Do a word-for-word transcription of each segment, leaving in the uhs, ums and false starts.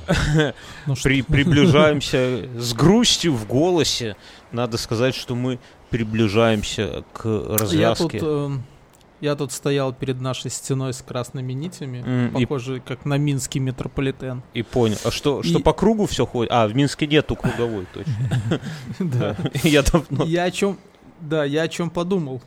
При, приближаемся с грустью в голосе. Надо сказать, что мы приближаемся к развязке. Я тут, э, я тут стоял перед нашей стеной с красными нитями, mm, похожей, и... как на минский метрополитен. И понял. А что, и... что по кругу все ходит? А, в Минске нету круговой, точно. Да. Я давно... Я о чем... Да, я о чем подумал.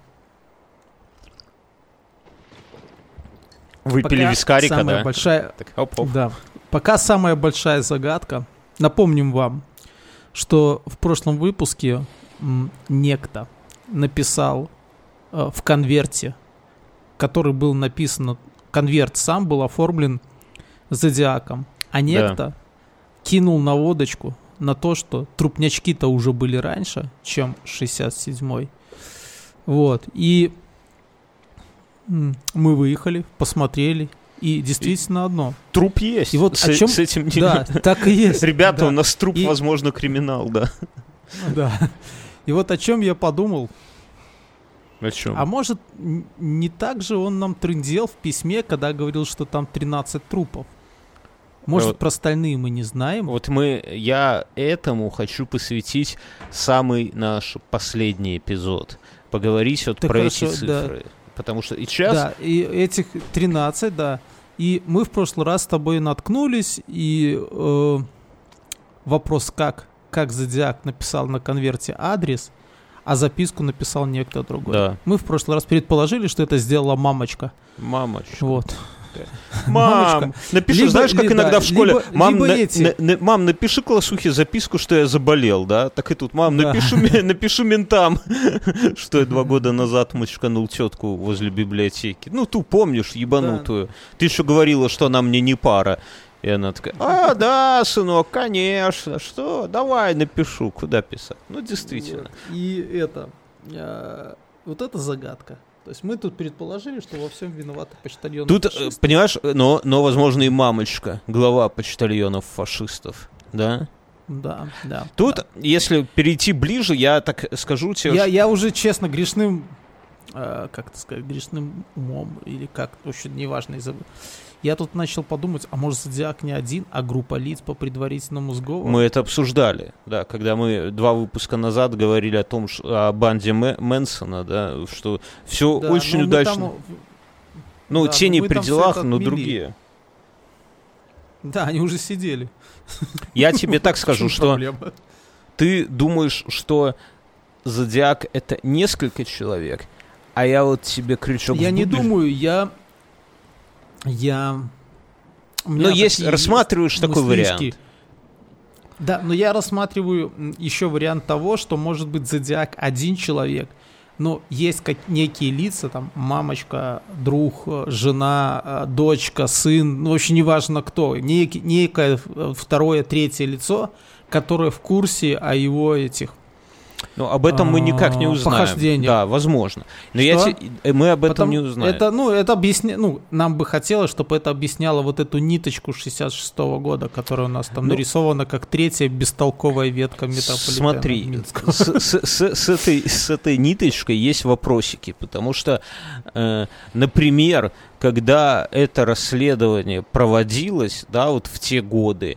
Выпили Пока вискарика, самая да? Большая... Так, оп-оп. Да. Пока самая большая загадка. Напомним вам, что в прошлом выпуске м, некто написал э, в конверте, который был написан, конверт сам был оформлен зодиаком, а некто да. кинул наводочку на то, что трупнячки-то уже были раньше, чем шестьдесят седьмой. Вот. И м, мы выехали, посмотрели. И действительно одно. Труп есть. И вот с, о чем... с этим не... Да, так и есть. Ребята, да. у нас труп, и... возможно, криминал, да. Да. И вот о чем я подумал. О чем? А может, не так же он нам трындел в письме, когда говорил, что там тринадцать трупов? Может, вот, про остальные мы не знаем? Вот мы, я этому хочу посвятить самый наш последний эпизод. Поговорить вот так про хорошо, эти цифры. Да. Потому что и сейчас... Да, и этих тринадцать, да. И мы в прошлый раз с тобой наткнулись, и э, вопрос, как, как Зодиак написал на конверте адрес, а записку написал некто другой. Да. Мы в прошлый раз предположили, что это сделала мамочка. Мамочка. Вот. Мам, напиши, либо, знаешь, как ли, иногда да, в школе, либо, мам, либо на, на, на, мам, напиши классухе записку, что я заболел, да, так и тут, мам, да. напишу, напишу ментам, что я два года назад мочканул тетку возле библиотеки. Ну, ту помнишь, ебанутую. Да. Ты еще говорила, что она мне не пара. И она такая, а, да, сынок, конечно, что, давай напишу, куда писать. Ну, действительно. И это, а, вот это загадка. То есть мы тут предположили, что во всем виноваты почтальоны. Тут, фашисты. Понимаешь, но, но, возможно, и мамочка, глава почтальонов фашистов, да? Да, да. Тут, да. если перейти ближе, я так скажу тебе... Я, что... я уже, честно, грешным, э, как это сказать, грешным умом, или как, вообще неважно, из-за... Я тут начал подумать, а может Зодиак не один, а группа лиц по предварительному сговору? Мы это обсуждали, да, когда мы два выпуска назад говорили о том, что, о банде Мэнсона, да, что все да, очень удачно. Там, ну, да, те не при делах, но другие. Да, они уже сидели. Я тебе так скажу, что ты думаешь, что Зодиак — это несколько человек, а я вот тебе крючок в Я не думаю, я... Я... Ну, есть, рассматриваешь такой вариант. Да, но я рассматриваю еще вариант того, что может быть Зодиак один человек, но есть как некие лица, там, мамочка, друг, жена, дочка, сын, ну, вообще неважно кто, нек- некое второе, третье лицо, которое в курсе о его этих... Ну, об этом мы никак не узнаем. Похождение. Да, возможно. Но я те... мы об этом Потом не узнаем. Это, ну, это объясня... ну, нам бы хотелось, чтобы это объясняло вот эту ниточку шестьдесят шестого года, которая у нас там ну, нарисована как третья бестолковая ветка метрополитена. Смотри, с, с, с, с, этой, с этой ниточкой есть вопросики, потому что, э, например, когда это расследование проводилось, да, вот в те годы,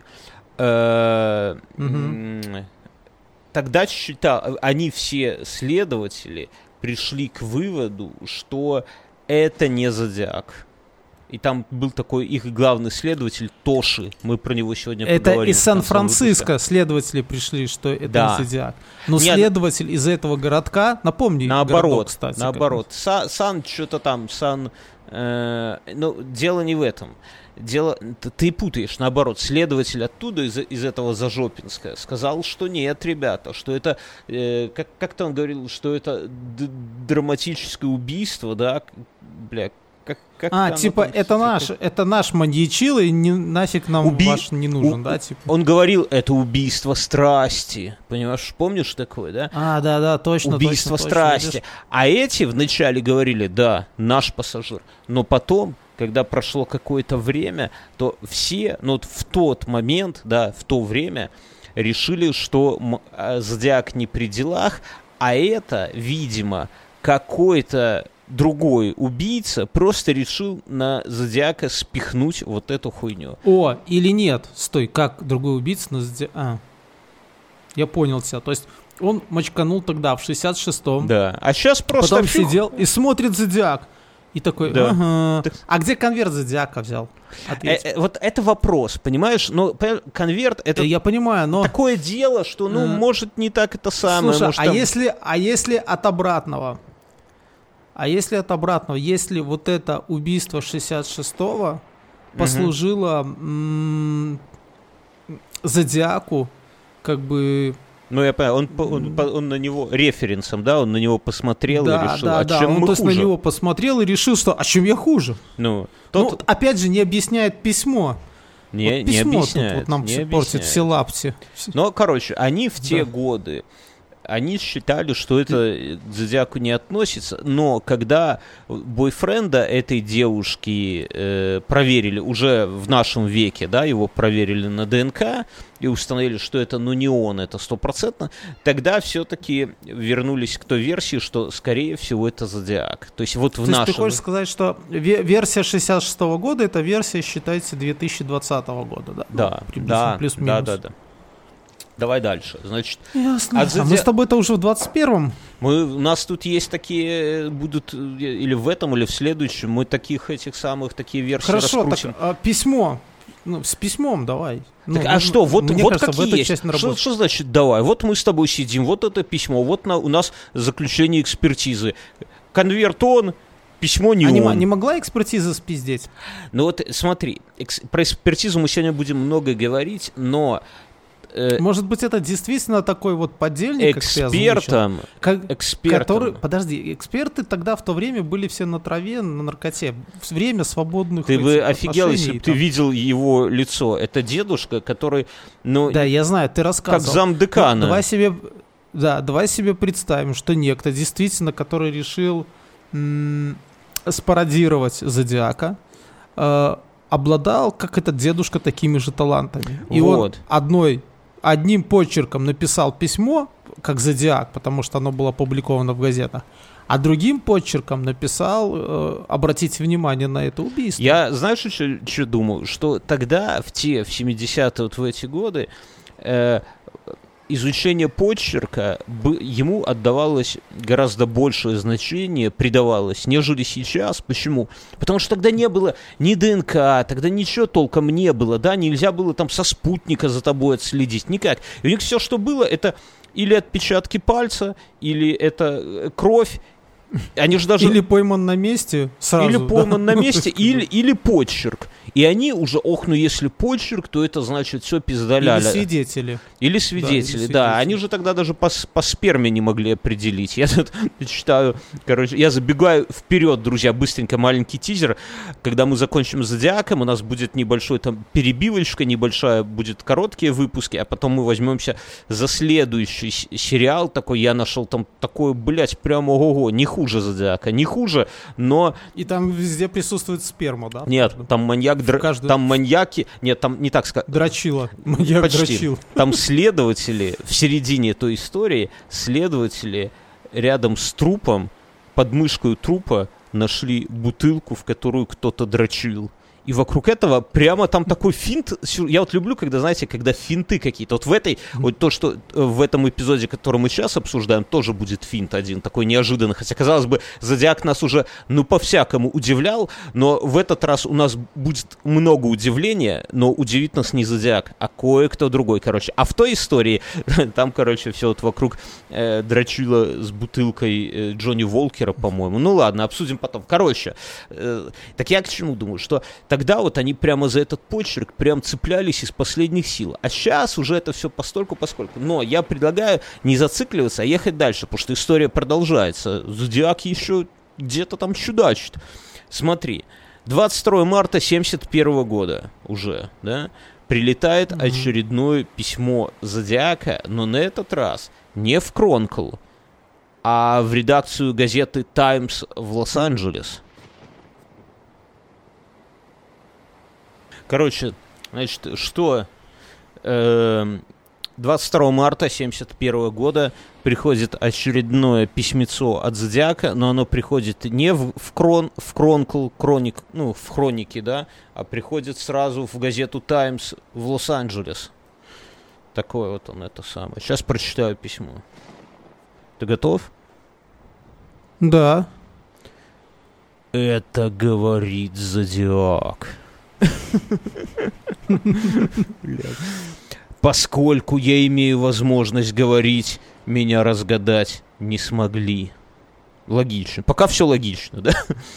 э, угу. Тогда считал, они все следователи пришли к выводу, что это не Зодиак. И там был такой их главный следователь Тоши. Мы про него сегодня это поговорим. Это из Сан-Франциско следователи пришли, что это да. не Зодиак. Но Нет, следователь из этого городка, напомни, наоборот, городок, кстати. Наоборот, Са- Сан что-то там, Сан... Э, ну, дело не в этом. Дело, ты путаешь, наоборот, следователь оттуда, из, из этого Зажопинска, сказал, что нет, ребята, что это, э, как, как-то он говорил, что это д- драматическое убийство, да, бля, как, как А, типа, это типа... наш, это наш маньячил, и не, нафиг нам Уби... ваш не нужен, У... да, типа? Он говорил, это убийство страсти, понимаешь, помнишь такое, да? А, да-да, точно, Убийство точно, страсти. Точно, а эти вначале говорили, да, наш пассажир, но потом... Когда прошло какое-то время, то все, ну вот в тот момент, да, в то время решили, что Зодиак не при делах, а это, видимо, какой-то другой убийца просто решил на Зодиака спихнуть вот эту хуйню. О, или нет, стой, как другой убийца на Зодиака... А, я понял тебя, то есть он мочканул тогда в шестьдесят шестом. Да, а сейчас просто... Потом фиг... сидел и смотрит Зодиак. И такой, да. ага. Так... А где конверт Зодиака взял? Э, э, вот это вопрос, понимаешь? Но конверт это я понимаю, но такое дело, что, ну, а... может, не так это самое. Слушай, может, а там... если, а если от обратного? А если от обратного? Если вот это убийство шестьдесят шестого послужило м- Зодиаку, как бы... Ну, я понимаю, он, он, он, он на него референсом, да, он на него посмотрел да, и решил, да, а да. чем он мы то есть хуже? на него посмотрел и решил, что а чем я хуже? Ну, тот... ну опять же, не объясняет письмо. Не, вот письмо не объясняет. Тут вот нам не все объясняет. портит все лапти. Но, короче, они в те да. годы, они считали, что это к Зодиаку не относится, но когда бойфренда этой девушки э, проверили, уже в нашем веке, да, его проверили на ДНК и установили, что это, ну, не он, это стопроцентно, тогда все-таки вернулись к той версии, что, скорее всего, это Зодиак. То есть вот в То нашем... есть ты хочешь сказать, что версия шестьдесят шестого года, эта версия считается две тысячи двадцатого года, да? Да, ну, да, плюс-минус. да, да, да. Давай дальше. Значит, ясно. А, Зоди... а мы с тобой-то уже в двадцать первом. Мы, у нас тут есть такие, будут, или в этом, или в следующем, мы таких этих самых, такие версии Хорошо, раскрутим. так а, письмо. Ну, с письмом давай. Ну, так, а ну, что, вот, мне вот кажется, какие есть? Что, что значит давай? Вот мы с тобой сидим, вот это письмо, вот на, у нас заключение экспертизы. Конверт он, письмо не а он. Не, не могла экспертиза спиздеть? Ну вот смотри, экс, про экспертизу мы сегодня будем много говорить, но... Может быть, это действительно такой вот подельник, экспертом, как, экспертом. Который, подожди, эксперты тогда в то время были все на траве, на наркоте. Время свободных Ты бы офигел, если бы ты там. видел его лицо. Это дедушка, который, ну, да, я знаю, ты рассказывал. как замдекана. Ну, давай себе, да, давай себе представим, что некто действительно, который решил м- спародировать Зодиака, э- обладал, как этот дедушка, такими же талантами. И вот. он одной Одним почерком написал письмо, как Зодиак, потому что оно было опубликовано в газетах, а другим почерком написал, э, обратите внимание на это убийство. Я, знаешь, что, что думаю? Что тогда, в те, в семидесятые, вот в эти годы, э, изучение почерка б, ему отдавалось гораздо большее значение, придавалось, нежели сейчас. Почему? Потому что тогда не было ни ДНК, тогда ничего толком не было, да, нельзя было там со спутника за тобой отследить, никак. И у них все, что было, это или отпечатки пальца, или это кровь. Они же даже... Или пойман на месте сразу. Или пойман да? на месте, или, или почерк. И они уже, ох, ну если почерк, то это значит все пиздаляля. Или свидетели. Или свидетели, да. или да. свидетели. Они же тогда даже по, по сперме не могли определить. Я тут читаю, короче, я забегаю вперед, друзья, быстренько маленький тизер. Когда мы закончим с Зодиаком, у нас будет небольшой там перебивочка, небольшая, будет короткие выпуски, а потом мы возьмемся за следующий сериал такой. Я нашел там такой, блядь, прям ого-го, не хуже Зодиака, не хуже, но... И там везде присутствует сперма, да? Нет, там маньяк, др... каждую... там маньяки, нет, там не так сказать. Дрочила, маньяк почти. дрочил. Там следователи, в середине той истории, следователи рядом с трупом, под мышкой трупа нашли бутылку, в которую кто-то дрочил. И вокруг этого прямо там такой финт. Я вот люблю, когда, знаете, когда финты какие-то. Вот в этой, вот то, что в этом эпизоде, который мы сейчас обсуждаем, тоже будет финт один, такой неожиданный. Хотя, казалось бы, Зодиак нас уже, ну, по-всякому удивлял, но в этот раз у нас будет много удивления, но удивит нас не Зодиак, а кое-кто другой, короче. А в той истории, там, короче, все вот вокруг э, дрочила с бутылкой э, Джонни Волкера, по-моему. Ну, ладно, обсудим потом. Короче, э, так я к чему думаю, что... Тогда вот они прямо за этот почерк прям цеплялись из последних сил. А сейчас уже это все постольку-поскольку. Но я предлагаю не зацикливаться, а ехать дальше, потому что история продолжается. Зодиак еще где-то там чудачит. Смотри, двадцать второго марта семьдесят первого года уже, да, прилетает mm-hmm. очередное письмо Зодиака, но на этот раз не в Кронкл, а в редакцию газеты «Таймс» в Лос-Анджелес. Короче, значит, что э, двадцать второго марта семьдесят первого года приходит очередное письмецо от Зодиака, но оно приходит не в, в, крон, в Кронкл, Кроник, ну, в Хроники, да, а приходит сразу в газету «Таймс» в Лос-Анджелес. Такое вот он, это самое. Сейчас прочитаю письмо. Ты готов? Да. Это говорит Зодиак. Поскольку я имею возможность говорить, меня разгадать не смогли. Логично. Пока все логично, да?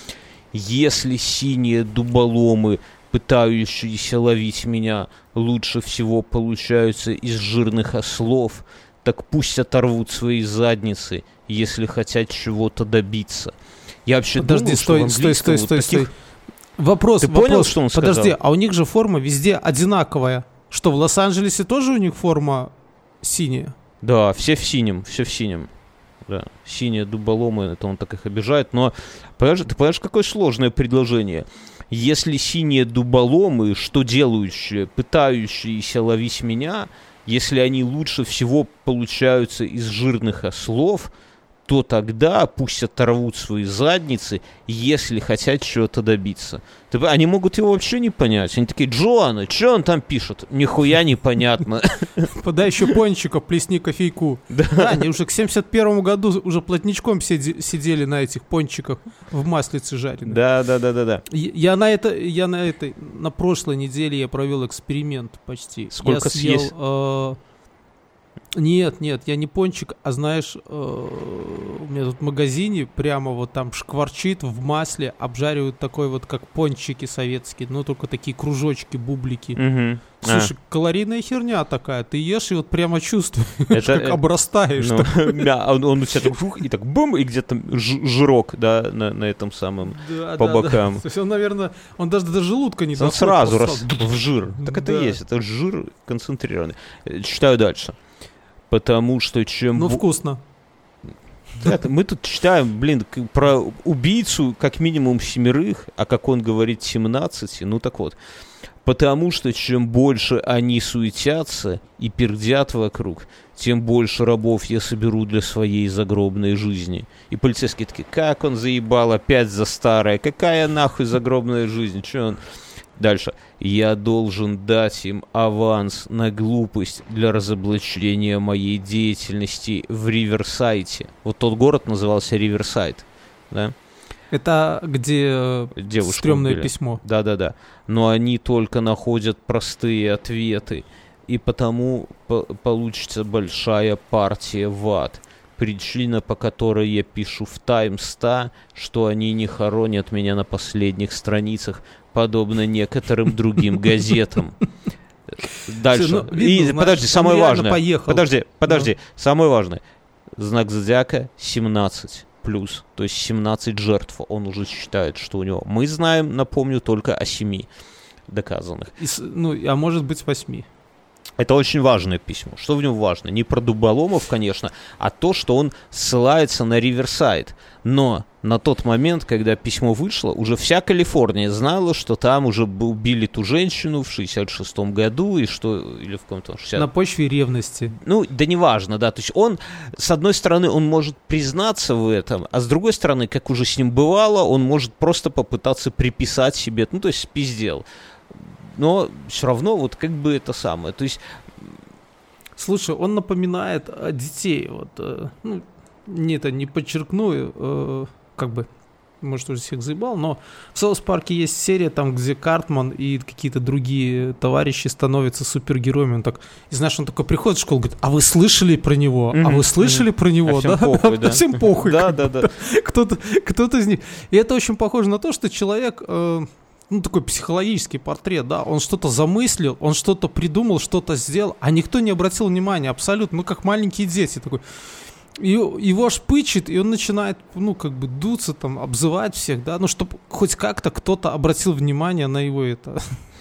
Если синие дуболомы, пытающиеся ловить меня, лучше всего получаются из жирных ослов, так пусть оторвут свои задницы, если хотят чего-то добиться. Я вообще Подожди, думал, стой, что в стой, стой, английском стой, вот стой. таких... Вопрос, Ты вопрос. понял, что он сказал? Подожди, а у них же форма везде одинаковая. Что, в Лос-Анджелесе тоже у них форма синяя? Да, все в синем, все в синем. Да, синие дуболомы, это он так их обижает. Но понимаешь, ты понимаешь, какое сложное предложение? Если синие дуболомы, что делающие, пытающиеся ловить меня, если они лучше всего получаются из жирных ослов, то тогда пусть оторвут свои задницы, если хотят чего-то добиться. Ты, они могут его вообще не понять. Они такие: Джоанна, что он там пишет? Нихуя непонятно. Подай еще пончиков, плесни кофейку. Да, они уже к семьдесят первому году уже плотничком сидели на этих пончиках в маслице жареных. Да, да, да, да, да. Я на это, я на этой, на прошлой неделе я провел эксперимент почти. Сколько съел? Э, Нет, нет, я не пончик, а знаешь, э, у меня тут в магазине прямо вот там шкварчит в масле, обжаривают такой вот, как пончики советские, но только такие кружочки, бублики. Угу. Слушай, а. калорийная херня такая, ты ешь и вот прямо чувствуешь, это, как обрастаешь. Ну, да, он, он у тебя так фух, и так бум, и где-то жирок, да, на, на этом самом, да, по да, бокам. Да. То есть он, наверное, он даже до желудка не он доходит. Сразу раз в жир. Так это да. и есть, это жир концентрированный. Читаю дальше. Потому что чем... Ну, вкусно. Это, мы тут читаем, блин, про убийцу как минимум семерых, а как он говорит, семнадцати. Ну так вот. Потому что чем больше они суетятся и пердят вокруг, тем больше рабов я соберу для своей загробной жизни. И полицейские такие: как он заебал опять за старое, какая нахуй загробная жизнь, че он... Дальше. Я должен дать им аванс на глупость для разоблачения моей деятельности в Риверсайте. Вот тот город назывался Риверсайд, да? Это где девушку стрёмное убили. Письмо. Да-да-да. Но они только находят простые ответы, и потому по- получится большая партия в ад. Причина, по которой я пишу в Таймс, та, что они не хоронят меня на последних страницах, подобно некоторым другим газетам. Дальше. Все, ну, видно, и, знаешь, подожди, самое важное. Поехал. Подожди, подожди. Ну. Самое важное. Знак зодиака семнадцать плюс. То есть семнадцать жертв. Он уже считает, что у него. Мы знаем, напомню, только о семи доказанных. И, ну, а может быть восьми. Это очень важное письмо. Что в нем важно? Не про дуболомов, конечно, а то, что он ссылается на Риверсайд. Но на тот момент, когда письмо вышло, уже вся Калифорния знала, что там уже убили ту женщину в шестьдесят шестом году, и что... Или в каком-то шестидесятом. На почве ревности. Ну, да неважно, да. То есть он, с одной стороны, он может признаться в этом, а с другой стороны, как уже с ним бывало, он может просто попытаться приписать себе, ну, то есть спиздел. Но все равно вот как бы это самое, то есть... Слушай, он напоминает о детей, вот, э, ну, не это не подчеркну, э, как бы, может, уже всех заебал, но в Саус Парке есть серия, там, где Картман и какие-то другие товарищи становятся супергероями, он так, и знаешь, он такой приходит в школу, говорит: а вы слышали про него? Mm-hmm. А вы слышали mm-hmm. про него? А да? Всем похуй, да? Всем похуй. Да, да, да. Кто-то, кто-то из них. И это очень похоже на то, что человек... Э, ну, такой психологический портрет, да, он что-то замыслил, он что-то придумал, что-то сделал, а никто не обратил внимания, абсолютно, мы как маленькие дети, такой, и, его аж пычет, и он начинает, ну, как бы дуться, там, обзывать всех, да, ну, чтобы хоть как-то кто-то обратил внимание на его это...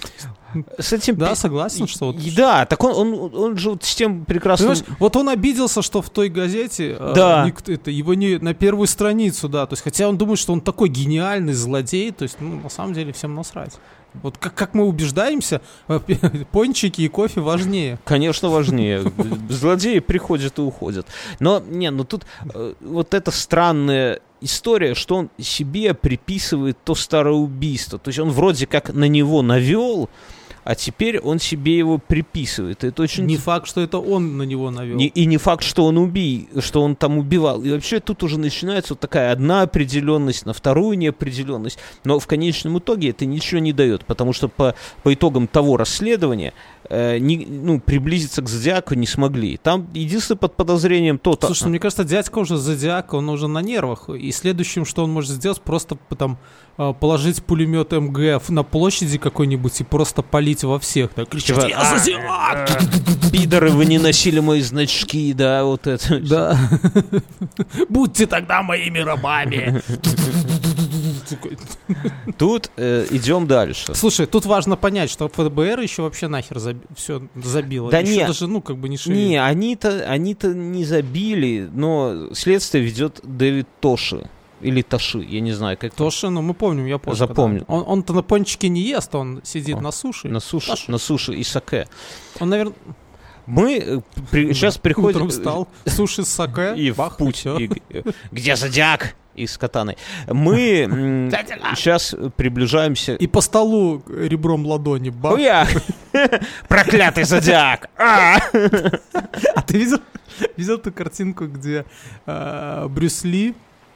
С этим... Да, согласен, что вот... Да, так он, он, он же вот с тем прекрасно... Понимаешь, вот он обиделся, что в той газете да. э, никто, это, его не на первую страницу, да, то есть, хотя он думает, что он такой гениальный злодей, то есть, ну, на самом деле, всем насрать. Вот как, как мы убеждаемся, пончики и кофе важнее. Конечно, важнее. Злодеи приходят и уходят. Но, не, ну тут э, вот эта странная история, что он себе приписывает то старое убийство. То есть он вроде как на него навел, а теперь он себе его приписывает. Это очень... Не факт, что это он на него навел. Не, и не факт, что он убий, что он там убивал. И вообще тут уже начинается вот такая одна определенность на вторую неопределенность. Но в конечном итоге это ничего не дает, потому что по, по итогам того расследования э, не, ну, приблизиться к Зодиаку не смогли. Там единственное под подозрением то... Слушай, ну, мне кажется, дядька уже Зодиак, он уже на нервах. И следующим, что он может сделать, просто там положить пулемет МГ на площади какой-нибудь и просто палить во всех. Так, кричать: типа, «Я Зодиак!» Пидоры, вы не носили мои значки, да, вот это. Да. Будьте тогда моими рабами. Тут э, идем дальше. Слушай, тут важно понять, что ФБР еще вообще нахер заби- все забило. Да еще нет. даже, ну, как бы не шевелит. Не, они-то, они-то не забили, но следствие ведет Дэвид Тоши. Или Таши, я не знаю, как... Тоши, ну мы помним, я помню. Запомнил. Он, он-то на пончике не ест, он сидит О, на суши. На суше, Таши. на суше и саке. Он, наверное... Мы при, сейчас приходим... Утром встал, суши с саке, и бах, в путь. и И, где Зодиак? И с катаной. Мы м, сейчас приближаемся... И по столу ребром ладони, бах. Хуя! Проклятый Зодиак! А А ты видел, видел ту картинку, где э, Брюс Ли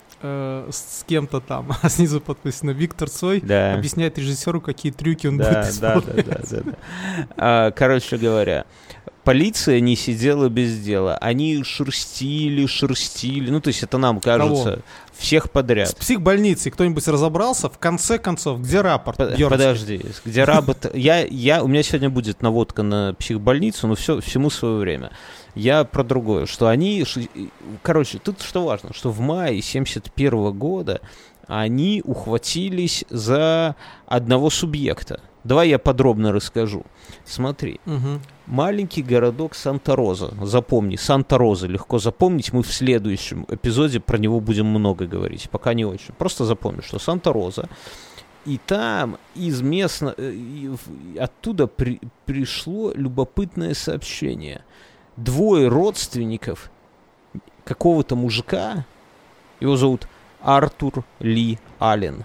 э, с, с кем-то там, а снизу подписано Виктор Цой, Да. объясняет режиссеру, какие трюки он Да, будет да, исполнять. да, да, да, да. А, короче говоря, полиция не сидела без дела. Они шерстили, шерстили. Ну, то есть это нам кажется, Кого? всех С подряд. психбольницей кто-нибудь разобрался? В конце концов, где рапорт? Под- Бёрнский? Подожди, где работа... Я, я, у меня сегодня будет наводка на психбольницу, но все, всему свое время. Я про другое, что они... ши- Короче, тут что важно, что в мае семьдесят первого года они ухватились за одного субъекта. Давай я подробно расскажу. Смотри. Мгм. Маленький городок Санта-Роза. Запомни, Санта-Роза легко запомнить. Мы в следующем эпизоде про него будем много говорить. Пока не очень. Просто запомни, что Санта-Роза. И там из местно... э, и в- Оттуда при- пришло любопытное сообщение. Двое родственников какого-то мужика, его зовут Артур Ли Аллен,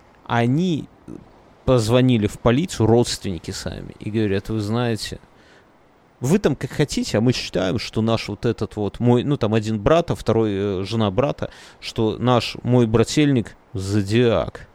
они позвонили в полицию, родственники сами, и говорят: вы знаете, вы там как хотите, а мы считаем, что наш вот этот вот мой, ну там один брат, а второй э, жена брата, что наш мой брательник Зодиак.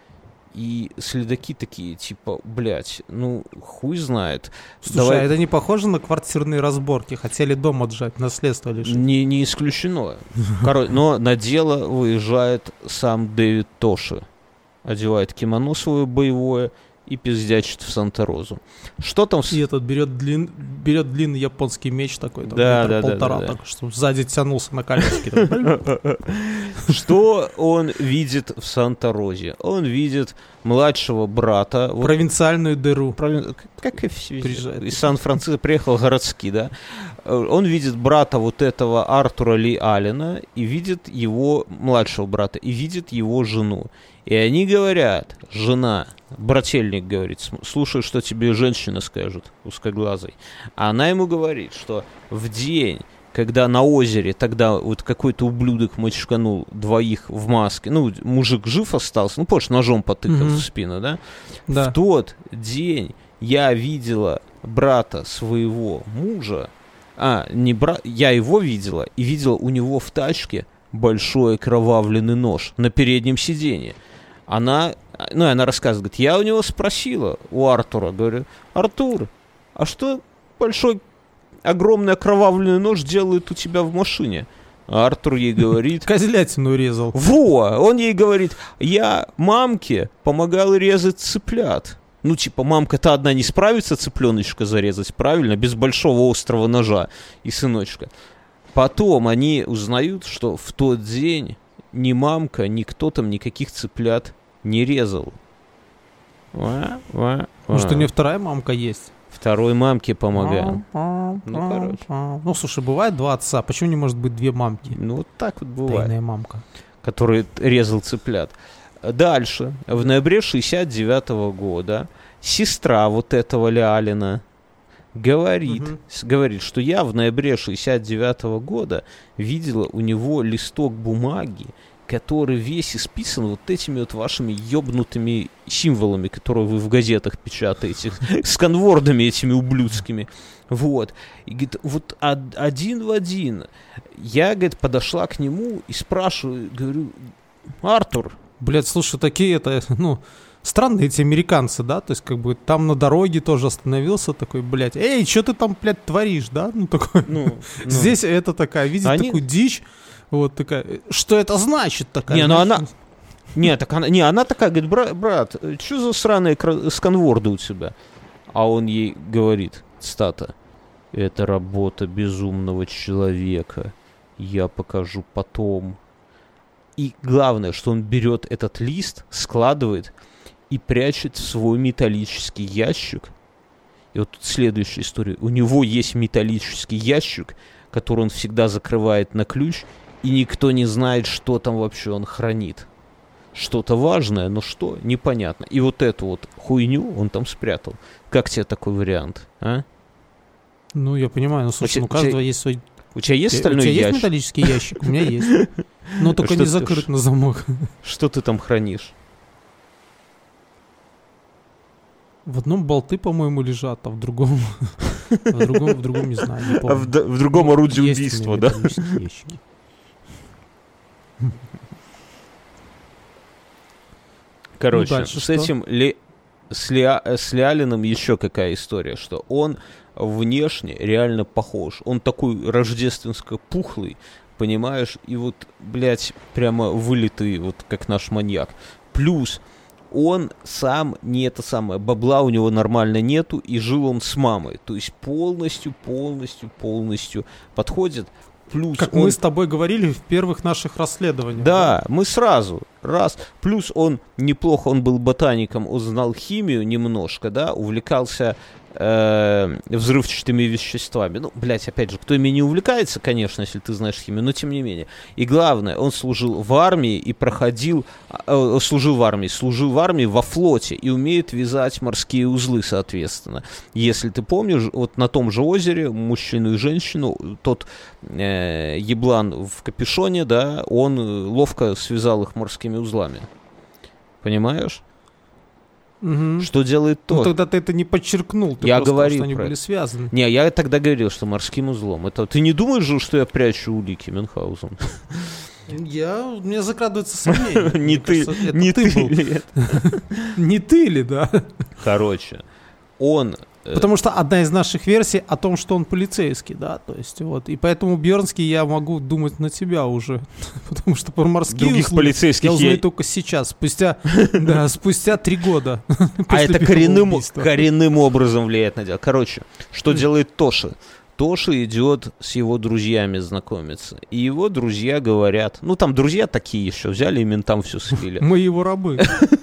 И следаки такие, типа, блядь, ну хуй знает. Слушай, Давай- а это не похоже на квартирные разборки? Хотели дом отжать, наследство лишить. Не, не исключено. Короче, но на дело выезжает сам Дэвид Тоши. Одевает кимоно свое боевое и пиздячит в Санта-Розу. Что там... с- И этот берет, длин, берет длинный японский меч такой, там, Да, метра да, да, полтора, да, да. так что сзади тянулся на колесике. так. Что он видит в Санта-Розе? Он видит младшего брата. Вот Провинциальную дыру. Правильно, как- как и все. Приезжает. Из Сан-Франциско приехал городский, да. Э, Он видит брата вот этого Артура Ли Аллена и видит его младшего брата, и видит его жену. И они говорят, жена, брательник говорит: «См- слушай, что тебе женщина скажет, узкоглазый. А она ему говорит, что в день, когда на озере тогда вот какой-то ублюдок мочканул двоих в маске, ну, мужик жив остался, ну, помнишь, ножом потыкал Мгм. в спину, да? Да. В тот день я видела брата своего мужа, а, не брат, я его видела, и видела у него в тачке большой окровавленный нож на переднем сиденье. Она, ну, и она рассказывает, говорит, я у него спросила, у Артура, говорю: Артур, а что большой, огромный окровавленный нож делает у тебя в машине? А Артур ей говорит: Козлятину резал. во, он ей говорит: я мамке помогал резать цыплят. Ну, типа, мамка-то одна не справится цыпленочка зарезать, правильно, без большого острого ножа и сыночка. Потом они узнают, что в тот день ни мамка, ни кто там никаких цыплят не резал. Ва, ва, Может, ва. у нее вторая мамка есть? Второй мамке помогал. Ну, короче. Ну, слушай, бывает два отца. Почему не может быть две мамки? Ну, вот так вот бывает. Тайная мамка. Который резал цыплят. Дальше. В ноябре шестьдесят девятого года сестра вот этого Лялина говорит, Мгм. с- говорит, что я в ноябре шестьдесят девятого года видела у него листок бумаги, который весь исписан вот этими вот вашими ёбнутыми символами, которые вы в газетах печатаете, с конвордами этими ублюдскими. Вот. И говорит, вот од- один в один. Я, говорит, подошла к нему и спрашиваю, говорю, Артур, Блядь, слушай, такие это, ну, странные эти американцы, да? То есть, как бы, там на дороге тоже остановился такой, блядь, эй, что ты там, блядь, творишь, да? Ну, такой, ну, ну. здесь это такая, видит Они- такую дичь, вот такая, что это значит такая? Не, ну знаешь, она- Не, так она, не, она такая, говорит, брат, брат, что за сраные кра- сканворды у тебя? А он ей говорит, цитата, это работа безумного человека, я покажу потом. И главное, что он берет этот лист, складывает и прячет в свой металлический ящик. И вот тут следующая история. У него есть металлический ящик, который он всегда закрывает на ключ, и никто не знает, что там вообще он хранит. Что-то важное, но что? Непонятно. И вот эту вот хуйню он там спрятал. Как тебе такой вариант, а? Ну, я понимаю, ну, слушай, У ну, у тебя- каждого есть свой... У тебя есть У стальной тебя есть ящик? металлический ящик? У меня есть. Но только Что не ты- закрыт на замок. Что ты там хранишь? В одном болты, по-моему, лежат, а в другом... В другом, в другом не знаю, не А помню. в, д- в другом Ну, орудии есть у меня убийства, да? металлические ящики. Короче, Ну, дальше с что? этим Ле- с, Лиа- э, с Лялиным еще какая история, что он внешне реально похож. Он такой рождественско-пухлый, понимаешь, и вот, блядь, прямо вылитый, вот как наш маньяк. Плюс он сам не это самое, бабла у него нормально нету, и жил он с мамой. То есть полностью, полностью, полностью подходит. Плюс Как он... мы с тобой говорили в первых наших расследованиях. Да, мы сразу, раз. Плюс он неплохо, он был ботаником, он знал химию немножко, да, увлекался э, взрывчатыми веществами. Ну, блядь, опять же, кто ими не увлекается, конечно, если ты знаешь химию, но тем не менее. И главное, он служил в армии и проходил, э, служил в армии, служил в армии во флоте и умеет вязать морские узлы, соответственно. Если ты помнишь, вот на том же озере мужчину и женщину, тот э, еблан в капюшоне, да, он ловко связал их морскими узлами. Понимаешь? Мгм. Что делает Ну, тот? тогда ты это не подчеркнул, ты Я просто сказал, говорил что они про были это. связаны. Не, я тогда говорил, что морским узлом. Это ты не думаешь же, что я прячу улики, Мюнхгаузен? Я, у меня закрадывается сомнение. Не Мне ты, кажется, это не ты был. ли это? Не ты ли, да? Короче, он... э, Потому что одна из наших версий о том, что он полицейский, да, то есть вот. И поэтому, Бьернский, я могу думать на тебя уже. Потому что про морские Других узлы полицейских я узнаю я- только сейчас, спустя, да, спустя три года. А после это первого коренным, убийства. коренным образом влияет на дело. Короче, что делает Тоша? Тоша идет с его друзьями знакомиться. И его друзья говорят... Ну, там друзья такие еще. Взяли и ментам все слили. Мы его рабы.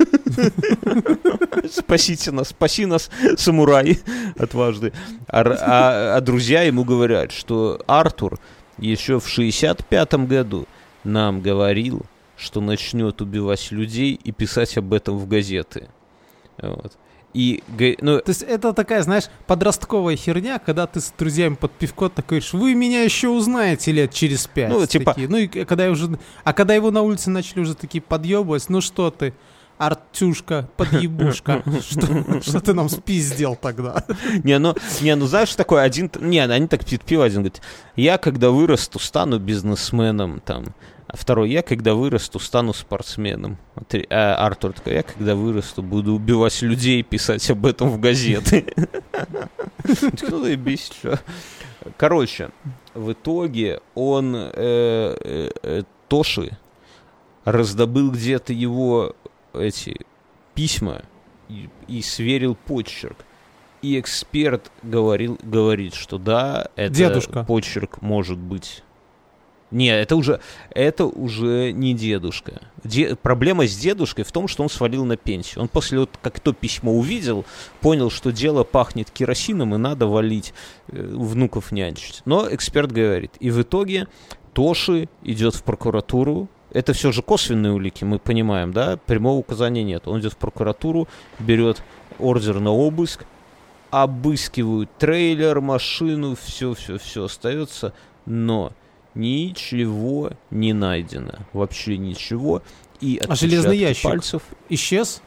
Спасите нас, спаси нас, самурай отважный. А, р- а- а друзья ему говорят, что Артур еще в шестьдесят пятом году нам говорил, что начнет убивать людей и писать об этом в газеты. Вот. И, га- ну, То есть это такая, знаешь, подростковая херня, когда ты с друзьями под пивко такой говоришь, вы меня еще узнаете лет через пять. Ну, типа- Такие. Ну, и к- когда я уже... А когда его на улице начали уже такие подъебывать, ну что ты, Артюшка, подъебушка, что, что ты нам спиздел тогда? не, ну, не, ну, знаешь, такой один... т- Не, они так пьют пиво, один говорит, я, когда вырасту, стану бизнесменом, там. А второй, я, когда вырасту, стану спортсменом. А три- а Артур такой, я, когда вырасту, буду убивать людей и писать об этом в газеты. Ну, заебись, что. Короче, в итоге он, э, э, э, Тоши, раздобыл где-то его эти письма и, и сверил почерк. И эксперт говорил, говорит, что да, это Дедушка. почерк может быть. Не, это уже, это уже не дедушка. Де- проблема с дедушкой в том, что он свалил на пенсию. Он после вот, как то письмо увидел, понял, что дело пахнет керосином и надо валить, э, внуков нянчить. Но эксперт говорит, и в итоге Тоши идет в прокуратуру. Это все же косвенные улики, мы понимаем, да? Прямого указания нет. Он идет в прокуратуру, берет ордер на обыск, обыскивают трейлер, машину, все-все-все остается, но ничего не найдено, вообще ничего. И а железный ящик пальцев исчез?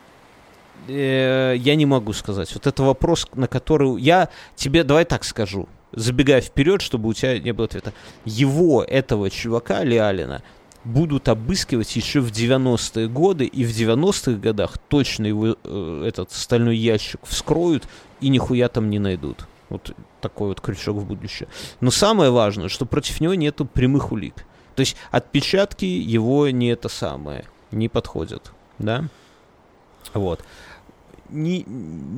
Э, я не могу сказать. Вот это вопрос, на который я тебе, давай так скажу, забегая вперед, чтобы у тебя не было ответа. Его, этого чувака, Лиалина, будут обыскивать еще в девяностые годы, и в девяностых годах точно его э, этот стальной ящик вскроют и нихуя там не найдут. Вот такой вот крючок в будущее. Но самое важное, что против него нету прямых улик. То есть отпечатки его не это самое, не подходят, да? Вот. Не,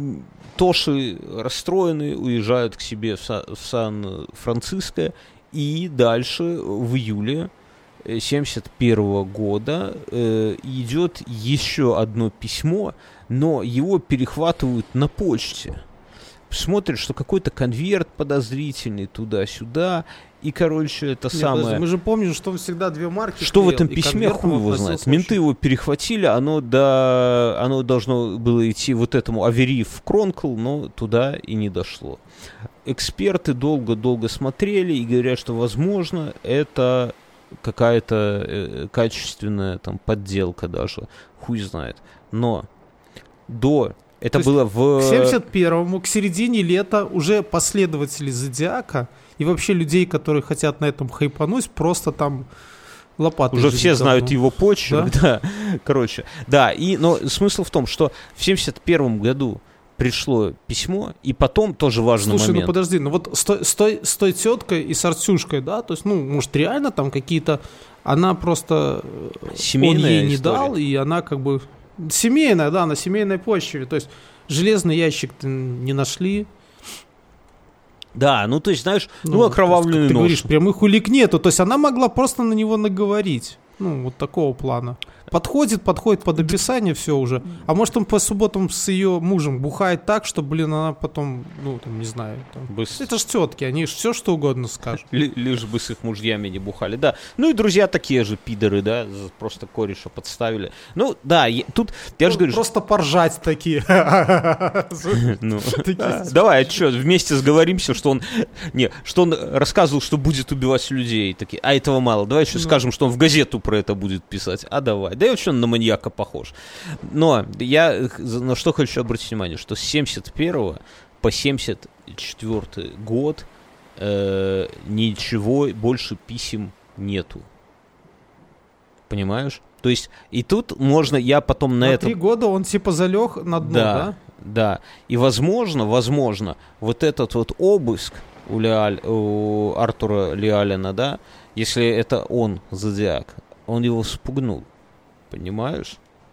Тоши расстроены, уезжают к себе в, Са- в Сан-Франциско, и дальше в июле семьдесят первого года э, идет еще одно письмо, но его перехватывают на почте. Смотришь, что какой-то конверт подозрительный туда-сюда, и, короче, это Нет, самое... Подожди, мы же помним, что он всегда две марки Что клеил, в этом письме, хуй его знает. Менты его перехватили, оно, да, оно должно было идти вот этому Авери в Кронкл, но туда и не дошло. Эксперты долго-долго смотрели и говорят, что, возможно, это какая-то э, качественная там подделка даже, хуй знает. Но до... Это То было в... К семьдесят первому, к середине лета уже последователи Зодиака и вообще людей, которые хотят на этом хайпануть, просто там лопатой уже все давно. знают его почерк, да? да. Короче, да, и, но смысл в том, что в семьдесят первом году пришло письмо, и потом тоже важный Слушай, момент. ну подожди, ну вот с той, с, той, с той теткой и с Артюшкой, да, то есть, ну, может, реально там какие-то... Она просто... Семейная он ей не история. дал, и она как бы... Семейная, да, на семейной почве. То есть железный ящик не нашли. Да, ну то есть, знаешь, ну, ну окровавленный есть, ты нож. говоришь, прямых улик нету. То есть она могла просто на него наговорить. Ну, вот такого плана. Подходит, подходит под описание, все уже. А может, он по субботам с ее мужем бухает так, что, блин, она потом, ну, там, не знаю. Там... Быстро. Это ж тетки, они ж все что угодно скажут. Л- лишь бы с их мужьями не бухали, да. Ну и друзья такие же пидоры, да, просто кореша подставили. Ну, да, я, тут, я же говорю... Просто поржать такие. Давай, а что, вместе сговоримся, что он... Не, что он рассказывал, что будет убивать людей. Такие, а этого мало. Давай еще скажем, что он в газету про это будет писать. А давай. Да и вообще он на маньяка похож. Но я на что хочу обратить внимание, что с семьдесят первого по семьдесят четвёртый год э, ничего больше писем нету. Понимаешь? То есть и тут можно, я потом на, на этом... три года он типа залег на дно, да? Да, да. И возможно, возможно, вот этот вот обыск у, Лиаль, у Артура Лиалина, да, если это он, Зодиак, он его спугнул. Понимаешь?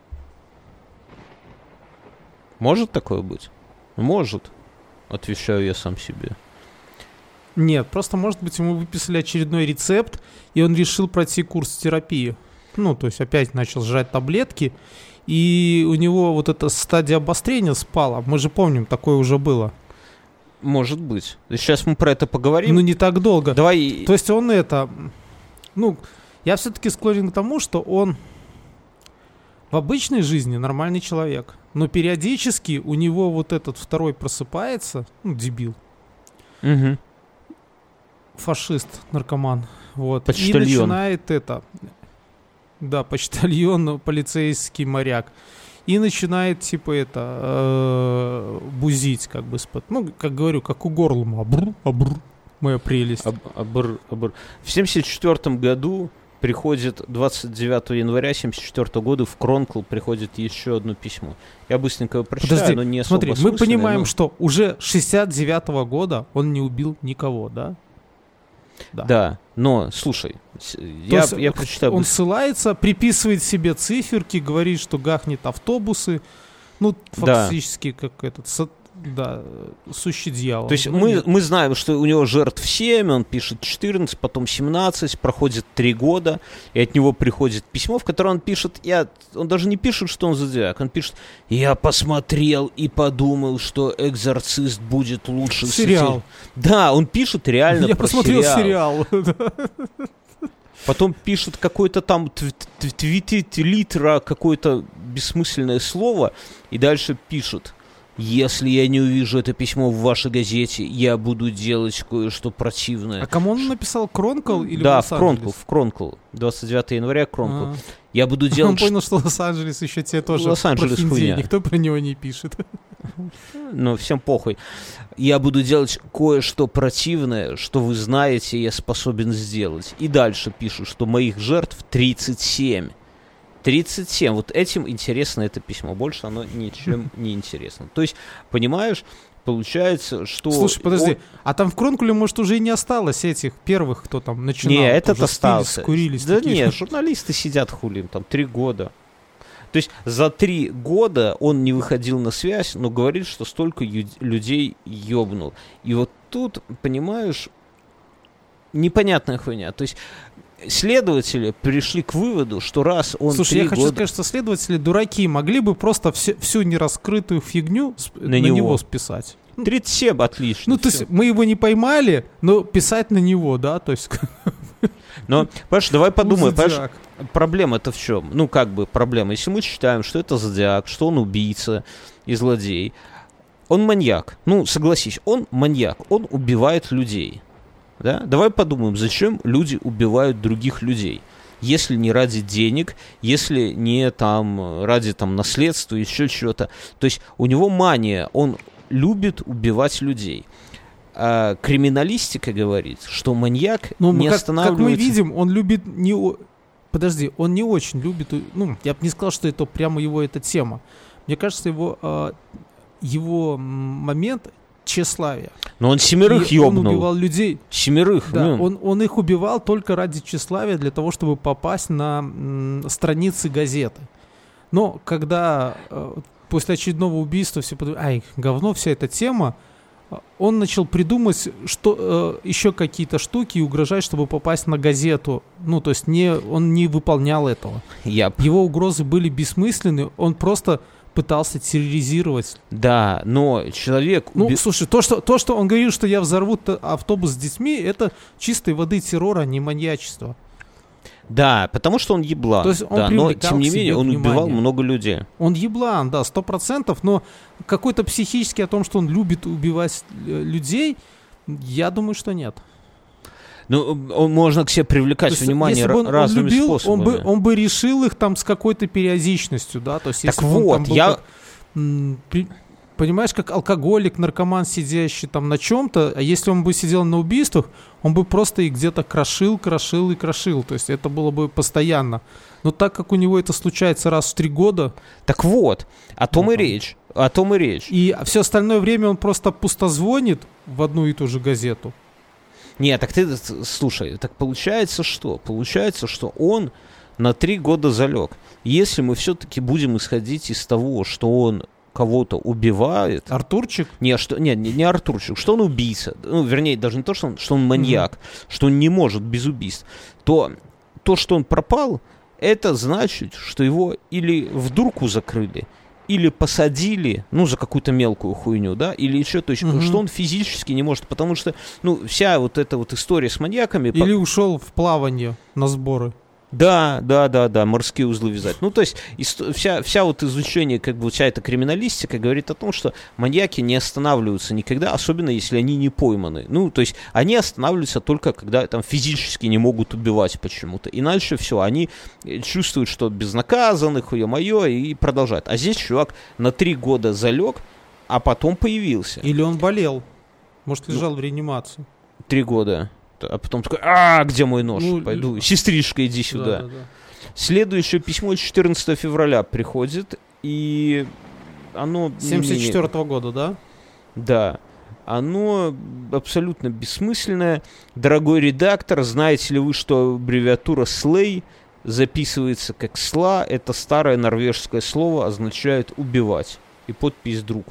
Может такое быть? Может. Отвечаю я сам себе. Нет, просто, может быть, ему выписали очередной рецепт, и он решил пройти курс терапии. Ну, то есть опять начал жрать таблетки, и у него вот эта стадия обострения спала. Мы же помним, такое уже было. Может быть. Сейчас мы про это поговорим. Ну, не так долго. Давай. То есть он это... Ну, я все-таки склонен к тому, что он в обычной жизни нормальный человек. Но периодически у него вот этот второй просыпается, ну, дебил. Угу. Фашист, наркоман. Вот. Почтальон. И начинает это... Да, почтальон, полицейский моряк. И начинает, типа, это, э, бузить, как бы, спот. Ну, как говорю, как у Горлума. Абр, абр, моя прелесть. Аб, абр, абр. В семьдесят четвёртом году приходит, двадцать девятого января семьдесят четвёртого года в Кронкл приходит еще одно письмо. Я быстренько его прочитаю, Подожди, но не особо смотри, мы понимаем, но... что уже шестьдесят девятого года он не убил никого, да? Да. Да, но, слушай, я, я прочитаю. Он быстро. ссылается, приписывает себе циферки, говорит, что гахнет автобусы. Ну, фактически, да. как этот, со, да, сущий дьявол. То есть ну, мы, мы знаем, что у него жертв семь, он пишет четырнадцать, потом семнадцать, проходит три года, и от него приходит письмо, в котором он пишет, я, он даже не пишет, что он зодиак, он пишет, я посмотрел и подумал, что «Экзорцист» будет лучше. Сериал. Да, он пишет реально я про посмотрел сериал. сериал. Потом пишет какой-то там твиттер, какое-то бессмысленное слово, и дальше пишет. если я не увижу это письмо в вашей газете, я буду делать кое-что противное. А кому он написал, Кронкл или Да, в в Кронкл, в Кронкл, двадцать девятого января Кронкл. А. Я буду Он делать... понял, что Лос-Анджелес еще тебе тоже Лос-Анджелес про хуйня. Никто про него не пишет. Ну, всем похуй. Я буду делать кое-что противное, что вы знаете, я способен сделать. И дальше пишу, что моих жертв тридцать семь. тридцать семь. Вот этим интересно это письмо. Больше оно ничем не интересно. То есть, понимаешь, получается, что... Слушай, подожди, он... а там в Кронкуле, может, уже и не осталось этих первых, кто там начинал? Не, этот уже остался. спились, скурились да такие. нет, журналисты сидят хулим, там, три года. То есть за три года он не выходил на связь, но говорит, что столько ю- людей ёбнул. И вот тут, понимаешь, непонятная хуйня. То есть следователи пришли к выводу, что раз он Слушай, три я хочу года... сказать, что следователи дураки могли бы просто все, всю нераскрытую фигню сп- На на, него. него. списать. тридцать семь, отлично. Ну, то всё. есть мы его не поймали, но писать на него, да, то есть... Но, понимаешь, давай подумаем, Ну, понимаешь, зодиак. проблема-то в чем? Ну, как бы проблема. Если мы считаем, что это зодиак, что он убийца и злодей, он маньяк. Ну, согласись, он маньяк, он убивает людей. Да? Давай подумаем, зачем люди убивают других людей? Если не ради денег, если не там ради там наследства, еще чего-то. То есть у него мания, он любит убивать людей. А криминалистика говорит, что маньяк Ну, не как, останавливается... как мы видим, он любит не... о- Подожди, он не очень любит... у- Ну, я бы не сказал, что это прямо его эта тема. Мне кажется, его, э, его м, момент тщеславия. Но он семерых И он ёбнул. убивал людей. Семерых. Да, ну. он, он их убивал только ради тщеславия, для того, чтобы попасть на м, страницы газеты. Но когда э, после очередного убийства все подумали, ай, говно, вся эта тема, э, он начал придумать что, э, еще какие-то штуки и угрожать, чтобы попасть на газету. Ну, то есть не, он не выполнял этого. Я... Его угрозы были бессмысленны, он просто пытался терроризировать. Да, но человек... Ну, уби- слушай, то что, то, что он говорил, что я взорву т- автобус с детьми, это чистой воды террор, а не маньячество. Да, потому что он еблан. То есть он да, но, привлекал тем не к себе менее, он внимание. убивал много людей. Он еблан, да, сто процентов, но какой-то психический о том, что он любит убивать э, людей, я думаю, что нет. Ну, он, можно к себе привлекать То есть, внимание если бы он, ра- он разными любил, он способами. бы, он бы решил их там с какой-то периодичностью, да, то есть Так если бы он вот, там был я- как, м, при- понимаешь, как алкоголик, наркоман, сидящий там на чем-то, а если он бы сидел на убийствах, он бы просто их где-то крошил, крошил и крошил, то есть это было бы постоянно. Но так как у него это случается раз в три года, Так вот, о том Ну, и там. речь. О том и речь. и все остальное время он просто пустозвонит в одну и ту же газету. Нет, так ты, т- слушай, так получается что? Получается, что он на три года залег. Если мы все-таки будем исходить из того, что он кого-то убивает, Артурчик, не, что, не, не, не Артурчик, что он убийца, ну, вернее, даже не то, что он, что он маньяк, что он не может без убийств, то то, что он пропал, это значит, что его или в дурку закрыли, или посадили, ну, за какую-то мелкую хуйню, да, или еще, то есть, Мгм. что он физически не может, потому что, ну, вся вот эта вот история с маньяками... по- или ушел в плавание на сборы. Да, да, да, да, морские узлы вязать. Ну, то есть, ист- вся, вся вот изучение, как бы, вся эта криминалистика говорит о том, что маньяки не останавливаются никогда, особенно если они не пойманы. Ну, то есть, они останавливаются только, когда там физически не могут убивать почему-то. Иначе все, они э, чувствуют, что безнаказанны, хуе-мое, и продолжают. А здесь чувак на три года залег, а потом появился. Или он болел. Может, Ну, лежал в реанимации. Три года. А потом такой, а где мой нож? Ну, Пойду, сестричка, иди сюда. Да, да, да. Следующее письмо четырнадцатого февраля приходит, и оно... семьдесят четвёртого года, да? Да. Оно абсолютно бессмысленное. Дорогой редактор, знаете ли вы, что аббревиатура слей записывается как сла? Это старое норвежское слово, означает убивать. И подпись друг.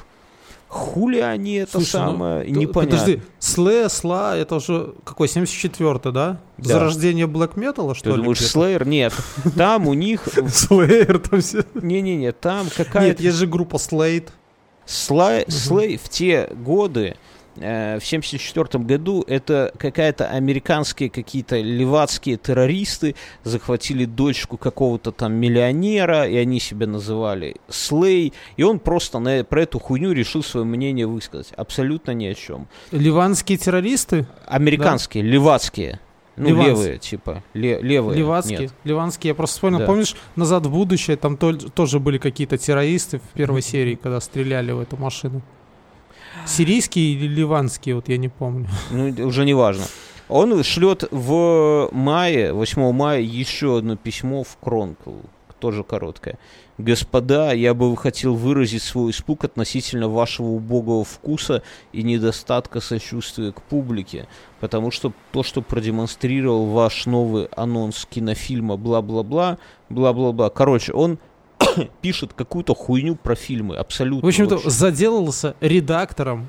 Хули они это Слушай, ну, самое? то- Непонятно. Подожди, слэ, сла, это уже какой, семьдесят четвёртый, да? Да. Зарождение блэк металла, что Ты ли? думаешь, где-то? Слэйр? Нет. Там у них... Слэйр там все. Не-не-не, там какая-то... Нет, есть же группа Слейд. Слай, Слей в те годы э, в семьдесят четвёртом году это какая-то американские какие-то левацкие террористы захватили дочку какого-то там миллионера, и они себя называли Слей, и он просто на, про эту хуйню решил свое мнение высказать. Абсолютно ни о чем. Ливанские террористы? Американские, да? Левацкие. Ну, Ливанс. Левые, типа, ле- левые. Левацкие, нет. Ливанские, я просто вспомнил, да. Помнишь, «Назад в будущее», там то- тоже были какие-то террористы в первой mm-hmm. серии, когда стреляли в эту машину. Сирийские или ливанские, вот я не помню. Ну, уже не важно. Он шлет в мае, восьмого мая, еще одно письмо в Кронкл, тоже короткое. «Господа, я бы хотел выразить свой испуг относительно вашего убогого вкуса и недостатка сочувствия к публике, потому что то, что продемонстрировал ваш новый анонс кинофильма бла-бла-бла, бла-бла-бла». Короче, он пишет какую-то хуйню про фильмы, абсолютно. В общем-то, вообще. заделался редактором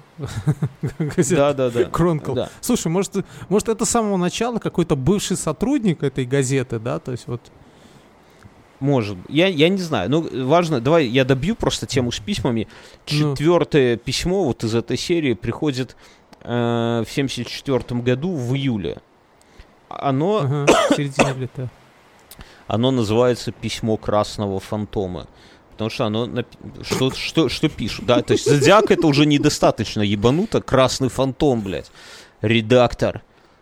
газеты «Кронкл». Да. Слушай, может, может, это с самого начала какой-то бывший сотрудник этой газеты, да? То есть вот... Может. Я, я не знаю. Ну, важно, давай я добью просто тему с письмами. Четвертое ну. письмо вот из этой серии приходит э, в семьдесят четвёртом году в июле. Оно... Ага, в середине лета. Оно называется «Письмо красного фантома». Потому что оно... Нап... Что, что, что пишут, да? То есть «Зодиак» — это уже недостаточно ебануто. «Красный фантом», блядь. Редактор.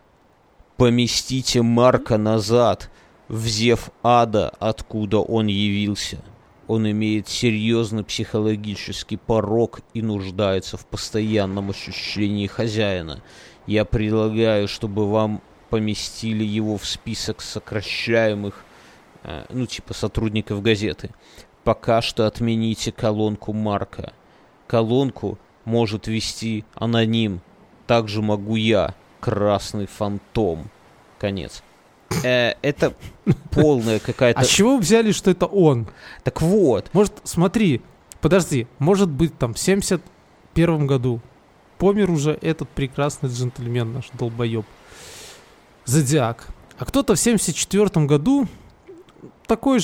Поместите Марка назад в зев ада, откуда он явился. Он имеет серьезный психологический порок и нуждается в постоянном ощущении хозяина. Я предлагаю, чтобы вам поместили его в список сокращаемых, э, ну, типа сотрудников газеты. Пока что отмените колонку Марка. Колонку может вести аноним. Также могу я, Красный фантом. Конец. Э, это полная какая-то... А с чего вы взяли, что это он? Так вот. Может, смотри, подожди, может быть, там, в семьдесят первом году помер уже этот прекрасный джентльмен, наш долбоеб, Зодиак. А кто-то в семьдесят четвёртом году, такой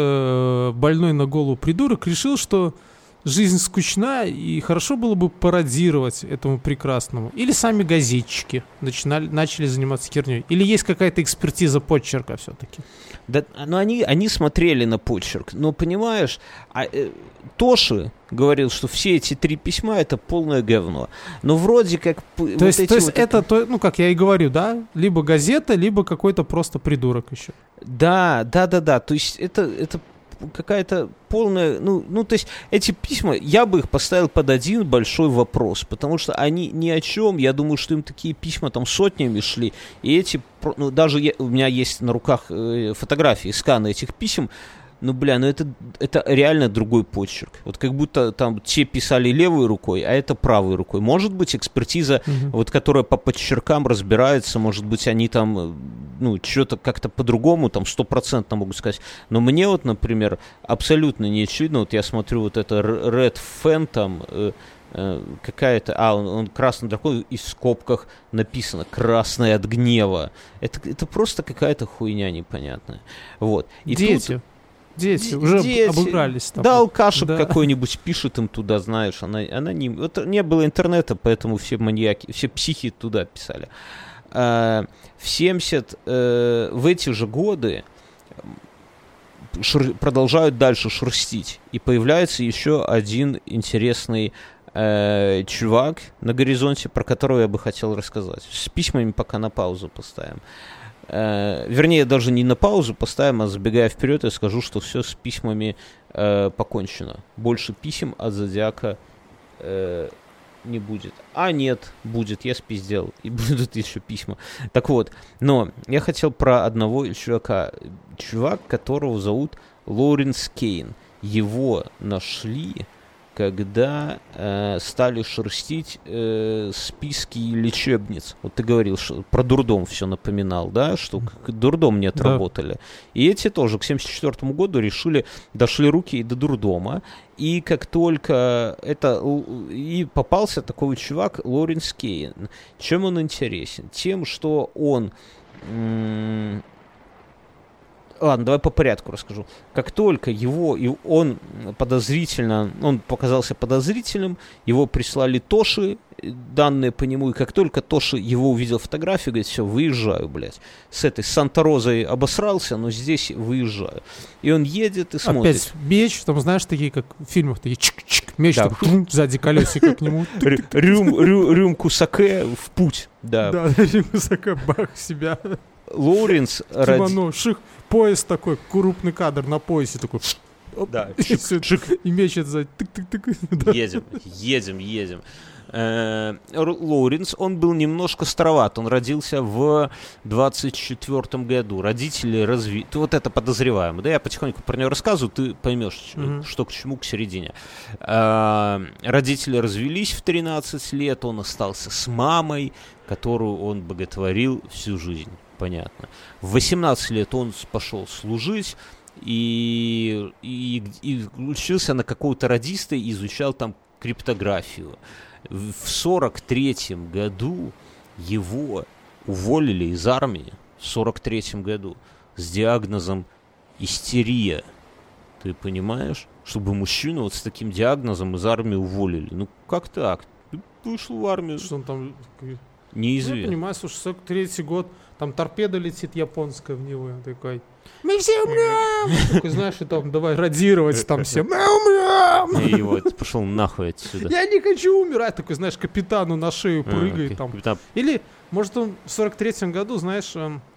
же больной на голову придурок, решил, что жизнь скучна, и хорошо было бы пародировать этому прекрасному. Или сами газетчики начинали, начали заниматься херней. Или есть какая-то экспертиза почерка все-таки. Да, ну они, они смотрели на почерк. Но понимаешь, а, э, Тоши говорил, что все эти три письма это полное говно. Но вроде как... То вот есть, эти то есть вот это, то, ну как я и говорю, да? Либо газета, либо какой-то просто придурок еще. Да, да, да, да. То есть это... это какая-то полная, ну, ну, то есть эти письма, я бы их поставил под один большой вопрос, потому что они ни о чем, я думаю, что им такие письма там сотнями шли, и эти, ну, даже я, у меня есть на руках э, фотографии, сканы этих писем, ну, бля, ну это, это реально другой почерк. Вот как будто там те писали левой рукой, а это правой рукой. Может быть, экспертиза, mm-hmm. вот, которая по почеркам разбирается, может быть, они там, ну, что-то как-то по-другому, там, стопроцентно могут сказать. Но мне вот, например, абсолютно не очевидно, вот я смотрю вот это Red Phantom, э, э, какая-то, а, он, он красный дракон, и в скобках написано «красный от гнева». Это, это просто какая-то хуйня непонятная. Вот. И Дети. Тут... Дети уже Дети. обыгрались. Там. Да, алкашек да. какой-нибудь пишет им туда, знаешь, она, она не... Вот не было интернета, поэтому все маньяки, все психи туда писали. А, в семьдесят... А, в эти же годы шер, продолжают дальше шерстить. И появляется еще один интересный а, чувак на горизонте, про которого я бы хотел рассказать. С письмами пока на паузу поставим. Uh, вернее, даже не на паузу поставим, а забегая вперед, я скажу, что все с письмами uh, покончено. Больше писем от Зодиака uh, не будет. А нет, будет, я спиздел. И будут еще письма. Так вот, но я хотел про одного чувака. Чувак, которого зовут Лоуренс Кейн. Его нашли, когда э, стали шерстить э, списки лечебниц. Вот ты говорил, что про дурдом все напоминал, да, что к дурдом не отработали. Да. И эти тоже к семьдесят четвёртому году решили, дошли руки и до дурдома. И как только это... И попался такой чувак Лоуренс Кейн. Чем он интересен? Тем, что он... М- Ладно, давай по порядку расскажу. Как только его, и он подозрительно, он показался подозрительным, его прислали Тоши, данные по нему, и как только Тоши его увидел фотографию, говорит, все, выезжаю, блядь. С этой Санта-Розой обосрался, но здесь выезжаю. И он едет и смотрит. Опять меч, там, знаешь, такие, как в фильмах, такие чик-чик, меч, да. Так, тум, сзади колесико к нему. Рюм, рю, рюмку саке в путь. Да, да рюмку саке, бах, себя. Лоуренс... Кимоно, ших, пояс такой, крупный кадр на поясе такой. Оп, да, и, чик, все, чик. И меч сзади. Тык-тык-тык. Да. Едем, едем, едем. Лоуренс, он был немножко староват. Он родился в двадцать четвёртом году. Родители разве... Ты вот это подозреваемо. Да, я потихоньку про него рассказываю, ты поймешь, mm-hmm. что к чему, к середине. Родители развелись в тринадцать лет. Он остался с мамой, которую он боготворил всю жизнь. Понятно. В восемнадцать лет он пошел служить и, и, и учился на какого-то радиста и изучал там криптографию. В сорок третьем году его уволили из армии, в сорок третьем году, с диагнозом истерия. Ты понимаешь? Чтобы мужчину вот с таким диагнозом из армии уволили. Ну, как так? Ты вышел в армию. Что он там... Неизвестно. Ну, понимаешь, слушай, сорок третий год, там торпеда летит японская в него, он такой, мы все умрем! Такой, знаешь, и там, давай радировать там всем, мы умрем! И вот пошел нахуй отсюда. Я не хочу умирать! Такой, знаешь, капитану на шею прыгает там. Или, может, он в сорок третьем году, знаешь,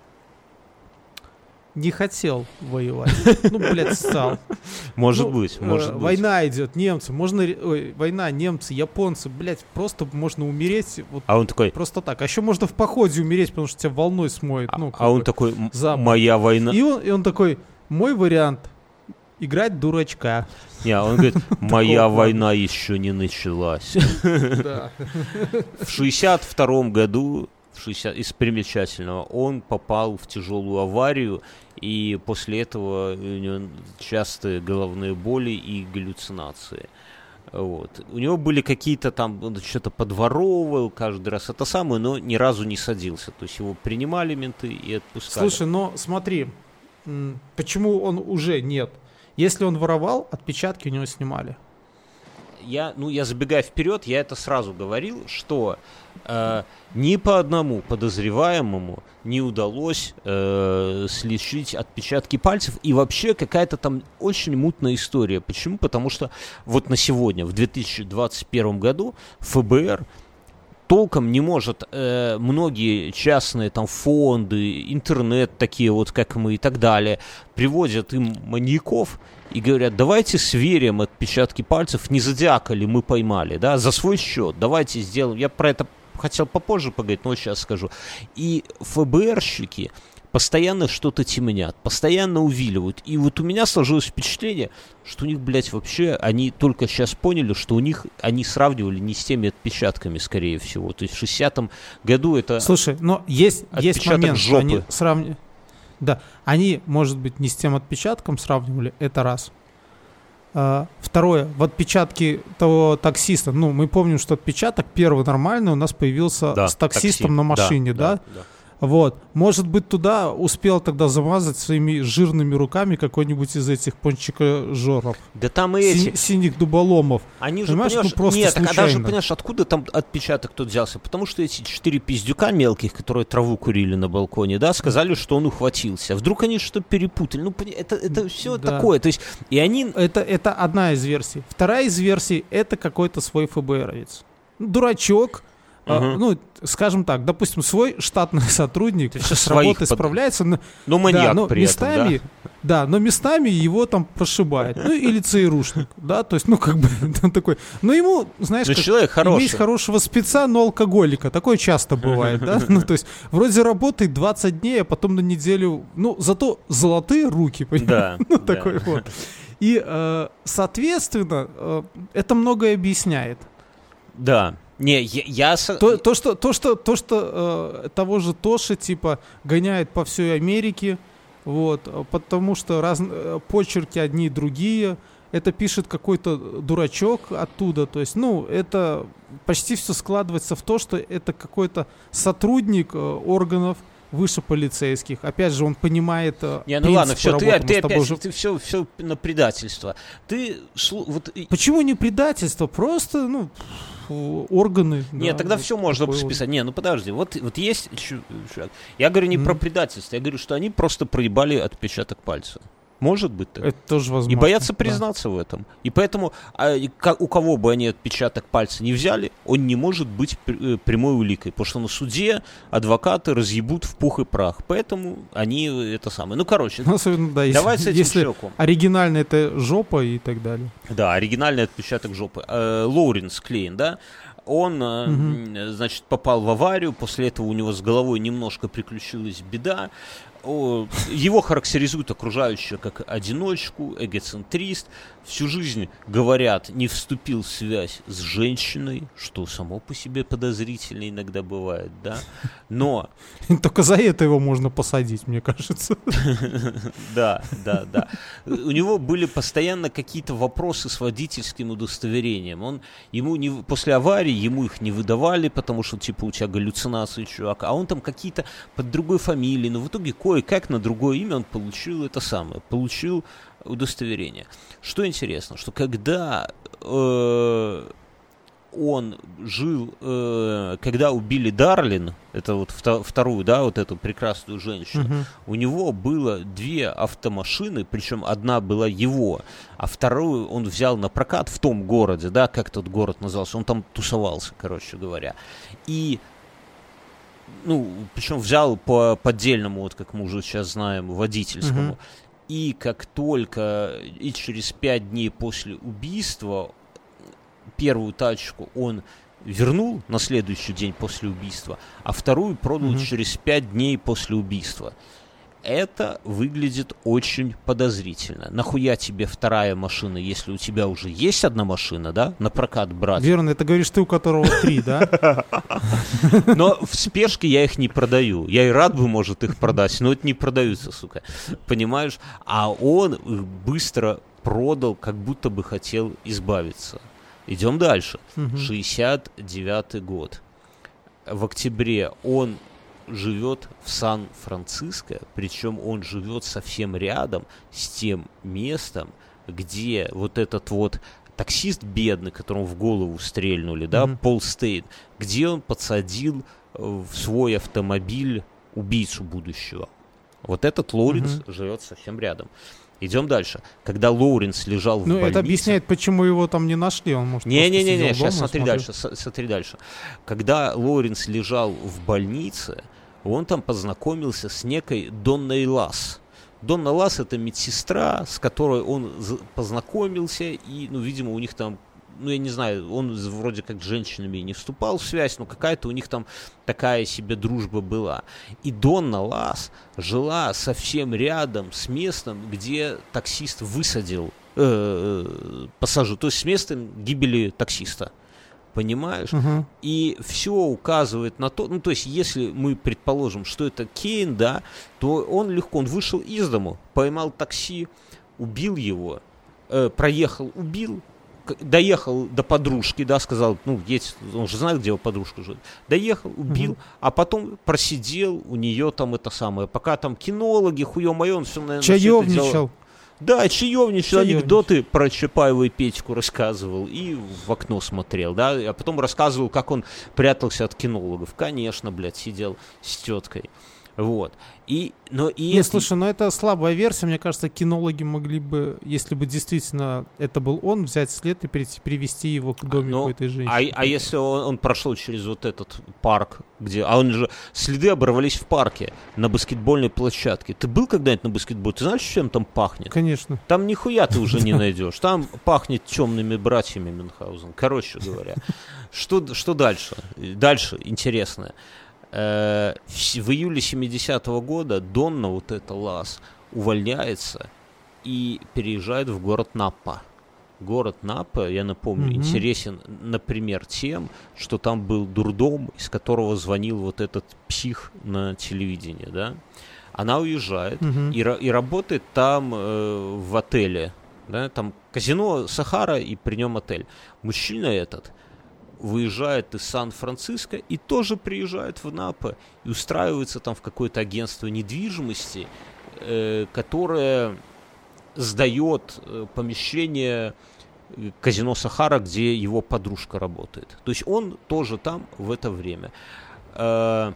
не хотел воевать. Ну, блядь, стал. Может ну, быть, может э, быть. Война идет, немцы, можно... Ой, война, немцы, японцы, блядь, просто можно умереть. Вот, а он такой... Просто так. А еще можно в походе умереть, потому что тебя волной смоет. А, ну, а он такой, моя война... И он, и он такой, мой вариант, играть дурачка. Не, он говорит, моя война еще не началась. В шестьдесят втором году... из примечательного, он попал в тяжелую аварию, и после этого у него частые головные боли и галлюцинации. Вот. У него были какие-то там, он что-то подворовывал каждый раз это самое, но ни разу не садился. То есть его принимали менты и отпускали. Слушай, но смотри, почему он уже нет? Если он воровал, отпечатки у него снимали. Я, ну, я забегая вперед, я это сразу говорил, что э, ни по одному подозреваемому не удалось э, сличить отпечатки пальцев, и вообще какая-то там очень мутная история. Почему? Потому что вот на сегодня, в две тысячи двадцать первом году, ФБР толком не может э, многие частные там фонды, интернет такие вот, как мы и так далее, приводят им маньяков и говорят, давайте сверим отпечатки пальцев, не зодиака ли мы поймали, да, за свой счет, давайте сделаем. Я про это хотел попозже поговорить, но сейчас скажу. И ФБРщики постоянно что-то темнят, постоянно увиливают. И вот у меня сложилось впечатление, что у них, блядь, вообще, они только сейчас поняли, что у них, они сравнивали не с теми отпечатками, скорее всего. То есть в шестидесятом году это... Слушай, но есть, есть момент, жопы. Они сравнивали... Да, они, может быть, не с тем отпечатком сравнивали, это раз. А, второе, в отпечатке того таксиста, ну, мы помним, что отпечаток первый нормальный у нас появился да, с таксистом такси. на машине, да? да? да, да. Вот, может быть, туда успел тогда замазать своими жирными руками какой-нибудь из этих пончикожоров. Да там и эти... Си- синих дуболомов. Они же, понимаешь, понимаешь, ну, просто нет, случайно. так, а даже, понимаешь, откуда там отпечаток тут взялся? Потому что эти четыре пиздюка мелких, которые траву курили на балконе, да, сказали, что он ухватился. Вдруг они что-то перепутали. Ну, это, это все да. такое. То есть, и они... Это, это одна из версий. Вторая из версий — это какой-то свой ФБРовец. Дурачок. Uh-huh. А, ну, скажем так, допустим, свой штатный сотрудник с работой под... справляется, но, но маньяк да, но при местами, этом, да? да, но местами его там прошибает, ну или ЦРУшник, да, то есть, ну как бы он такой, но ему, знаешь, но как, человек хороший. Иметь хорошего спеца, но алкоголика, такое часто бывает, да, ну то есть вроде работает двадцать дней, а потом на неделю, ну зато золотые руки, понимаешь, ну такой вот, и соответственно это многое объясняет. Да. Не, я, я... То, то, что, то, что, то, что э, того же Тоши, типа, гоняет по всей Америке, вот, потому что раз, э, почерки одни и другие, это пишет какой-то дурачок оттуда, то есть, ну, это почти все складывается в то, что это какой-то сотрудник э, органов выше полицейских. Опять же, он понимает э, Не, ну ладно, все, ты, работы. ты Мы с тобой опять, уже- ты все, все на предательство. Ты, слу- вот, и- Почему не предательство? Просто, ну, фу, органы. Нет, да, тогда вот все можно такой вот. списать. Не, ну подожди, вот, вот есть... чу- чувак, Я говорю не Мгм. про предательство, я говорю, что они просто проебали отпечаток пальца. Может быть так. Это тоже возможно. И боятся да. признаться в этом. И поэтому а, и ка- у кого бы они отпечаток пальца не взяли, он не может быть пр- э, прямой уликой. Потому что на суде адвокаты разъебут в пух и прах. Поэтому они э, это самое. Ну, короче, Ну, особенно, да, если, давай с этим если щеку. оригинально это жопа и так далее. Да, оригинальный отпечаток жопы. Э, Лоуренс Клейн, да, он, э, Мгм. м, значит, попал в аварию, после этого у него с головой немножко приключилась беда. О, его характеризуют окружающие как одиночку, эгоцентрист. Всю жизнь, говорят, не вступил в связь с женщиной, что само по себе подозрительно иногда бывает, да. Но Только за это его можно посадить, мне кажется. Да, да, да. У него были постоянно какие-то вопросы с водительским удостоверением. Он, ему не, в- после аварии ему их не выдавали, потому что, типа, у тебя галлюцинации, чувак. А он там какие-то под другой фамилией. Но в итоге кое-как на другое имя он получил это самое. Получил удостоверение. Что интересно, что когда... э, он жил, э, когда убили Дарлин, это вот вто- вторую, да, вот эту прекрасную женщину, Мгм. у него было две автомашины, причем одна была его, а вторую он взял на прокат в том городе, да, как тот город назывался, он там тусовался, короче говоря. И, ну, причем взял по поддельному, вот как мы уже сейчас знаем, водительскому. Мгм. И как только, и через пять дней после убийства, первую тачку он вернул на следующий день после убийства, а вторую продал Мгм. через пять дней после убийства. Это выглядит очень подозрительно. Нахуя тебе вторая машина, если у тебя уже есть одна машина, да, на прокат брать? Верно, это говоришь ты, у которого три, да? Но в спешке я их не продаю. Я и рад бы, может, их продать, но это не продаются, сука. Понимаешь? А он их быстро продал, как будто бы хотел избавиться. Идем дальше. Мгм. шестьдесят девятый год. В октябре он живет в Сан-Франциско, причем он живет совсем рядом с тем местом, где вот этот вот таксист бедный, которому в голову стрельнули, да, Мгм. Пол Стейн, где он подсадил э, в свой автомобиль убийцу будущего. Вот этот Лоуренс Мгм. живет совсем рядом. Идем дальше. Когда Лоуренс лежал в Ну, больнице... это объясняет, почему его там не нашли. Он, может, просто Не-не-не, сидел сейчас дома, смотри смотрел. дальше, с- смотри дальше. Когда Лоуренс лежал в больнице, он там познакомился с некой Донной Лас. Донна Лас — это медсестра, с которой он з- познакомился, и, ну, видимо, у них там, ну, я не знаю, он з- вроде как с женщинами и не вступал в связь, но какая-то у них там такая себе дружба была. И Донна Лас жила совсем рядом с местом, где таксист высадил э, пассажира, то есть с местом гибели таксиста. Понимаешь? Мгм. И все указывает на то, ну, то есть, если мы предположим, что это Кейн, да, то он легко, он вышел из дому, поймал такси, убил его, э, проехал, убил, к- доехал до подружки, да, сказал, ну, есть, он же знает, где его подружка живет, доехал, убил, Мгм. а потом просидел у нее там это самое, пока там кинологи, хуе мое, он все, наверное, Чаевничал. Да, чаевничал, Чаевничал. анекдоты про Чапаева и Петьку рассказывал и в окно смотрел, да, а потом рассказывал, как он прятался от кинологов. Конечно, блядь, сидел с теткой. Вот. И, но и Не, это- слушай, ну это слабая версия. Мне кажется, кинологи могли бы, если бы действительно это был он, взять след и перейти- привести его к домику ну, этой а, женщины. а если он, он прошел через вот этот парк, где... А он же... Следы оборвались в парке, на баскетбольной площадке. Ты был когда-нибудь на баскетболе? Ты знаешь, чем там пахнет? Конечно. Там нихуя ты уже не найдешь. Там пахнет темными братьями Мюнхгаузен. Короче говоря. Что, что дальше? Дальше интересное. Э, В в июле семидесятого года Донна, вот эта Лас, увольняется и переезжает в город Наппа. Город Наппа, я напомню, Мгм. интересен, например, тем, что там был дурдом, из которого звонил вот этот псих на телевидении, да? Она уезжает Мгм. и, ра- и работает там э, в отеле, да? Там казино Сахара и при нем отель. Мужчина этот, выезжает из Сан-Франциско и тоже приезжает в Напа и устраивается там в какое-то агентство недвижимости, э, которое сдает э, помещение казино Сахара, где его подружка работает. То есть он тоже там в это время. Э,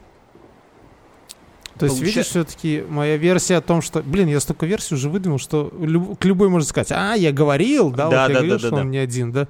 То есть, Получа... видишь, все-таки моя версия о том, что... Блин, я столько версий уже выдумал, что люб... к любой можно сказать, а, я говорил, да, да вот да, я говорил, да, что да, он да. не один, да?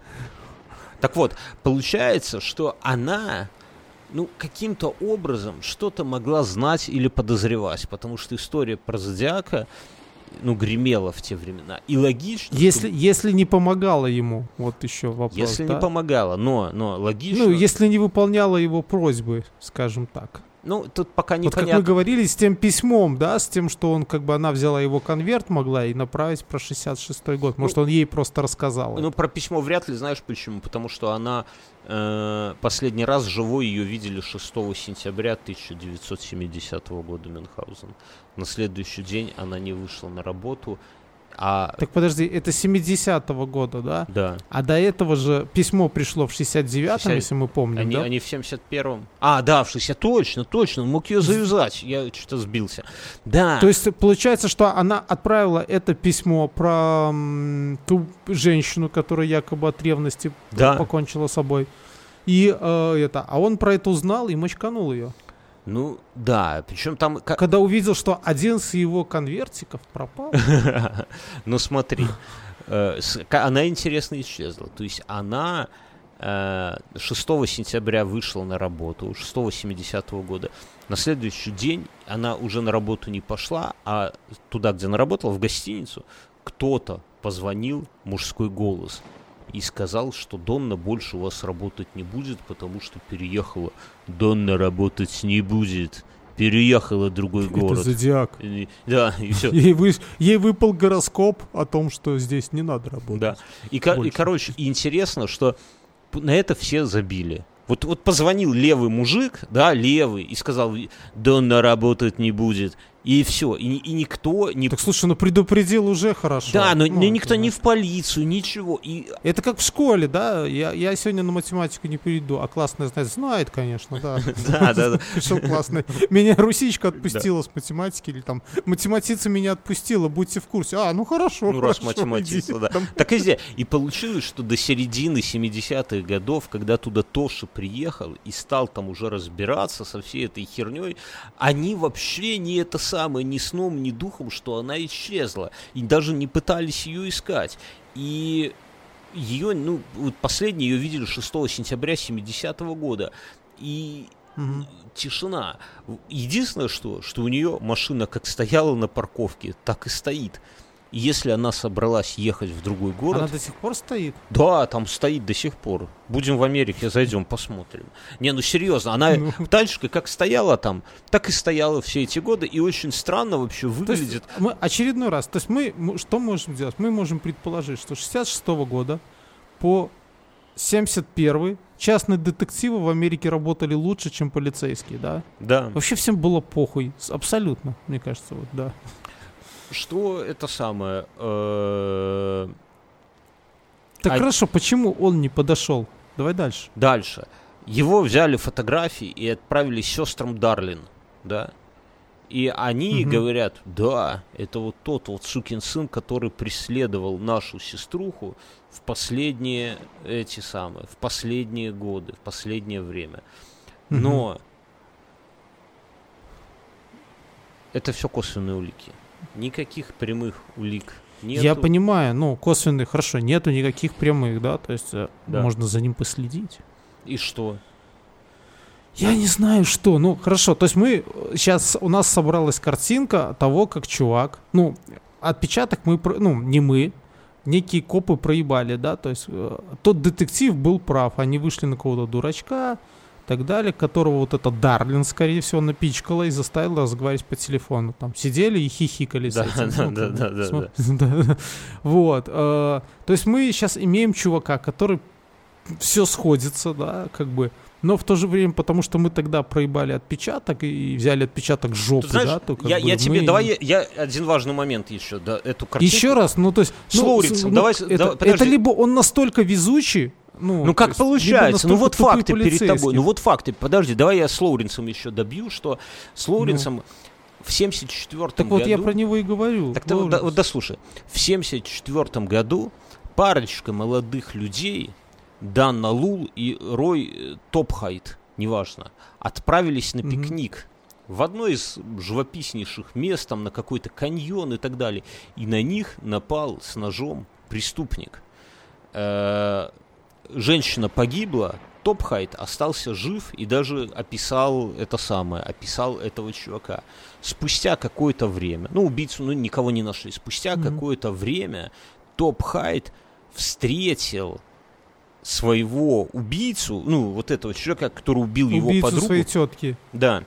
Так вот, получается, что она, ну, каким-то образом что-то могла знать или подозревать, потому что история про Зодиака, ну, гремела в те времена. И логично... Если, что... если не помогала ему, вот еще вопрос, Если да? не помогала, но, но логично... Ну, если не выполняла его просьбы, скажем так. Ну, тут пока Вот непонятно. как мы говорили, с тем письмом, да, с тем, что он, как бы, она взяла его конверт, могла и направить про шестьдесят шестой год. Может, ну, он ей просто рассказал. Ну, это. про письмо вряд ли, знаешь почему? Потому что она э, последний раз живой ее видели шестого сентября тысяча девятьсот семидесятого года, Мюнхгаузен. На следующий день она не вышла на работу. А... Так подожди, это семидесятого года, да? Да. А до этого же письмо пришло в шестьдесят девятом, шестьдесят... если мы помним, они, да? Они в семьдесят первом. А, да, в шестьдесят, точно, точно, он мог ее завязать. Я что-то сбился. Да. То есть получается, что она отправила это письмо про м, ту женщину, которая якобы от ревности да. покончила с собой. И э, это, а он про это узнал и мочканул ее. Ну, да, причем там... Когда увидел, что один из его конвертиков пропал. Ну, смотри, она интересно исчезла. То есть она шестого сентября вышла на работу, шестого семидесятого года. На следующий день она уже на работу не пошла, а туда, где она работала, в гостиницу, кто-то позвонил, мужской голос, и сказал, что Донна больше у вас работать не будет, потому что переехала. Донна работать не будет. Переехала в другой город. Это Зодиак. И, да, и все. Ей, вы, ей выпал гороскоп о том, что здесь не надо работать. Да. И, и короче, интересно, что на это все забили. Вот, вот позвонил левый мужик, да, левый, и сказал, Донна работать не будет. И все. И, и никто не... Так слушай, ну предупредил уже хорошо. Да, но, ну, но никто это, не в полицию, ничего. И... Это как в школе, да? Я, я сегодня на математику не перейду, а классная знает. Знает, конечно, да. Да, да, да. Пришел классный. Меня русичка отпустила с математики, или там математица меня отпустила, будьте в курсе. А, ну хорошо. Ну раз математица, да. Так и здесь. И получилось, что до середины семидесятых годов, когда туда Тоша приехал и стал там уже разбираться со всей этой херней, они вообще не это самое, ни сном, ни духом, что она исчезла. И даже не пытались ее искать. И ее, ну, вот последний ее видели шестого сентября семидесятого года. И угу. тишина. Единственное, что, что у нее машина как стояла на парковке, так и стоит. И если она собралась ехать в другой город... Она до сих пор стоит? Да, там стоит до сих пор. Будем в Америке, зайдем, посмотрим. Не, ну серьезно, она ну. дальше как стояла там, так и стояла все эти годы. И очень странно вообще выглядит. То есть мы очередной раз, то есть мы, что можем сделать? Мы можем предположить, что с шестьдесят шестого года по семьдесят первый частные детективы в Америке работали лучше, чем полицейские, да? Да. Вообще всем было похуй, абсолютно, мне кажется, вот, да. Что это самое... Э... Так а... хорошо, почему он не подошел? Давай дальше. Дальше. Его взяли фотографии и отправили сестрам Дарлин, да? И они угу. говорят, да, это вот тот вот сукин сын, который преследовал нашу сеструху в последние эти самые, в последние годы, в последнее время. Угу. Но это все косвенные улики. Никаких прямых улик нету. Я понимаю, ну, косвенные, хорошо, нету никаких прямых, да, то есть да. можно за ним последить. И что? Я не знаю, что, ну, хорошо, то есть мы, сейчас у нас собралась картинка того, как чувак, ну, отпечаток мы, ну, не мы, некие копы проебали, да, то есть э, тот детектив был прав, они вышли на какого-то дурачка, так далее, которого вот эта Дарлин, скорее всего, напичкала и заставила разговаривать по телефону. Там сидели и хихикали да, с этим. Да, ну, да, да, да, см... да, да. Вот. Э, то есть мы сейчас имеем чувака, который все сходится, да, как бы, но в то же время, потому что мы тогда проебали отпечаток и взяли отпечаток жопы, знаешь, да, то как я, бы я мы... тебе, давай, я, я один важный момент еще, да, эту картинку. Еще раз, ну, то есть... С ну, Лоуренсом, ну, давай, это, давай, это либо он настолько везучий, Ну, ну как получается? Ну вот факты перед тобой. полицейские. Ну вот факты. Подожди, давай я с Лоуренсом еще добью, что с Лоуренсом в семьдесят четвёртом Так году... вот я про него и говорю. Так ты вот, да, вот дослушай. В семьдесят четвёртом году парочка молодых людей, Данна Лул и Рой Топхайт, неважно, отправились на пикник mm-hmm. в одно из живописнейших мест, там на какой-то каньон и так далее. И на них напал с ножом преступник. Э-э- женщина погибла, Топхайт остался жив и даже описал это самое, описал этого чувака. Спустя какое-то время, ну убийцу ну, никого не нашли, спустя mm-hmm. какое-то время Топхайт встретил своего убийцу, ну, вот этого человека, который убил убийцу его подругу. своей тетки. Да.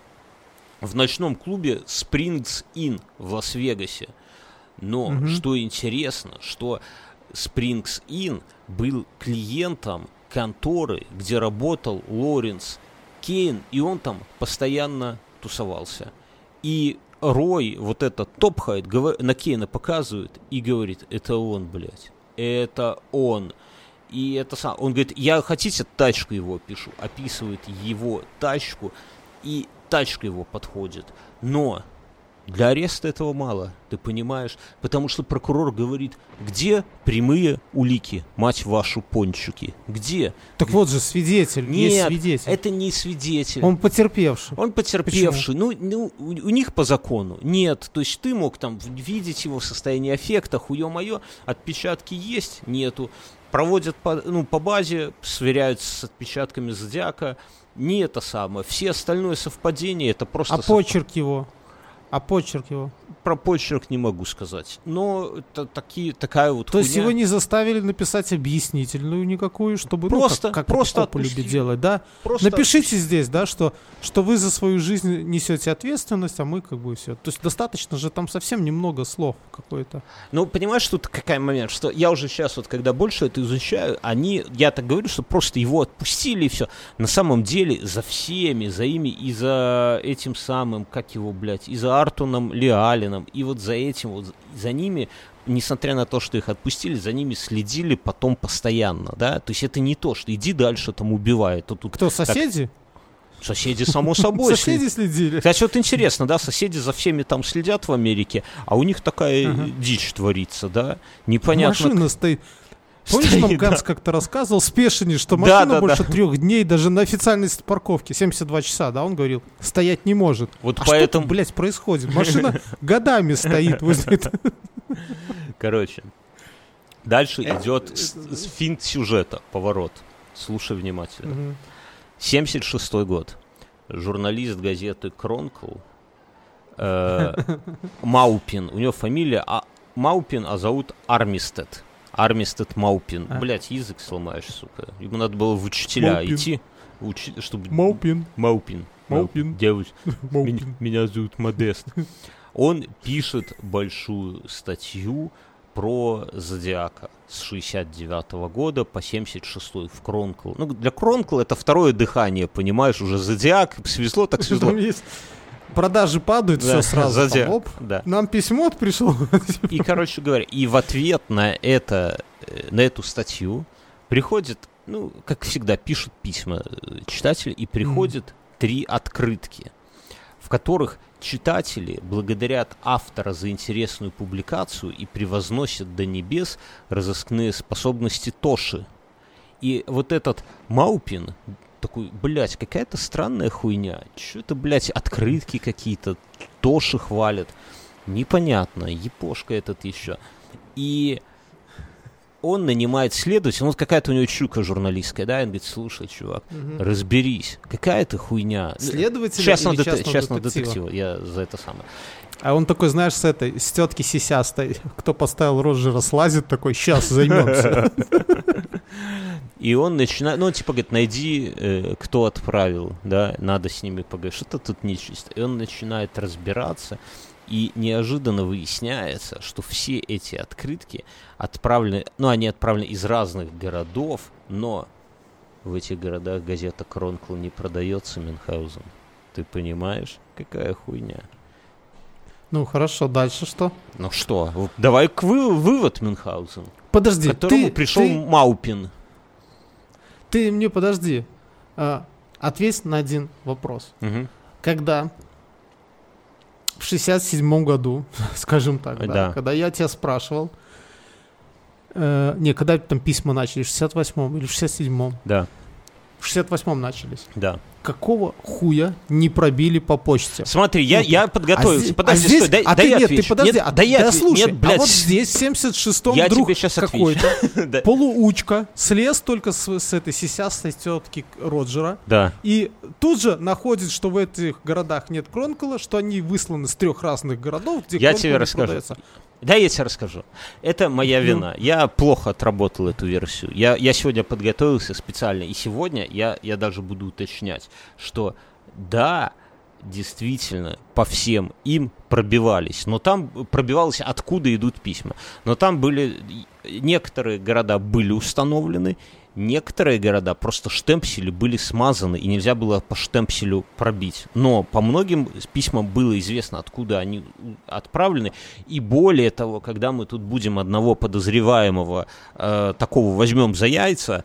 В ночном клубе Springs Inn в Лас-Вегасе. Но, угу. что интересно, что Springs Inn был клиентом конторы, где работал Лоренс Кейн, и он там постоянно тусовался. И Рой, вот этот Топхайт, на Кейна показывает и говорит, это он, блядь, это он. И это сам. Он говорит, я хотите тачку его опишу, описывает его тачку, и тачка его подходит. Но для ареста этого мало, ты понимаешь? Потому что прокурор говорит, где прямые улики, мать вашу пончики? Где? Так вот же свидетель, Нет, есть свидетель. это не свидетель. Он потерпевший. Он потерпевший. Ну, ну, у, у них по закону нет. То есть ты мог там видеть его в состоянии аффекта, хуё-моё, отпечатки есть, нету. Проводят по, ну, по базе, сверяются с отпечатками зодиака. Не это самое. Все остальное совпадение, это просто... А совпад... почерк его? А почерк его? Про почерк не могу сказать. Но это такие, такая вот То хуйня. есть его не заставили написать объяснительную никакую, чтобы... Просто, ну, как, как просто копы любят делать, да? Просто Напишите здесь, да, что, что вы за свою жизнь несете ответственность, а мы как бы все. То есть достаточно же там совсем немного слов какое-то. Ну, понимаешь, тут какой момент, что я уже сейчас вот, когда больше это изучаю, они, я так говорю, что просто его отпустили и все. На самом деле за всеми, за ими и за этим самым, как его, блядь, и за Артуном Леалином, и вот за этим, вот за ними, несмотря на то, что их отпустили, за ними следили потом постоянно, да, то есть это не то, что иди дальше, там убивай. То тут, кто, соседи? Так, соседи, само собой. Соседи следили. Кстати, вот интересно, да, соседи за всеми там следят в Америке, а у них такая дичь творится, да, непонятно. Машина стоит. Помнишь, Стоит, нам Ганс да. как-то рассказывал с Пешини, что машина да, да, больше да. трех дней даже на официальной парковке, семьдесят два часа, да, он говорил, стоять не может. Вот а поэтому... что тут, блядь, происходит? Машина годами стоит возле этого. Короче, дальше идет финт сюжета, поворот. Слушай внимательно. семьдесят шестой год. Журналист газеты «Кронкл» э, Маупин, у него фамилия а, Маупин, а зовут Армистед. Армистед Маупин. А. Блять, язык сломаешь, сука. Ему надо было в учителя Маупин. идти. В учи... чтобы... Маупин. Маупин. Маупин. Девочка. Маупин. Меня, меня зовут Модест. Он пишет большую статью про Зодиака с шестьдесят девятого года по семьдесят шестой в Кронкл. Ну, для Кронкл это второе дыхание, понимаешь, уже Зодиак, свезло так свезло. Продажи падают, да, все сразу. Зодиак, там, оп, да. Нам письмо пришло. И, короче говоря, и в ответ на это, на эту статью приходит, ну, как всегда, пишут письма читатели, и приходят mm. три открытки, в которых читатели благодарят автора за интересную публикацию и превозносят до небес разыскные способности Тоши. И вот этот Маупин такой, блядь, какая-то странная хуйня. Что это, блядь, открытки какие-то, Тоши хвалят. Непонятно, епошка этот еще. И он нанимает следователя, ну, вот какая-то у него чука журналистская, да, и он говорит, слушай, чувак, угу. разберись, какая ты хуйня. Следователь частного или дет... частного, частного детектива? детектива, я за это самое. А он такой, знаешь, с этой, с тетки сисястой, кто поставил Роджера, слазит такой, сейчас займемся. И он начинает, ну, он типа говорит, найди, э, кто отправил, да, надо с ними поговорить, что-то тут нечисто. И он начинает разбираться, и неожиданно выясняется, что все эти открытки отправлены, ну, они отправлены из разных городов, но в этих городах газета «Кронкл» не продается, Мюнхгаузен. Ты понимаешь, какая хуйня? Ну, хорошо, дальше что? Ну что, давай к вы, вывод, Мюнхгаузен. Подожди, к которому ты, пришел ты... Маупин. Ты мне подожди. А, ответь на один вопрос. Угу. Когда в шестьдесят седьмом году, скажем так, да, Да. когда я тебя спрашивал, э, не, когда там письма начались, в шестьдесят восьмом или в шестьдесят седьмом? Да, В шестьдесят восьмом начались. да. Какого хуя не пробили по почте? Смотри, я, я подготовился. А здесь- Подожди, а здесь- стой, дай, а дай ты, я нет, отвечу. ты подожди, Нет, а, да я да отве- слушай, нет, блядь, а вот здесь в семьдесят шестом я вдруг тебе сейчас отвечу. какой-то Да. полуучка слез только с, с этой сисястой тетки Роджера Да. и тут же находит, что в этих городах нет Кронкола, что они высланы с трех разных городов, где Я Кронкол тебе не расскажу. продается. Да, я тебе расскажу. Это моя Ну. вина. Я плохо отработал эту версию. Я, я сегодня подготовился специально, и сегодня я, я даже буду уточнять, что да, действительно, по всем им пробивались. Но там пробивалось, откуда идут письма. Но там были... Некоторые города были установлены, некоторые города просто штемпсели были смазаны, и нельзя было по штемпселю пробить. Но по многим письмам было известно, откуда они отправлены. И более того, когда мы тут будем одного подозреваемого э, такого возьмем за яйца,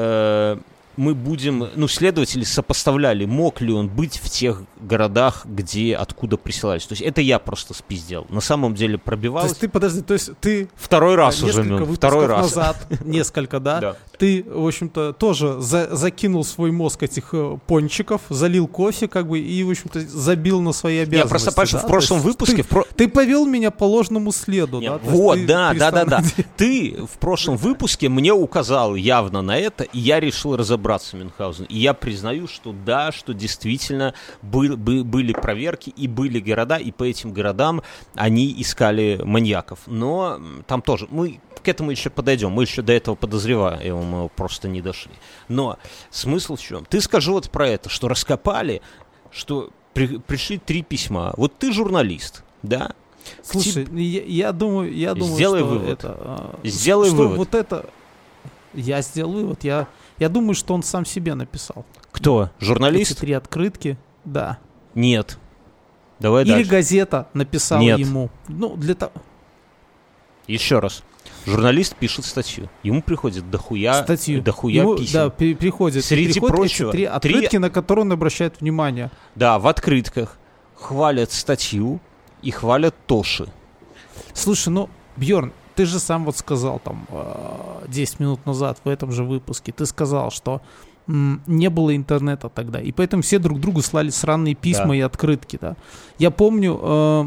э, мы будем, ну, следователи сопоставляли, мог ли он быть в тех городах, где, откуда присылались. То есть это я просто спиздел. На самом деле То пробивалось. есть ты, подожди, то есть ты Второй раз э, уже, несколько Мин, выпусков второй раз. назад, несколько, да, Да. ты, в общем-то, тоже за- закинул свой мозг этих э, пончиков, залил кофе, как бы, и, в общем-то, забил на свои Я обязанности. просто, понимаешь, да? в прошлом То есть выпуске... Ты, в про- ты повел меня по ложному следу, Не, да? То есть вот, ты да, да, да, перестал да. надеяться. Ты в прошлом выпуске мне указал явно на это, и я решил разобраться, Мюнхгаузен. И я признаю, что да, что действительно был, бы- были проверки и были города, и по этим городам они искали маньяков. Но м, там тоже, мы к этому еще подойдем, мы еще до этого подозреваем, мы просто не дошли. Но смысл в чем? Ты скажи вот про это, что раскопали, что при- пришли три письма. Вот ты журналист, да? Слушай, я, я думаю, я думаю, Сделай что вывод. это... а, Сделай что вывод. вот это... Я сделал вывод. Я, я думаю, что он сам себе написал. Кто? Журналист? Эти три открытки, да. Нет. Давай Или дальше. газета написала Нет. ему. Ну, для того... Еще раз. Журналист пишет статью. Ему приходит дохуя, статью. дохуя Ему, писем. да, Да. при- приходят, Среди приходят прочего, эти три три- открытки, на которые он обращает внимание. в открытках хвалят статью и хвалят Тоши. Слушай, ну, Бьорн, ты же сам вот сказал там э, десять минут назад в этом же выпуске, ты сказал, что м, не было интернета тогда, и поэтому все друг другу слали сраные письма Да. и открытки, да. Я помню, э,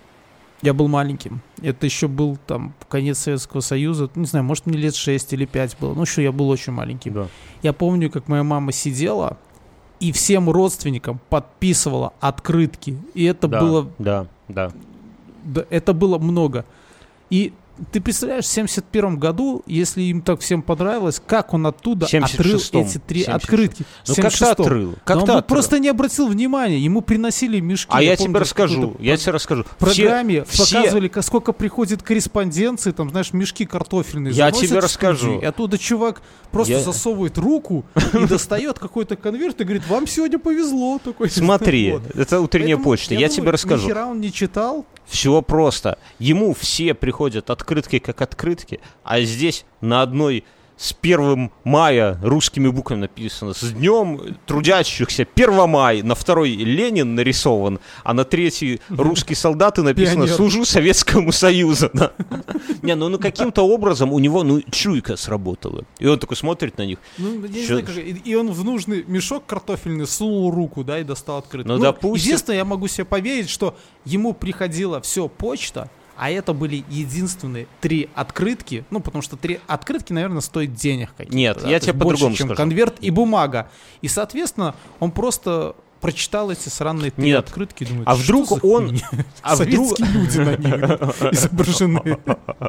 я был маленьким, это еще был там конец Советского Союза, не знаю, может мне лет шесть или пять было, ну еще я был очень маленьким. Да. Я помню, как моя мама сидела и всем родственникам подписывала открытки, и это Да, было да, да. да, это было много. И ты представляешь, в семьдесят первом году, если им так всем понравилось, как он оттуда семьдесят отрыл шестом. эти три семьдесят открытки? В Ну как ты семьдесят шестом. отрыл? Но Как он ты вот отрыл? просто не обратил внимания. Ему приносили мешки. А я помню, тебе в расскажу, какой-то я про- тебе расскажу. программе Все- показывали, ка- сколько приходит корреспонденции, там, знаешь, мешки картофельные. Я заносят тебе в расскажу. студию, И оттуда чувак просто Я- засовывает руку и достает какой-то конверт и говорит, вам сегодня повезло. Такой, Смотри, вот. это утренняя Поэтому, почта, я, тебе думаю, расскажу. Нихера он не читал. Все просто. Ему все приходят открытки как открытки, а здесь на одной с первым мая русскими буквами написано «С днем трудящихся первого мая», на второй Ленин нарисован, а на третий русские солдаты написано Пионер. «Служу Советскому Союзу». Да. Не, ну, ну каким-то образом у него ну чуйка сработала. И он такой смотрит на них. Ну, я не Чё- знаю, как- и, и он в нужный мешок картофельный сунул руку, да, и достал открытку. Ну, допустим. Единственное, я могу себе поверить, что ему приходила все почта, а это были единственные три открытки, ну, потому что три открытки, наверное, стоят денег каких-то. Нет, да, я то тебе есть больше, по-другому чем скажу. конверт и бумага. И, соответственно, он просто прочитал эти сраные три Нет. открытки и думает, А что вдруг за он- хуйня? а вдруг- Советские люди на них изображены.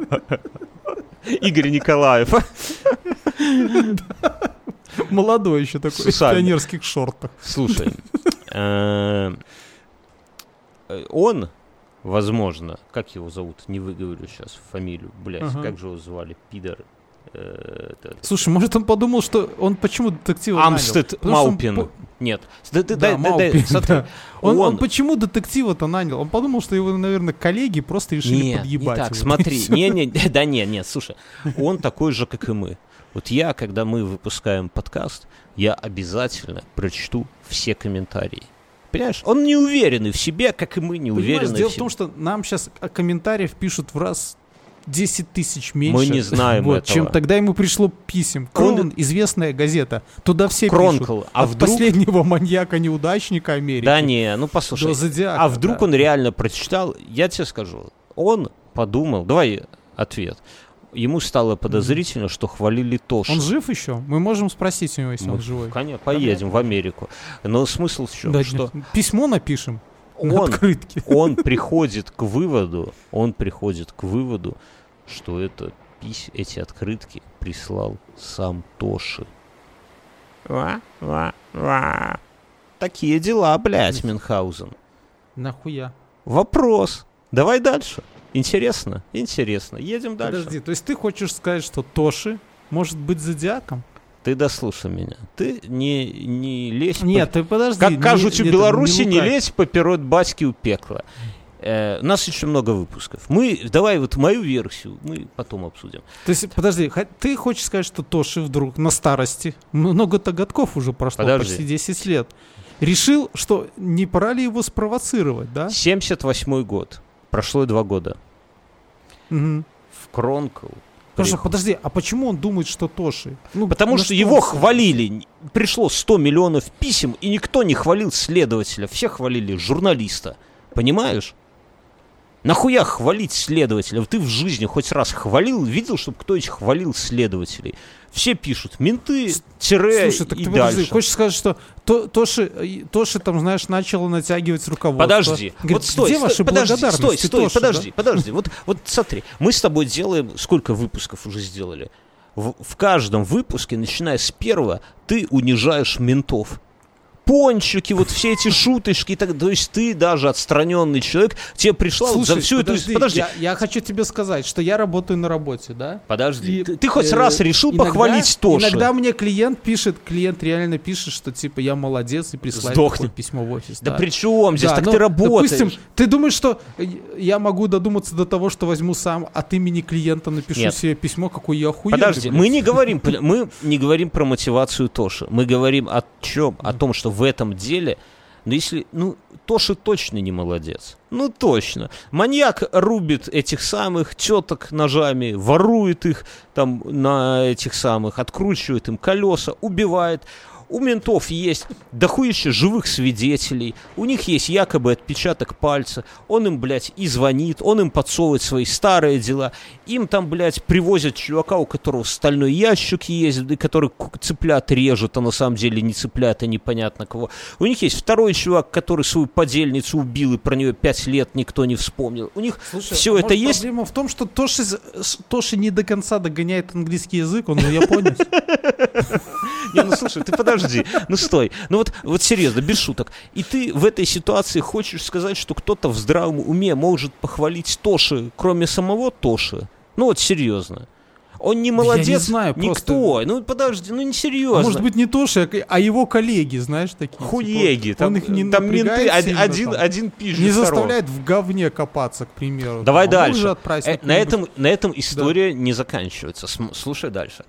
Игорь Николаев. Молодой еще такой, в Сусальный. пионерских шортах. Слушай, э, он, возможно, как его зовут, не выговорю сейчас фамилию, блядь, Ага. как же его звали, пидор. э, это- Слушай, может он подумал, что он почему детектива Амстед нанял? Потому что он Маупин. по- Нет. Да, ты- Да, дай- дай- дай, Маупин, смотри. да. Он, он Он- почему детектива-то нанял? Он подумал, что его, наверное, коллеги просто решили Нет, не подъебать. так, его. смотри. И всё. Не, не, да не, нет, слушай, он такой же, как и мы. Вот я, когда мы выпускаем подкаст, я обязательно прочту все комментарии. Понимаешь? Он не уверенный в себе, как и мы не уверены в себе. Дело в том, что нам сейчас комментариев пишут в раз десять тысяч меньше. Мы не знаем вот, этого. Чем тогда ему пришло писем. Крон, Он... известная газета. Туда все Кронкл. пишут. А От вдруг... последнего маньяка-неудачника Америки. Да не, ну послушай. До Зодиака, а вдруг да. он реально прочитал? Я тебе скажу. Он подумал... Давай ответ. Ему стало подозрительно, mm-hmm. что хвалили Тошу. Он жив еще? Мы можем спросить у него, если Мы, он живой. Конечно, поедем в Америку. Но смысл в чем? Да, что письмо напишем он, на открытке. Он приходит к выводу, он приходит к выводу, что это, эти открытки прислал сам Тоши. Такие дела, блядь, Мюнхгаузен. Нахуя? Вопрос. Давай дальше. Интересно, интересно. Едем дальше. Подожди, то есть ты хочешь сказать, что Тоши может быть зодиаком? Ты дослушай меня. Ты не, не лезь... Нет, по... ты подожди. Как кажут не, в Беларуси, не, не лезь поперед батьки у пекла. Э, у нас еще много выпусков. Мы, давай вот мою версию мы потом обсудим. То есть, подожди, ты хочешь сказать, что Тоши вдруг на старости, много-то годков уже прошло, подожди. Почти десять лет, решил, что не пора ли его спровоцировать, да? семьдесят восьмой год. Прошло два года. Угу. В Кронкл. Просто, подожди, а почему он думает, что Тоши? Ну, Потому что, что его хвалили. Пришло сто миллионов писем, и никто не хвалил следователя. Все хвалили журналиста. Понимаешь? Нахуя хвалить следователя? Ты в жизни хоть раз хвалил, видел, чтобы кто-нибудь хвалил следователей? Все пишут менты, тире. Слушай, так и ты дальше. Подожди, хочешь сказать, что то, Тоши, Тоши там, знаешь, начал натягивать руководство? Подожди, Говорит, вот стой, где стой, ваши подожди, благодарности, стой, стой, Тоши, подожди, да? подожди. Вот, вот смотри, мы с тобой делаем, сколько выпусков уже сделали? В, в каждом выпуске, начиная с первого, ты унижаешь ментов. Пончики, вот все эти шуточки, так, то есть ты даже отстраненный человек, тебе пришла Слушай, вот за всю подожди, эту... Подожди, я, я хочу тебе сказать, что я работаю на работе, да? Подожди, И, ты, ты хоть э, раз решил иногда, похвалить Тошу? Иногда мне клиент пишет, клиент реально пишет, что типа я молодец и присылает такое письмо в офис. Да, да. при чем здесь? Да, так но, ты работаешь. Допустим, ты думаешь, что я могу додуматься до того, что возьму сам от имени клиента напишу Нет. себе письмо, какой я охуенный. Подожди, блядь. мы не говорим, мы не говорим про мотивацию Тоши. Мы говорим о чем? О том, что в этом деле... Но если, ну, Тоша точно не молодец. Ну, точно. Маньяк рубит этих самых теток ножами, ворует их там на этих самых, откручивает им колеса, убивает. У ментов есть дохуище живых свидетелей, у них есть якобы отпечаток пальца, он им, блядь, и звонит, он им подсовывает свои старые дела, им там, блядь, привозят чувака, у которого стальной ящик есть, и который цыплят режет, а на самом деле не цыплят, а непонятно кого. У них есть второй чувак, который свою подельницу убил, и про нее пять лет никто не вспомнил. У них Слушай, все а это может, есть. Проблема в том, что Тоши, Тоши не до конца догоняет английский язык, он японец. Не, ну слушай, ты подожди, ну стой, ну вот, вот серьезно, без шуток. И ты в этой ситуации хочешь сказать, что кто-то в здравом уме может похвалить Тоши, кроме самого Тоши? Ну вот серьезно. Он не молодец, я не знаю, никто. просто... Ну подожди, ну не серьезно. А может быть не Тоши, а его коллеги, знаешь, такие. Хуеги, типа, там, он их не там менты, один, сильно, один, там, один пизжит не второго. заставляет в говне копаться, к примеру. Давай там, дальше. Э, на, этом, на этом история да. не заканчивается. См- слушай дальше.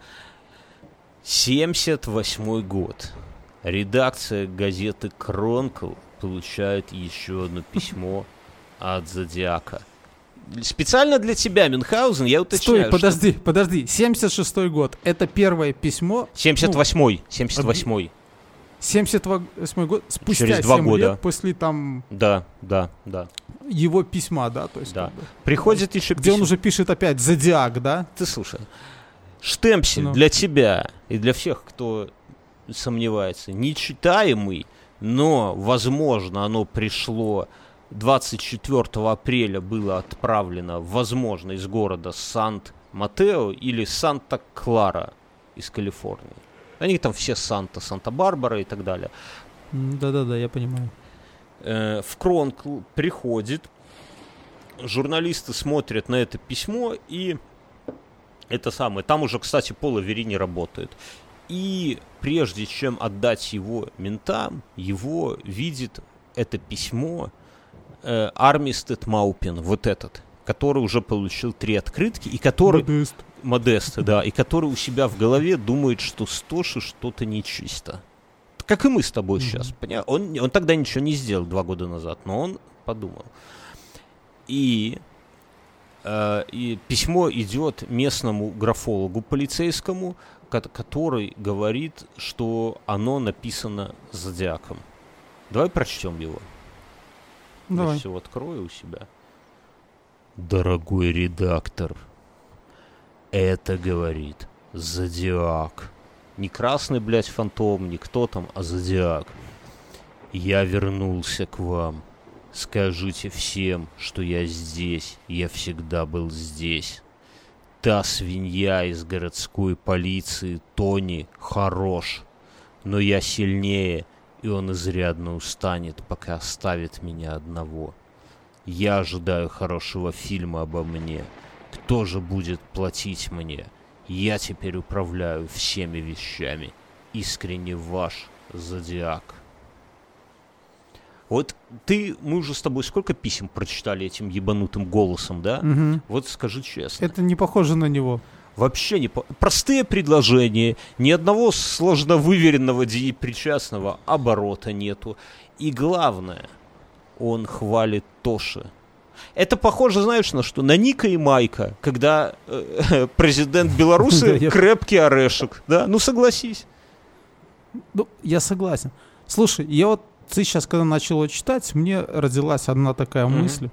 семьдесят восьмой год. Редакция газеты «Кронкл» получает еще одно письмо от Зодиака. Специально для тебя, Мюнхгаузен, я уточняю. Стой, подожди, что... подожди. семьдесят шестой год. Это первое письмо. семьдесят восьмой. семьдесят восьмой. семьдесят восьмой год. Спустя Через два семь года. лет после там... Да, да, да. Его письма, да? То есть, да. Как бы, приходит еще где письмо. он уже пишет опять «Зодиак», да? Ты слушай. Штемпель ну. для тебя и для всех, кто сомневается, нечитаемый, но, возможно, оно пришло двадцать четвёртого апреля, было отправлено, возможно, из города Сант-Матео или Санта-Клара из Калифорнии. Они там все Санта, Санта-Барбара и так далее. Да-да-да, я понимаю. Э, в Кронкл приходит, журналисты смотрят на это письмо и... Это самое. Там уже, кстати, Пола Верини работает. И прежде чем отдать его ментам, его видит это письмо э, Армистед Маупин, вот этот, который уже получил три открытки, и который... Бадыст. Модест, да, и который у себя в голове думает, что с Тошей что-то нечисто. Как и мы с тобой mm-hmm. сейчас. Понимаешь? Он, он тогда ничего не сделал два года назад, но он подумал. И, э, и письмо идет местному графологу полицейскому, ко- который говорит, что оно написано зодиаком. Давай прочтем его. Давай. Я все открою у себя. Дорогой редактор, это, говорит, зодиак. Не красный, блядь, фантом, не кто там, а зодиак. Я вернулся к вам. Скажите всем, что я здесь. Я всегда был здесь. Та свинья из городской полиции, Тони, хорош. Но я сильнее, и он изрядно устанет, пока оставит меня одного. Я ожидаю хорошего фильма обо мне. Кто же будет платить мне? Я теперь управляю всеми вещами. Искренне ваш Зодиак. Вот ты, мы уже с тобой сколько писем прочитали этим ебанутым голосом, да? Угу. Вот скажи честно. Это не похоже на него. Вообще не по... Простые предложения, ни одного сложно выверенного деепричастного оборота нету. И главное, он хвалит Тоши. Это похоже, знаешь, на что? На Ника и Майка, когда э, президент Беларуси крепкий орешек. Да? Ну, согласись. Ну, я согласен. Слушай, я вот ты сейчас, когда начал его читать, мне родилась одна такая mm-hmm. мысль.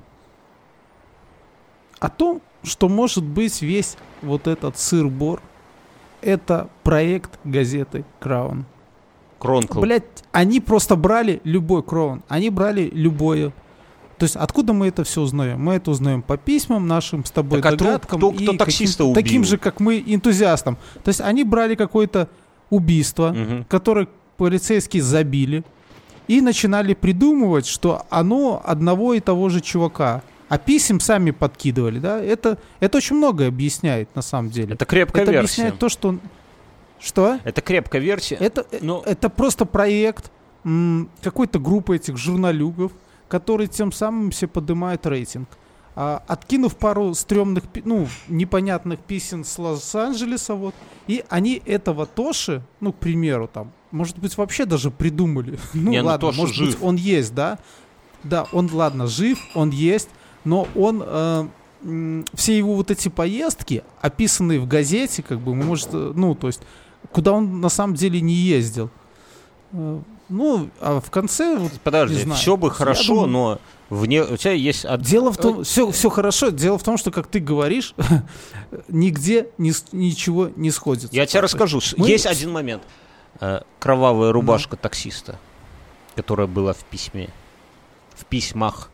О том, что, может быть, весь вот этот сыр-бор — это проект газеты «Краун». Кронкл. Блять, они просто брали любой Краун. Они брали любое. То есть откуда мы это все узнаем? Мы это узнаем по письмам нашим с тобой так, догадкам. А кто, кто и таксиста каким, убил? Таким же, как мы, энтузиастам. То есть они брали какое-то убийство, угу. которое полицейские забили, и начинали придумывать, что оно одного и того же чувака. А писем сами подкидывали, да? Это, это очень многое объясняет, на самом деле. Это крепкая это версия. Это объясняет то, что... Что? Это крепкая версия. Это, но... это просто проект м- какой-то группы этих журналюгов, которые тем самым все поднимают рейтинг. А, откинув пару стрёмных, ну, непонятных песен с Лос-Анджелеса, вот, и они этого Тоши, ну, к примеру, там, может быть, вообще даже придумали. Ну, Не, ладно, ну, Тоша может жив. быть, он есть, да? Да, он, ладно, жив, он есть, но он... Э, м- все его вот эти поездки, описанные в газете, как бы, может, ну, то есть, куда он на самом деле не ездил. Э, ну, а в конце... Вот, подожди, все бы хорошо, думаю, но вне, у тебя есть... Од... Дело в том, все, все хорошо, дело в том, что, как ты говоришь, нигде ни, ничего не сходится. Я тебе расскажу. Мы... Есть один момент. Кровавая рубашка ну. таксиста, которая была в письме. В письмах.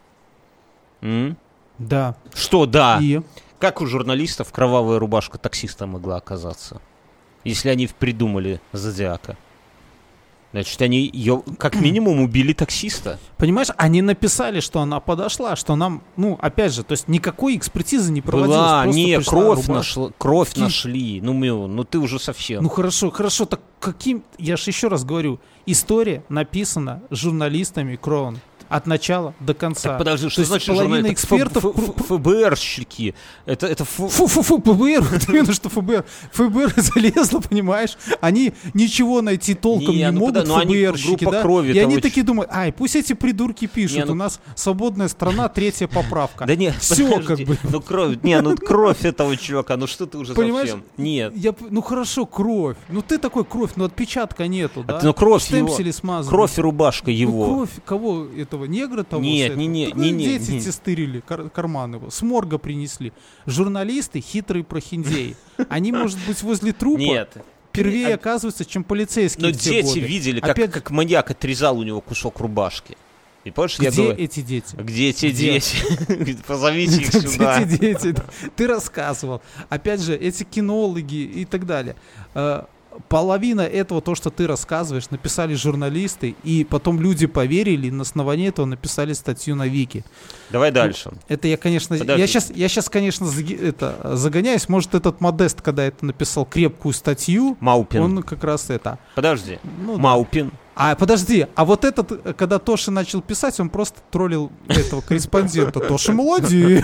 М? Да. Что да? И? Как у журналистов кровавая рубашка таксиста могла оказаться? Если они придумали Зодиака. Значит, они ее как минимум убили таксиста. Понимаешь, они написали, что она подошла, что нам, ну, опять же, то есть никакой экспертизы не проводилась. Была, не, кровь, рубашка. нашла, кровь Ки... нашли. Ну, мил, ну ты уже совсем. Ну хорошо, хорошо, так каким, я же еще раз говорю, история написана журналистами Краун. От начала до конца. Так подожди, что то значит половина журнал... экспертов... ФБРщики. Это, это фу... Фу-фу-фу, ФБР. Именно что ФБР. ФБР залезло, понимаешь? Они ничего найти толком не, не ну, могут, подо... ФБРщики, да? Крови и они того... такие думают, ай, пусть эти придурки пишут, не, ну... у нас свободная страна, третья поправка. Да нет, все как бы. Ну кровь, не, ну кровь этого чувака, ну что ты уже понимаешь? Совсем? Нет. Я, ну хорошо, кровь. Ну ты такой кровь, но отпечатка нету, да? Ну кровь Штемпсели его. смазаны. Кровь и рубашка его. Ну, кровь кого этого? Негра того? Нет, не, не, не, не. Дети не. тестырили кар- карман его. С морга принесли. Журналисты хитрые прохиндеи. Они, может быть, возле трупа Нет. первее а... оказываются, чем полицейские. Но дети годы. видели, как, Опять... как маньяк отрезал у него кусок рубашки. И помнишь, Где я говорю, эти дети? Где эти Где? дети? Позовите их сюда. Где эти дети? Ты рассказывал. Опять же, эти кинологи и так далее. Половина этого, то, что ты рассказываешь, написали журналисты, и потом люди поверили, и на основании этого написали статью на Вики. Давай дальше. Ну, это я, конечно, Подожди. я сейчас, я сейчас, конечно, заги, это, загоняюсь. Может, этот Модест, когда это написал крепкую статью, Маупин. он как раз это. Подожди. Ну, Маупин, А, подожди, а вот этот, когда Тоша начал писать, он просто троллил этого корреспондента. Тоша молодец,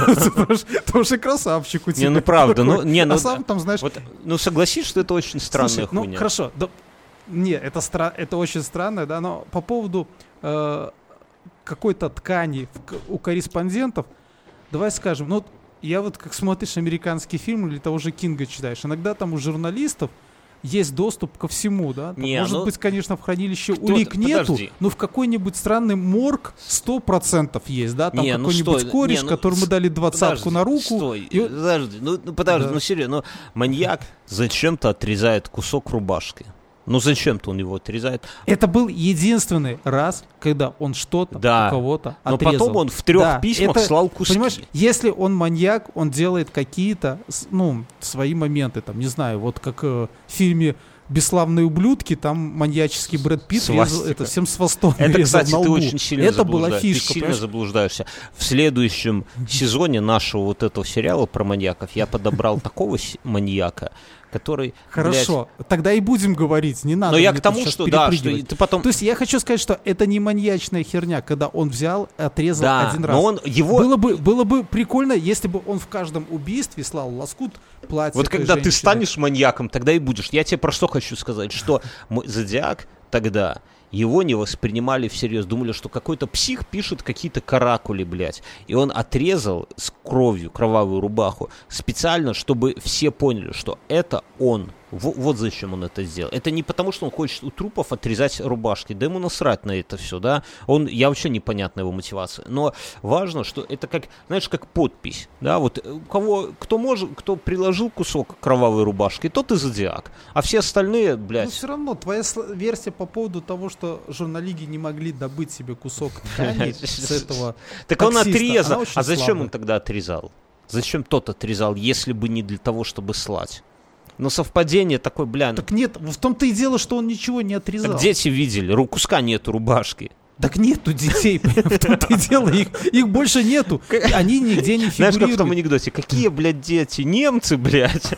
Тоша красавчик у тебя. Не, ну правда, ну, не, ну, а сам там, знаешь... Вот, ну согласись, что это очень странная Слушай, хуйня. Ну, хорошо, да, не, это, стра- это очень странно, да, но по поводу э, какой-то ткани в, у корреспондентов, давай скажем, ну, я вот как смотришь американский фильм или того же Кинга читаешь, иногда там у журналистов есть доступ ко всему, да? Там, Не, может ну, быть, конечно, в хранилище кто-то- улик нету, подожди. но в какой-нибудь странный морг сто процентов есть, да? Там Не, ну какой-нибудь что, кореш, не, ну, которому с- дали двадцатку Подожди, на руку. Стой, и он- подожди, ну, ну подожди, Да. ну серьезно, ну маньяк зачем-то отрезает кусок рубашки. Ну зачем-то он его отрезает. Это был единственный раз, когда он что-то Да. у кого-то Но отрезал. потом он в трех Да, письмах это, слал куски. Понимаешь, если он маньяк, он делает какие-то, с- ну, свои моменты, там, не знаю, вот как э, в фильме «Бесславные ублюдки», там маньяческий Брэд Питт резал, Свастика. это всем с хвостом Это, резал кстати, на ты лбу. очень сильно Это была заблуждаешься. фишка, Ты сильно понимаешь? заблуждаешься. В следующем сезоне нашего вот этого сериала про маньяков я подобрал такого с- маньяка, который, Хорошо, тогда и будем говорить, не блядь, надо но я мне к тому, тут щас что да, что перепрыгивать. ты потом... То есть я хочу сказать, что это не маньячная херня, когда он взял, отрезал Да, один раз. но он его... Было бы, было бы прикольно, если бы он в каждом убийстве слал лоскут платья. Вот той когда ты женщины. станешь маньяком, тогда и будешь. Я тебе про что хочу сказать, что м- Зодиак тогда, его не воспринимали всерьез. Думали, что какой-то псих пишет какие-то каракули, блядь. И он отрезал с кровью кровавую рубаху специально, чтобы все поняли, что это он. Во- вот зачем он это сделал. Это не потому, что он хочет у трупов отрезать рубашки. Да ему насрать на это все, да. Он, я вообще непонятна его мотивация. Но важно, что это как, знаешь, как подпись. Да, вот у кого, кто может, кто приложил кусок кровавой рубашки, тот и Зодиак. А все остальные, Но блядь, все равно твоя сл- версия по поводу того, что журналиги не могли добыть себе кусок ткани с этого так он таксиста, отрезал. она очень А зачем слабая. он тогда отрезал? Зачем тот отрезал, если бы не для того, чтобы слать? Но совпадение такое, бля, ну, Так нет, в том-то и дело, что он ничего не отрезал. так дети видели, ру- куска нету рубашки. Так нету детей, в том-то и дело, их, их больше нету. И они нигде не Знаешь, как в том фигурируют. анекдоте, какие, блядь, дети? Немцы, блядь.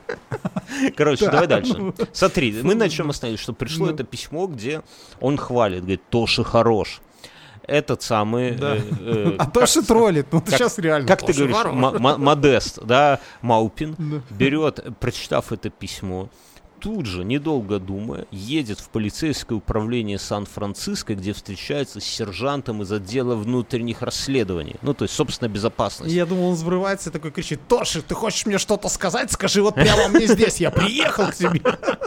Короче, давай дальше. Смотри, мы на чем остановились, что пришло Ну. это письмо, где он хвалит, говорит, Тоша хорош. Этот самый... Да. э, э, А как- Тоша троллит, ну как- сейчас реально. Как ты Тоша говоришь, хорош. м- м- Модест, да, Маупин, Да. берет, прочитав это письмо, тут же, недолго думая, едет в полицейское управление Сан-Франциско, где встречается с сержантом из отдела внутренних расследований. Ну, то есть, собственно, безопасность. Я думал, он взрывается и такой кричит: Тоша, ты хочешь мне что-то сказать? Скажи вот прямо мне здесь, я приехал к тебе.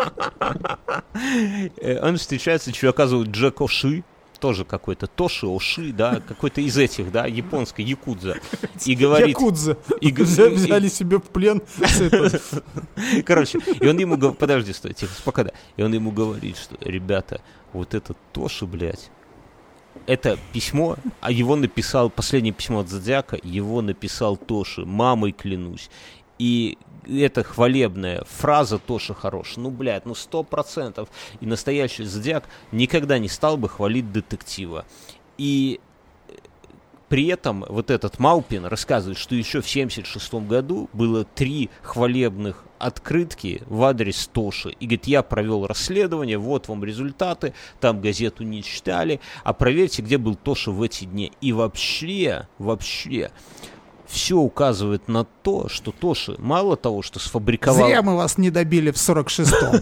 Э, Он встречается, чувака зовут Джек Оши, тоже какой-то Тоши, Оши, да, какой-то из этих, да, японской, якудза. И говорит... Якудза. и г- Взя- и- Взяли себе в плен. с этого. Короче, и он ему говорит, подожди, стой, тихо, спокойно. И он ему говорит, что, ребята, вот этот Тоши, блядь, это письмо, а его написал, последнее письмо от Зодиака, его написал Тоши, мамой клянусь. И эта хвалебная фраза Тоша хорош. Ну, блядь, ну сто процентов. И настоящий Зодиак никогда не стал бы хвалить детектива. И при этом вот этот Маупин рассказывает, что еще в семьдесят шестом году было три хвалебных открытки в адрес Тоши. И говорит, я провел расследование, вот вам результаты, там газету не читали, а проверьте, где был Тоша в эти дни. И вообще, вообще, все указывает на то, что Тоши мало того, что сфабриковал... Зря мы вас не добили в сорок шестом.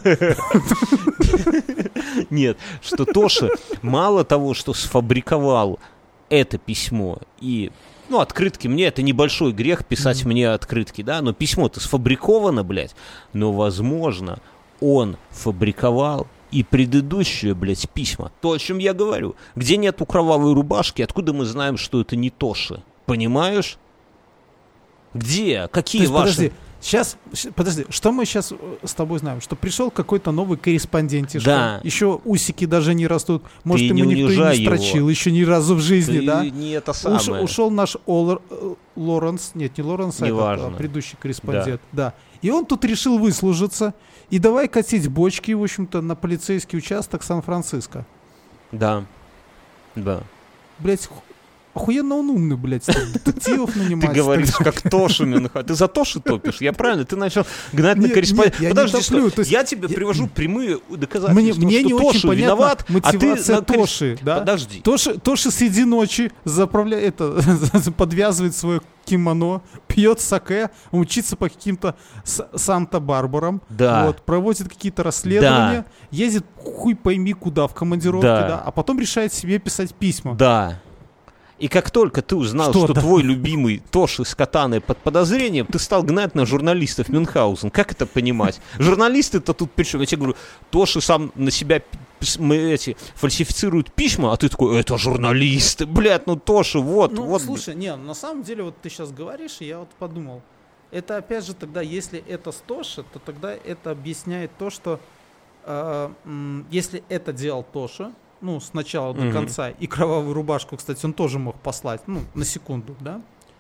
Нет, что Тоши мало того, что сфабриковал это письмо и... Ну, открытки мне, это небольшой грех писать mm-hmm. мне открытки, да, но письмо-то сфабриковано, блядь. Но, возможно, он фабриковал и предыдущие, блядь, письма. То, о чем я говорю. Где нету кровавой рубашки, откуда мы знаем, что это не Тоши? Понимаешь? Где? Какие То есть, ваши... подожди, сейчас, подожди, что мы сейчас с тобой знаем? Что пришел какой-то новый корреспондентишка, Да. еще усики даже не растут, может, Ты ему не никто и унижай не строчил его. еще ни разу в жизни, Ты да? не это Уш- самое. ушел наш Олр- э, Лоренс, нет, не Лоренс, а этот, Неважно. а предыдущий корреспондент, да. И он тут решил выслужиться, и давай катить бочки, в общем-то, на полицейский участок Сан-Франциско. Да. Да. Блять, охуенно он умный, блядь, детективов нанимать. Ты говоришь, как Тоша Мюнхгаузен. Ты за Тошу топишь? Я правильно? Ты начал гнать на корреспонденцию. Подожди, что? Я тебе привожу прямые доказательства, что Тоша виноват, а ты на Тоши, да? Подожди. Тоши среди ночи заправляет, это, подвязывает свое кимоно, пьет саке, учится по каким-то Санта-Барбарам, да. вот, проводит какие-то расследования, да. ездит хуй пойми куда в командировке, да. Да, а потом решает себе писать письма. Да. И как только ты узнал, что, что твой любимый Тоши с катаной под подозрением, ты стал гнать на журналистов Мюнхгаузен. Как это понимать? Журналисты-то тут причем, я тебе говорю, Тоши сам на себя мы эти фальсифицируют письма, а ты такой, это журналисты, блядь, ну Тоши, вот, ну, вот. Слушай, не, на самом деле, вот ты сейчас говоришь, и я вот подумал, это опять же тогда, если это с Тоши, то тогда это объясняет то, что э, м, если это делал Тоша, ну, с начала до конца, и кровавую рубашку, кстати, он тоже мог послать, ну, на секунду, да?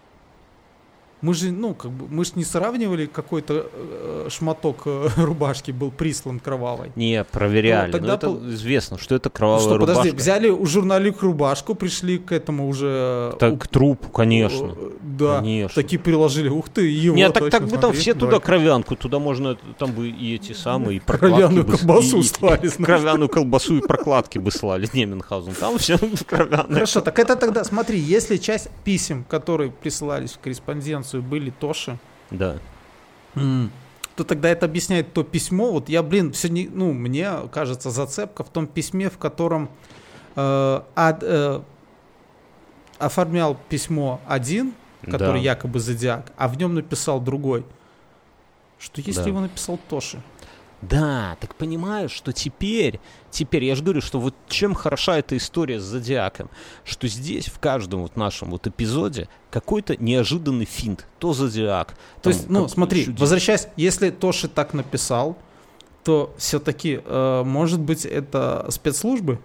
Мы же, ну, как бы, мы же не сравнивали, какой-то э, шматок э, рубашки был прислан кровавой. Не, проверяли. Ну, тогда но это пол... известно, что это кровавая что, рубашка. Подожди, взяли у журналик рубашку, пришли к этому уже... Так, у... к трупу, конечно. Э, да, конечно. Такие приложили, ух ты, его Нет, так, так бы смотри, там все давай. Туда кровянку, туда можно, там бы и эти самые прокладки... Кровяную бы, колбасу и, слали. И, кровяную колбасу и прокладки бы слали, не, Мюнхгаузен, там все кровяное. Хорошо, так это тогда, смотри, если часть писем, которые присылались в корреспонденцию, были Тоши, да. Mm. то тогда это объясняет то письмо. Вот я, блин, все не, ну, мне кажется, зацепка в том письме, в котором э, ад, э, оформлял письмо один, который да. якобы Зодиак, а в нем написал другой. Что если да. его написал Тоши? Да, так понимаешь, что теперь, теперь, я же говорю, что вот чем хороша эта история с Зодиаком, что здесь в каждом вот нашем вот эпизоде какой-то неожиданный финт, то Зодиак. То там, есть, ну, смотри, чудес. Возвращаясь, если Тоши так написал, то все-таки, э, может быть, это спецслужбы?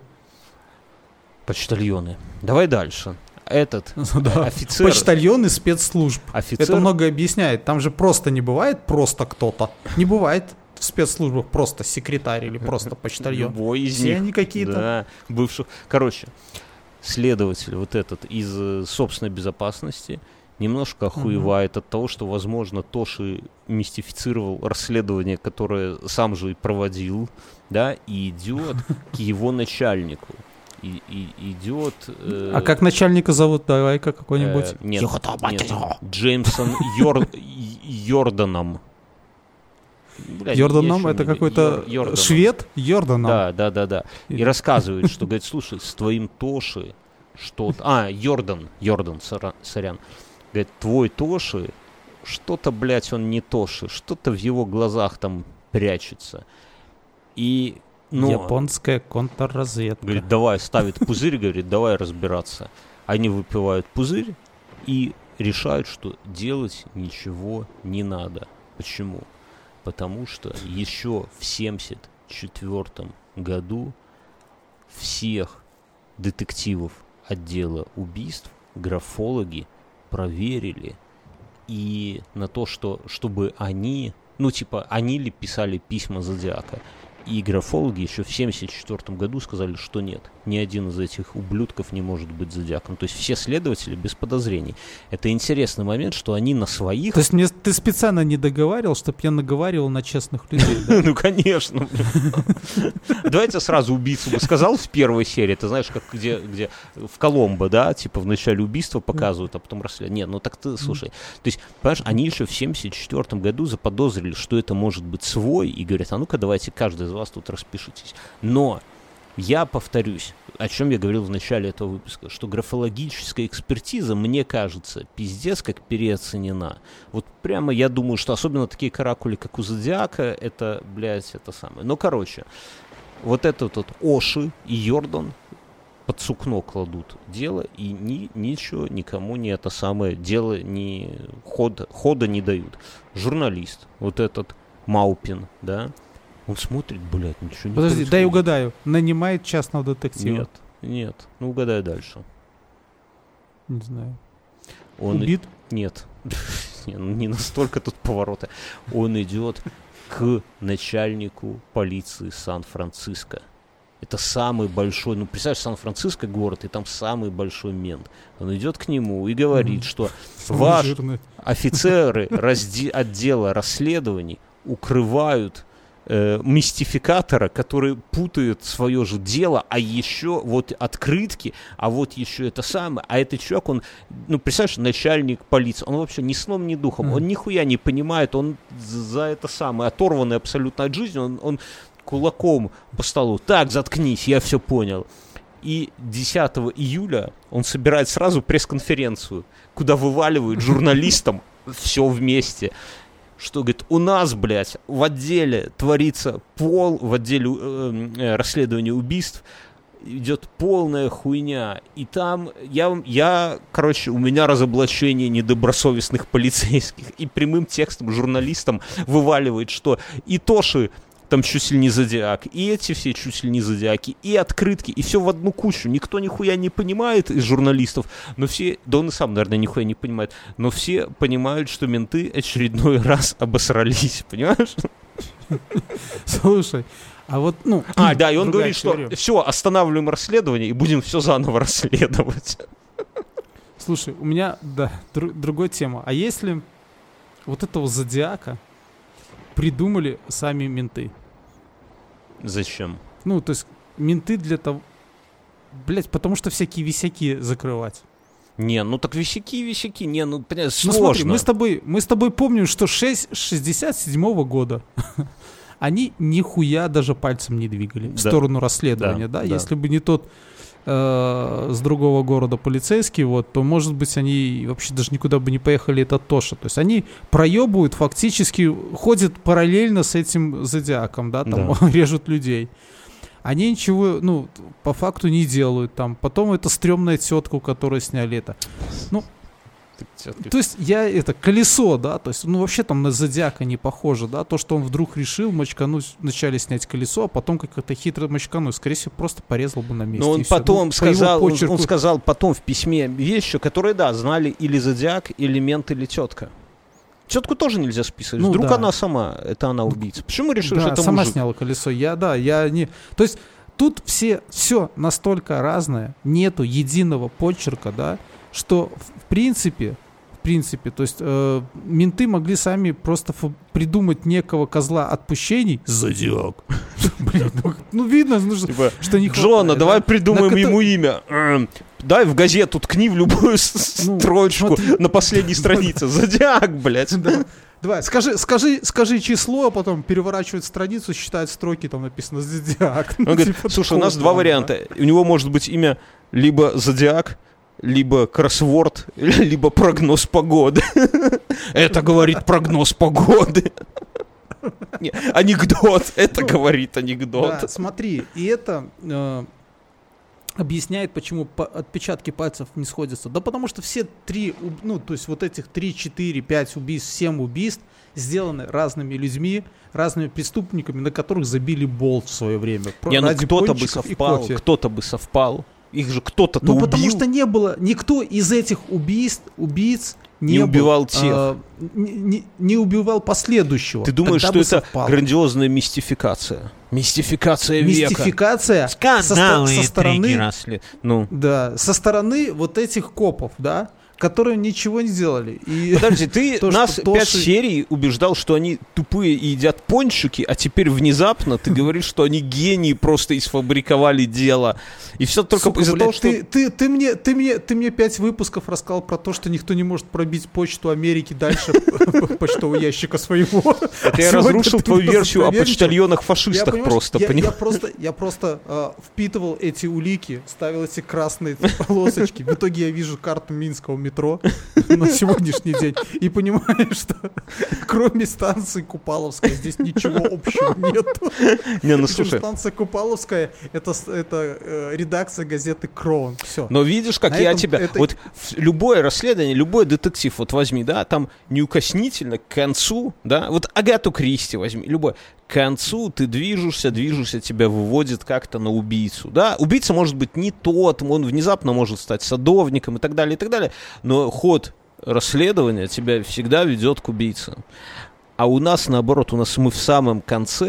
Почтальоны. Давай дальше. Этот да. офицер... Почтальоны спецслужб. Офицер... Это многое объясняет. Там же просто не бывает просто кто-то. Не бывает в спецслужбах просто секретарь или просто почтальон. Любой из Все них. они какие-то. Да, бывших. Короче, следователь вот этот из собственной безопасности немножко охуевает угу. от того, что, возможно, Тоши мистифицировал расследование, которое сам же и проводил, да, и идет к его начальнику. И, и идет... Э, а как начальника зовут? Давай-ка какой-нибудь. Э, нет, нет, Джеймсон Йор, Йорданом. Блядь, Йорданом это какой-то Йор, швед? Йорданом. Да, да, да, да. И рассказывает, что, говорит, слушай, с твоим Тоши что-то... А, Йордан, Йордан, сорян. Говорит, твой Тоши, что-то, блядь, он не Тоши, что-то в его глазах там прячется. И... Но, японская контрразведка. Говорит, давай, ставит пузырь, говорит, давай разбираться. Они выпивают пузырь и решают, что делать ничего не надо. Почему? Потому что еще в семьдесят четвёртом году всех детективов отдела убийств графологи проверили. И на то, что чтобы они, ну типа, они ли писали письма Зодиака. И графологи еще в семьдесят четвёртом году сказали, что нет, ни один из этих ублюдков не может быть Зодиаком. То есть все следователи без подозрений. Это интересный момент, что они на своих... То есть мне, ты специально не договаривал, чтобы я наговаривал на честных людей, да? Ну, конечно. Давайте сразу убийцу бы сказал в первой серии. Ты знаешь, как где в Коломбо, да, типа в начале убийства показывают, а потом расследуют. Нет, ну так ты, слушай. То есть, понимаешь, они еще в семьдесят четвёртом году заподозрили, что это может быть свой, и говорят, а ну-ка давайте каждый из вас тут распишитесь. Но я повторюсь, о чем я говорил в начале этого выпуска, что графологическая экспертиза, мне кажется, пиздец как переоценена. Вот прямо я думаю, что особенно такие каракули, как у Зодиака, это, блядь, это самое. Ну, короче, вот этот вот Оши и Йордан под сукно кладут дело, и ни, ничего никому не это самое дело, ни хода, хода не дают. Журналист, вот этот Маупин, да, он смотрит, блядь, ничего не Подожди, происходит. дай угадаю. Нанимает частного детектива. Нет, нет. Ну, угадай дальше. Не знаю. Он убит? И... Нет. Не настолько тут повороты. Он идет к начальнику полиции Сан-Франциско. Это самый большой, ну, представляешь, Сан-Франциско город, и там самый большой мент. Он идет к нему и говорит, mm-hmm. что ваши офицеры разде- отдела расследований укрывают э, мистификатора, который путает свое же дело, а еще вот открытки, а вот еще это самое. А этот человек, он, ну, представляешь, начальник полиции, он вообще ни сном, ни духом, mm-hmm. он нихуя не понимает, он за это самое, оторванный абсолютно от жизни, он... он кулаком по столу. Так, заткнись, я все понял. И десятого июля он собирает сразу пресс-конференцию, куда вываливают журналистам все вместе. Что, говорит, у нас, блядь, в отделе творится пол, в отделе э, расследования убийств идет полная хуйня. И там я, я, короче, у меня разоблачение недобросовестных полицейских. И прямым текстом журналистам вываливает, что и Тоши там чуть ли не зодиак, и эти все чуть ли не зодиаки, и открытки, и все в одну кучу. Никто нихуя не понимает из журналистов, но все, да он и сам, наверное, нихуя не понимает, но все понимают, что менты очередной раз обосрались, понимаешь? Слушай, а вот, ну... А, да, и он говорит, теория. Что все, останавливаем расследование и будем все заново расследовать. Слушай, у меня, да, дру- другая тема. А если вот этого зодиака придумали сами менты? Зачем? Ну, то есть менты для того... Блять, потому что всякие висяки закрывать. Не, ну так висяки, висяки, не, ну, понятно, сложно. Ну смотри, мы с тобой, мы с тобой помним, что шестьдесят седьмого года они нихуя даже пальцем не двигали в да. сторону расследования, да? да? да. Если бы не тот э, с другого города полицейский, вот, то, может быть, они вообще даже никуда бы не поехали, это Тоша. То есть они проебывают, фактически ходят параллельно с этим зодиаком, да, там да. режут людей. Они ничего, ну, по факту не делают там. Потом это стрёмная тетка, у которой сняли это. Ну, то есть я это колесо, да, то есть, ну, вообще там на зодиака не похоже, да, то, что он вдруг решил мочкануть, вначале снять колесо, а потом как-то хитро мочкануть, скорее всего, просто порезал бы на месте. Но он потом ну, сказал, по почерку... он, он сказал потом в письме вещи, которые, да, знали или зодиак, или мент, или тетка. Тетку тоже нельзя списывать. Ну, Вдруг да. она сама, это она убийца. Почему решил, да, что это сама мужик? Сняла колесо. Я, да, я не... То есть тут все, все настолько разное, нету единого почерка, да, что в принципе, в принципе, то есть э, менты могли сами просто ф- придумать некого козла отпущений. Зодиак. Блин, ну видно, что не хватает. Джона, давай придумаем ему имя. Дай в газету ткни в любую строчку на последней странице. Зодиак, блядь. Давай, скажи, скажи, скажи число, а потом переворачивает страницу, считает строки, там написано «Зодиак». Он говорит, слушай, у нас два варианта. У него может быть имя либо «Зодиак», либо кроссворд, либо прогноз погоды. Это говорит прогноз погоды. Не, анекдот. Это говорит анекдот. Да, смотри, и это э, объясняет, почему по- отпечатки пальцев не сходятся. Да потому что все три, ну, то есть вот этих три, четыре, пять убийств, семь убийств сделаны разными людьми, разными преступниками, на которых забили болт в свое время. Не, ну кто-то бы совпал, кто-то бы совпал. Их же кто-то-то ну, убил. потому что не было, никто из этих убийств, убийц не, не был, убивал тех. А, не, не, не убивал последующего. Ты думаешь, что это совпало. Грандиозная мистификация? Мистификация века. Мистификация со, со стороны, ну. да, со стороны вот этих копов, да, которые ничего не делали. И подожди, ты то, нас Тоши... пять серий убеждал, что они тупые и едят пончики, а теперь внезапно ты говоришь, что они гении просто и сфабриковали дело. И все только Сука, из-за блядь, того, что... Ты, ты, ты, мне, ты, мне, ты мне пять выпусков рассказал про то, что никто не может пробить почту Америки дальше почтового ящика своего. Это я разрушил твою версию о почтальонах-фашистах просто. Я просто впитывал эти улики, ставил эти красные полосочки. В итоге я вижу карту Минского метро на сегодняшний день и понимаю, что кроме станции Купаловская здесь ничего общего нету. Не, ну слушай. Станция Купаловская это, это э, редакция газеты Кроун. Все. Но видишь, как на я этом, тебя... Это... Вот любое расследование, любой детектив, вот возьми, да, там неукоснительно к концу, да, вот Агату Кристи возьми, любой. К концу ты движешься, движешься, тебя выводит как-то на убийцу, да. Убийца может быть не тот, он внезапно может стать садовником и так далее, и так далее, но ход расследования тебя всегда ведет к убийце. А у нас, наоборот, у нас мы в самом конце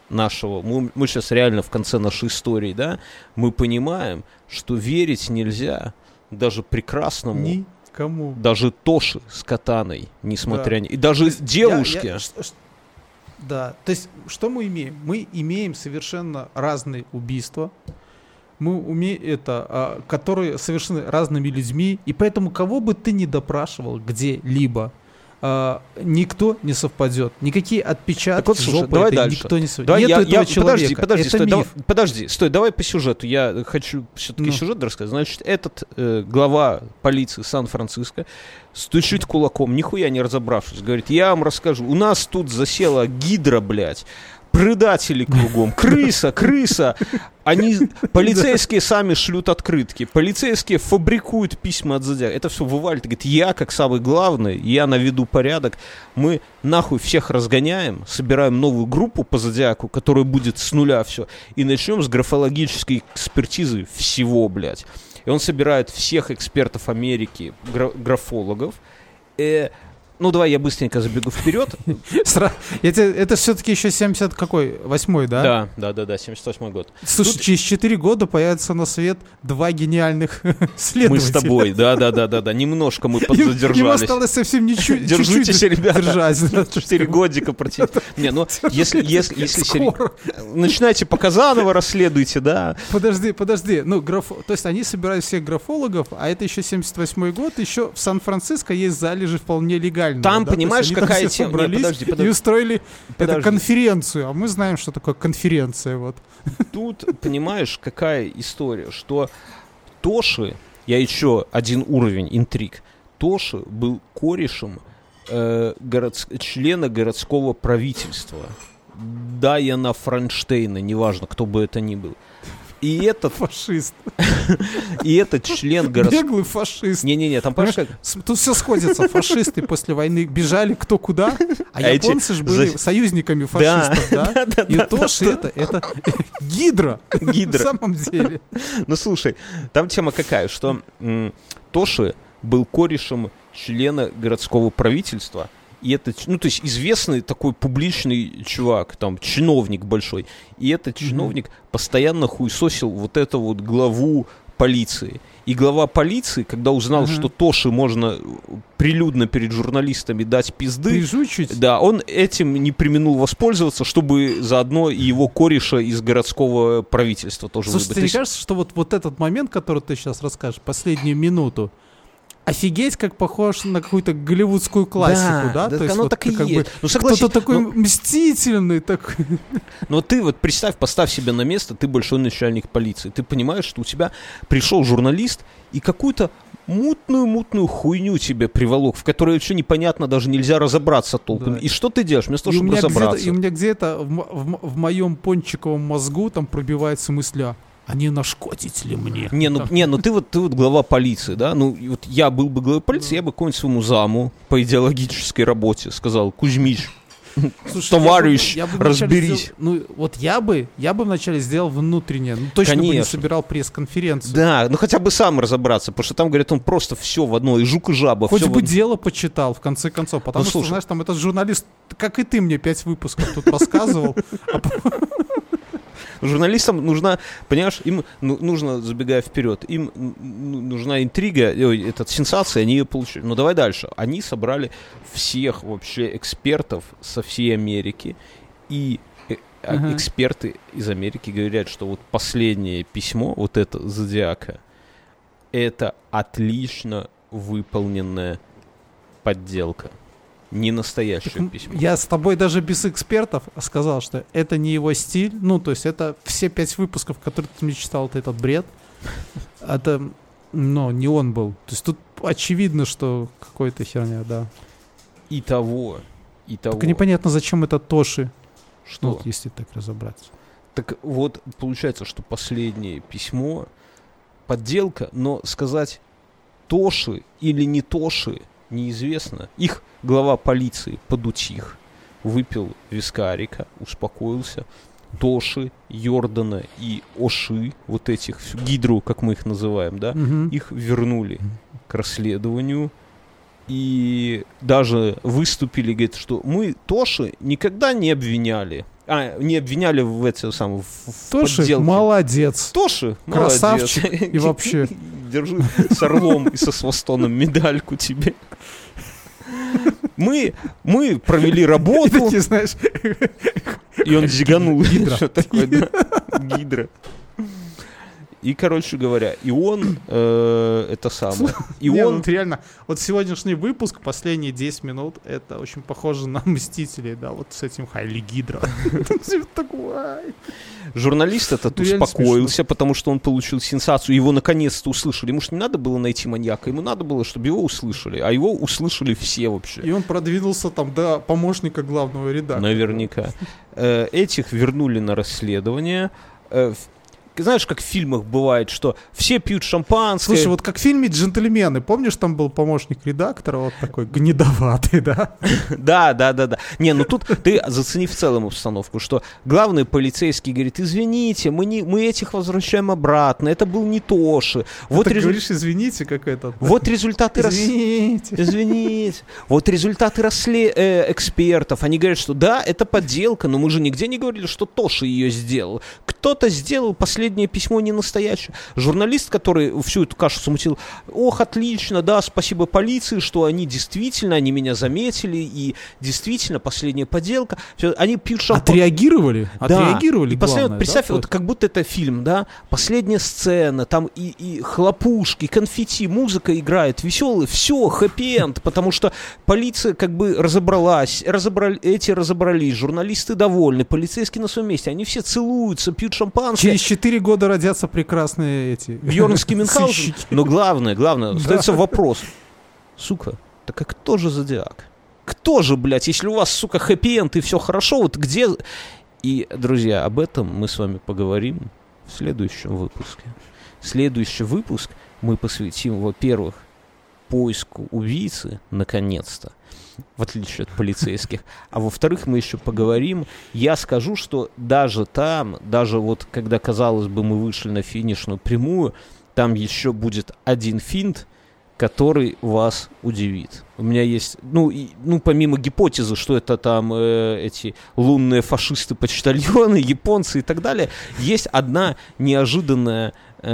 нашего, мы, мы сейчас реально в конце нашей истории, да, мы понимаем, что верить нельзя даже прекрасному, никому, даже Тоше с катаной, несмотря да. ни... И даже девушке. Я, я, ш, ш, да, то есть что мы имеем? Мы имеем совершенно разные убийства, мы умеем это, а, которые совершены разными людьми, и поэтому кого бы ты ни допрашивал где-либо, Uh, никто не совпадет. Никакие отпечатки вот, слушай, давай дальше. Никто не совпадет. Давай, Нету я, этого я, человека. Подожди, подожди, это стой, миф. давай, подожди, стой, давай по сюжету. Я хочу все-таки ну. сюжет рассказать. Значит, этот э, глава полиции Сан-Франциско стучит кулаком, нихуя не разобравшись, говорит, я вам расскажу, у нас тут засела гидра, блядь, предатели кругом, крыса, крыса. Они, полицейские сами шлют открытки, полицейские фабрикуют письма от Зодиака. Это все вывалит. Говорит, я, как самый главный, я наведу порядок. Мы нахуй всех разгоняем, собираем новую группу по Зодиаку, которая будет с нуля все, и начнем с графологической экспертизы всего, блядь. И он собирает всех экспертов Америки, гра- графологов. Э- Ну, давай я быстренько забегу вперед. Это, это все-таки еще семьдесят какой? Восьмой, да? Да, да, да, да, семьдесят восьмой год. Слушай, Тут... через четыре года появятся на свет два гениальных следователя. Мы с тобой, да, да, да, да, да. Немножко мы подзадержались. Им осталось совсем ничуть. Держитесь, ребята. Держать. Четыре годика против. Не, ну, если, если, если серьезно. Начинайте по Казаново, расследуйте, да. Подожди, подожди. Ну, граф... То есть они собирают всех графологов, а это еще семьдесят восьмой год, еще в Сан-Франциско есть залежи вполне легальные. Там, да? понимаешь, какая там тема... Нет, подожди, подожди. И устроили подожди. эту конференцию. А мы знаем, что такое конференция. Вот. Тут, понимаешь, какая история, что Тоши, я еще один уровень интриг, Тоши был корешем э, город... члена городского правительства. Дайана Франштейна, неважно, кто бы это ни был. И этот... Фашист. И этот член городского... Беглый фашист. Не-не-не, там, понимаешь, как... Тут все сходится. Фашисты после войны бежали кто куда, а, а японцы же были за... союзниками фашистов, да? да? да, да И да, Тоши да, это, это гидра. Гидра. На самом деле. Ну, слушай, там тема какая, что м- Тоши был корешем члена городского правительства. И это, ну, то есть известный такой публичный чувак, там, чиновник большой. И этот чиновник mm-hmm. постоянно хуесосил вот эту вот главу полиции. И глава полиции, когда узнал, mm-hmm. что Тоши можно прилюдно перед журналистами дать пизды, прижучить, да, он этим не преминул воспользоваться, чтобы заодно и его кореша из городского правительства тоже выбить. Слушай, тебе не кажется, что вот, вот этот момент, который ты сейчас расскажешь, последнюю минуту, офигеть, как похож на какую-то голливудскую классику, да? Да, да, то есть оно вот так и как есть. Бы, ну, согласись, кто-то такой ну, мстительный. Такой. Но ты вот представь, поставь себя на место, ты большой начальник полиции. Ты понимаешь, что у тебя пришел журналист и какую-то мутную-мутную хуйню тебе приволок, в которой вообще непонятно, даже нельзя разобраться толком. Да. И что ты делаешь вместо того, чтобы разобраться? И у меня где-то в, в, в моем пончиковом мозгу там пробивается мысля: а не нашкодить ли мне? Не, ну, не, ну ты вот ты вот глава полиции, да? Ну, вот я был бы главой полиции, я бы какому-нибудь своему заму по идеологической работе сказал: Кузьмич, слушай, товарищ, я бы, я бы разберись. Сделал, ну, вот я бы, я бы вначале сделал внутреннее, ну, точно Конечно. бы не собирал пресс-конференцию. Да, ну хотя бы сам разобраться, потому что там, говорят, он просто все в одно, и жук, и жаба. Хоть бы в... дело почитал, в конце концов, потому ну, что, слушай, знаешь, там этот журналист, как и ты мне пять выпусков тут рассказывал. Журналистам нужна, понимаешь, им ну, нужно, забегая вперед, им нужна интрига, ой, это сенсация, они ее получили. Но давай дальше. Они собрали всех вообще экспертов со всей Америки, и э, uh-huh. эксперты из Америки говорят, что вот последнее письмо, вот это Зодиака, это отлично выполненная подделка. Не настоящее так, письмо. Я с тобой даже без экспертов сказал, что это не его стиль. Ну, то есть это все пять выпусков, которые ты мне читал, вот этот бред. Это, ну, не он был. То есть тут очевидно, что какая-то херня, да. И того, и того. Только непонятно, зачем это Тоши. Что? Ну, вот, если так разобраться. Так вот, получается, что последнее письмо подделка, но сказать Тоши или не Тоши неизвестно. Их глава полиции подутих, выпил вискарика, успокоился. Тоши, Йордана и Оши, вот этих, гидру, как мы их называем, да, угу. их вернули к расследованию. И даже выступили, говорят, что мы Тоши никогда не обвиняли. А, не обвиняли в этом самом в Тоши подделке. молодец. Тоши, красавчик молодец. И вообще. Держи с орлом и со свастоном медальку тебе. Мы, мы провели работу. Ты знаешь. И он зиганул. Гидра. Что такое, да? Гидра. И, короче говоря, и он, э, это самое, и Не, он... вот реально, вот сегодняшний выпуск, последние десять минут, это очень похоже на «Мстителей», да, вот с этим Хайли Гидра. Журналист этот Реально успокоился, смешно. потому что он получил сенсацию, его наконец-то услышали. Ему же не надо было найти маньяка, ему надо было, чтобы его услышали, а его услышали все вообще. И он продвинулся там до помощника главного редактора. Наверняка. Э, Этих вернули на расследование. Э, в- Знаешь, как в фильмах бывает, что все пьют шампанское. Слушай, вот как в фильме «Джентльмены», помнишь, там был помощник редактора, вот такой гнедоватый, да? Да, да, да, да. Не, ну тут ты зацени в целом обстановку, что главный полицейский говорит: извините, мы, не, мы этих возвращаем обратно, это был не Тоши. Вот, Ты резу- говоришь, извините, как это. вот результаты рас- Извините. Извините. Вот результаты рассле- э, экспертов. Они говорят, что да, это подделка, но мы же нигде не говорили, что Тоши ее сделал. Кто-то сделал, последнее письмо не настоящее. Журналист, который всю эту кашу замутил: ох, отлично, да, спасибо полиции, что они действительно, они меня заметили, и действительно последняя подделка. Всё, они пьют шампанское. Отреагировали? Да. Отреагировали, И последнее, главное, вот представь, да? вот как будто это фильм, да, последняя сцена, там и, и хлопушки, конфетти, музыка играет, веселый, все, хэппи-энд, потому что полиция как бы разобралась, разобрали, эти разобрались, журналисты довольны, полицейские на своем месте, они все целуются, пьют шампанское. Через четыре года родятся прекрасные эти... Бьернский Мюнхгаузен. сыщики. Но главное, главное, Да. остается вопрос. Сука, так а кто же Зодиак? Кто же, блядь, если у вас, сука, хэппи-энд и все хорошо, вот где... И, друзья, об этом мы с вами поговорим в следующем выпуске. Следующий выпуск мы посвятим, во-первых, поиску убийцы, наконец-то, в отличие от полицейских. А во-вторых, мы еще поговорим. Я скажу, что даже там, даже вот когда, казалось бы, мы вышли на финишную прямую, там еще будет один финт, который вас удивит. У меня есть, ну, и, ну помимо гипотезы, что это там э, эти лунные фашисты-почтальоны, японцы и так далее, есть одна неожиданная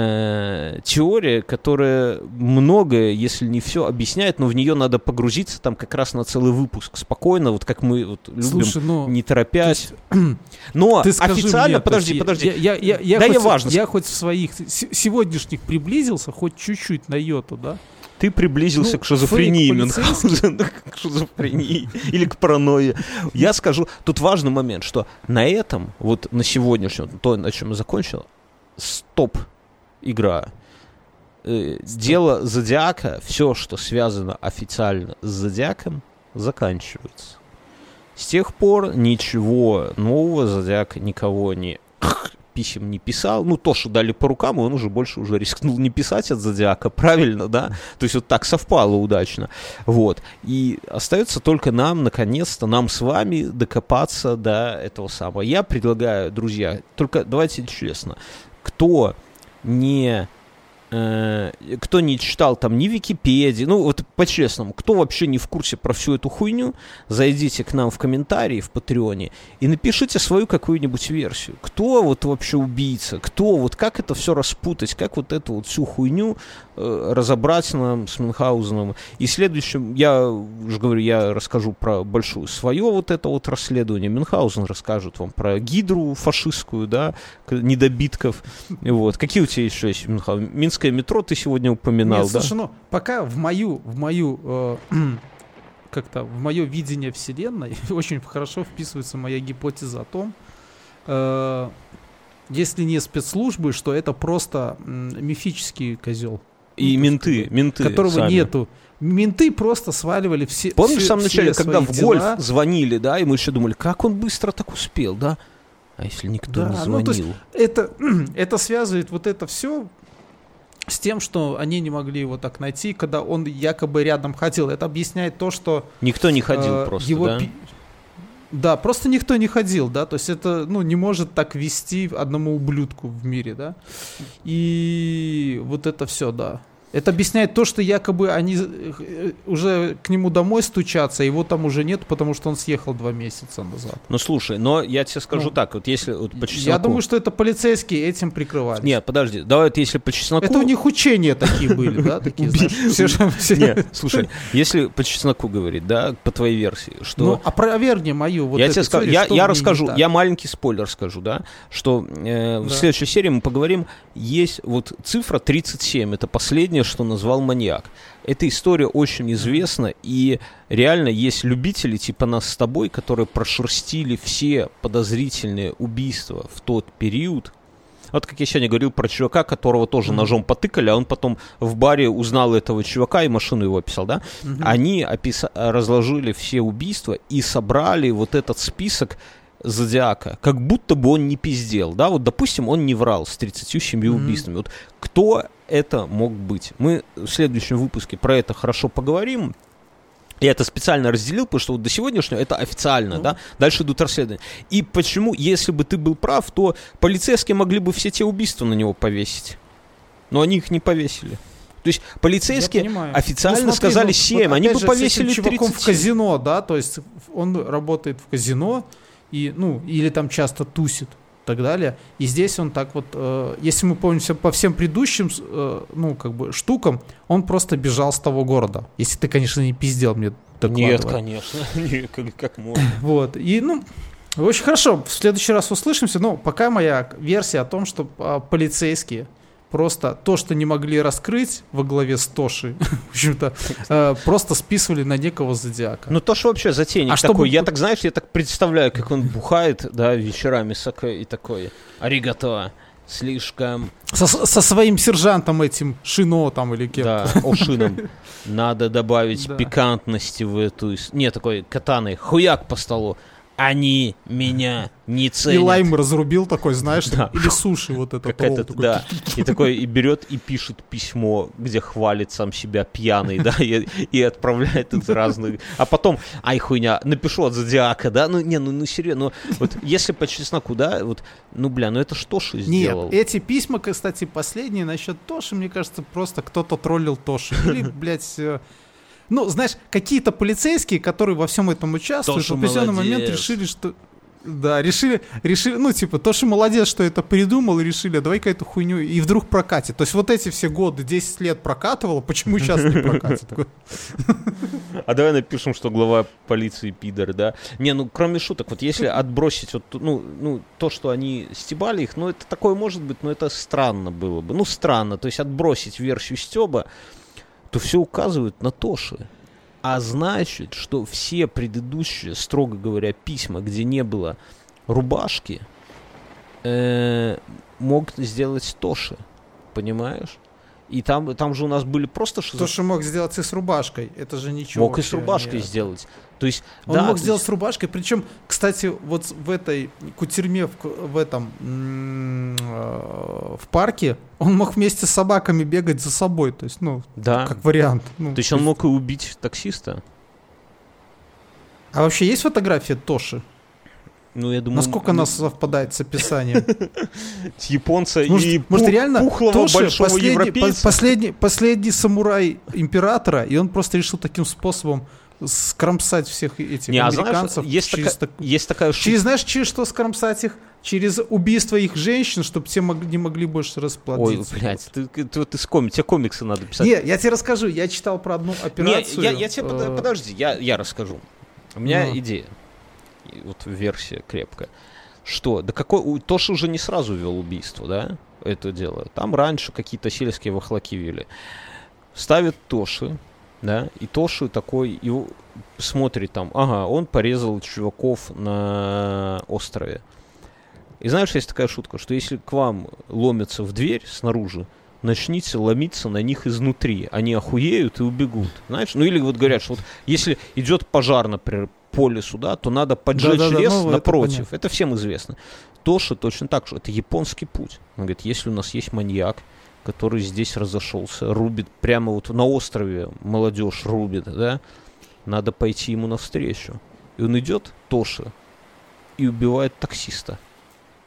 э, теория, которая многое, если не все, объясняет, но в нее надо погрузиться там как раз на целый выпуск спокойно, вот как мы вот любим, Слушай, ну, не торопясь. есть, Но ты скажи официально, мне, то подожди, есть подожди. Я, я, я, я Да, хоть, я важно. я хоть в своих с- сегодняшних приблизился, хоть чуть-чуть на йоту, да? Ты приблизился Ну, к шизофрении фейк Мюнхгаузена, к шизофрении или к паранойи. Я скажу, тут важный момент, что на этом, вот на сегодняшнем, то, на чем я закончил, стоп игра. Э, Дело Зодиака, все, что связано официально с Зодиаком, заканчивается. С тех пор ничего нового Зодиак никого не писем не писал. Ну, то, что дали по рукам, и он уже больше уже рискнул не писать от Зодиака, правильно, да? То есть вот так совпало удачно. Вот. И остается только нам, наконец-то, нам с вами докопаться до этого самого. Я предлагаю, друзья, только давайте честно, кто не... кто не читал там ни Википедии, ну вот по-честному, кто вообще не в курсе про всю эту хуйню, зайдите к нам в комментарии в Патреоне и напишите свою какую-нибудь версию. Кто вот вообще убийца, кто вот, как это все распутать, как вот эту вот всю хуйню э, разобрать нам с Мюнхгаузеном. И следующим, я уже говорю, я расскажу про большое свое вот это вот расследование. Мюнхгаузен расскажет вам про гидру фашистскую, да, недобитков. Вот. Какие у тебя еще есть, Мюнхгаузен? Минское метро ты сегодня упоминал, Нет, да? слушай, ну, пока в мою, в мою, э, как-то, в мое видение вселенной очень хорошо вписывается моя гипотеза о том, э, если не спецслужбы, что это просто м, мифический козел. И Ну, менты, менты которого сами. нету. Менты просто сваливали все. Помнишь, все, в самом начале, все когда свои в дела. гольф звонили, да, и мы еще думали, как он быстро так успел, да? А если никто Да, не ну, звонил? то есть это, это связывает вот это все с тем, что они не могли его так найти, когда он якобы рядом ходил. Это объясняет то, что... Никто не ходил э, просто, его да? пи- Да, просто никто не ходил, да, то есть это, ну, не может так вести одному ублюдку в мире, да, и вот это все, да. Это объясняет то, что якобы они уже к нему домой стучатся, а его там уже нет, потому что он съехал два месяца назад. Ну слушай, но я тебе скажу ну, так, вот если вот по чесноку... Я думаю, что это полицейские этим прикрывались. Нет, подожди, давай вот если по чесноку... Это у них учения такие были, да? Такие, Нет, слушай, если по чесноку говорить, да, по твоей версии, что... Ну, опровергни мою вот я эту тебе скажу, теорию, я, я расскажу, я маленький спойлер скажу, да, что э, в да. следующей серии мы поговорим, есть вот цифра тридцать семь, это последнее, что назвал маньяк. Эта история очень известна, и реально есть любители типа нас с тобой, которые прошерстили все подозрительные убийства в тот период. Вот как я сегодня говорил про чувака, которого тоже mm-hmm. ножом потыкали, а он потом в баре узнал этого чувака и машину его описал, да? Mm-hmm. Они опис... разложили все убийства и собрали вот этот список Зодиака, как будто бы он не пиздел, да, вот, допустим, он не врал с тридцатью семью mm-hmm. убийствами, вот, кто это мог быть? Мы в следующем выпуске про это хорошо поговорим. Я это специально разделил, потому что вот до сегодняшнего это официально, mm-hmm. да, дальше идут расследования. И почему, если бы ты был прав, то полицейские могли бы все те убийства на него повесить, но они их не повесили. То есть полицейские официально ну, смотри, сказали ну, семь, вот, они бы же, повесили с этим чуваком тридцать. В казино, да, то есть он работает в казино, и, ну, или там часто тусит и так далее. И здесь он так вот, э, если мы помнимся по всем предыдущим, э, ну, как бы, штукам, он просто бежал с того города. Если ты, конечно, не пиздел мне докладывай. Нет, конечно, как, как можно. Вот, и, ну, очень хорошо, в следующий раз услышимся, но пока моя версия о том, что э, полицейские просто то, что не могли раскрыть во главе с Тошей, в общем-то, э, просто списывали на некого Зодиака. Ну, Тоша вообще затейник а такой. чтобы... Я так, знаешь, я так представляю, как он бухает, да, вечерами и такой, аригато, слишком... Со, со своим сержантом этим, Шино там или кем. Да, Ошином. Надо добавить да. пикантности в эту... Не, такой катаной, хуяк по столу. Они меня не ценят. И лайм разрубил такой, знаешь, да. или суши вот это. Как этот, такой. Да. И такой, и берет и пишет письмо, где хвалит сам себя пьяный, да, и, и отправляет из разных... А потом, ай, хуйня, напишу от Зодиака, да, ну, не, ну, ну, серьезно, ну, вот, если по чесноку, да, вот, ну, бля, ну, это что Тоши сделал? Нет, эти письма, кстати, последние насчет Тоши, мне кажется, просто кто-то троллил Тоши. Или, блядь... Ну, знаешь, какие-то полицейские, которые во всем этом участвуют, в определенный момент решили, что... Да, решили, решили, ну, типа, Тоша молодец, что это придумал, и решили, а давай-ка эту хуйню, и вдруг прокатит. То есть вот эти все годы, десять лет прокатывало, почему сейчас не прокатит? А давай напишем, что глава полиции пидор, да? Не, ну, кроме шуток, вот если отбросить вот, ну, ну, то, что они стебали их, ну, это такое может быть, но это странно было бы. Ну, странно, то есть отбросить версию стеба, то все указывает на Тоши. А значит, что все предыдущие, строго говоря, письма, где не было рубашки, э, мог сделать Тоши. Понимаешь? И там, там же у нас были просто... То, что мог сделать и с рубашкой, это же ничего. Мог и с рубашкой не... сделать. То есть, он да, мог сделать есть... с рубашкой, причем, кстати, вот в этой кутерьме, в, в этом, в парке, он мог вместе с собаками бегать за собой, то есть, ну, да. как вариант. Ну, то есть он есть... мог и убить таксиста. А вообще есть фотография Тоши? Ну, я думаю... Насколько она совпадает с описанием? С японца может, и может, реально пухлого Тоши большого последний, европейца. Последний, последний самурай императора, и он просто решил таким способом скромсать всех этих не, американцев. А знаешь, есть, через, така, так... есть такая шутка. Через, знаешь, через что скромсать их? Через убийство их женщин, чтобы те мог, не могли больше расплодиться. Ой, блядь, ты, ты, ты, ты с комик, тебе комиксы надо писать. Не, я тебе расскажу, я читал про одну операцию. Не, я, я тебе, э... подожди, я, я расскажу. У меня Но. идея, вот версия крепкая. Что, да какой, Тоша уже не сразу вел убийство, да, это дело. Там раньше какие-то сельские вахлаки вели. Ставит Тоши, да, и Тоши такой, его смотрит там, ага, он порезал чуваков на острове. И знаешь, есть такая шутка, что если к вам ломятся в дверь снаружи, начните ломиться на них изнутри. Они охуеют и убегут. Знаешь? Ну или вот говорят, что вот если идет пожар, например, по лесу, да, то надо поджечь да, да, лес да, ну, напротив. Это, это всем известно. Тоши точно так же. Это японский путь. Он говорит, если у нас есть маньяк, который здесь разошелся, рубит прямо вот на острове, молодежь рубит, да, надо пойти ему навстречу. И он идет, Тоши, и убивает таксиста.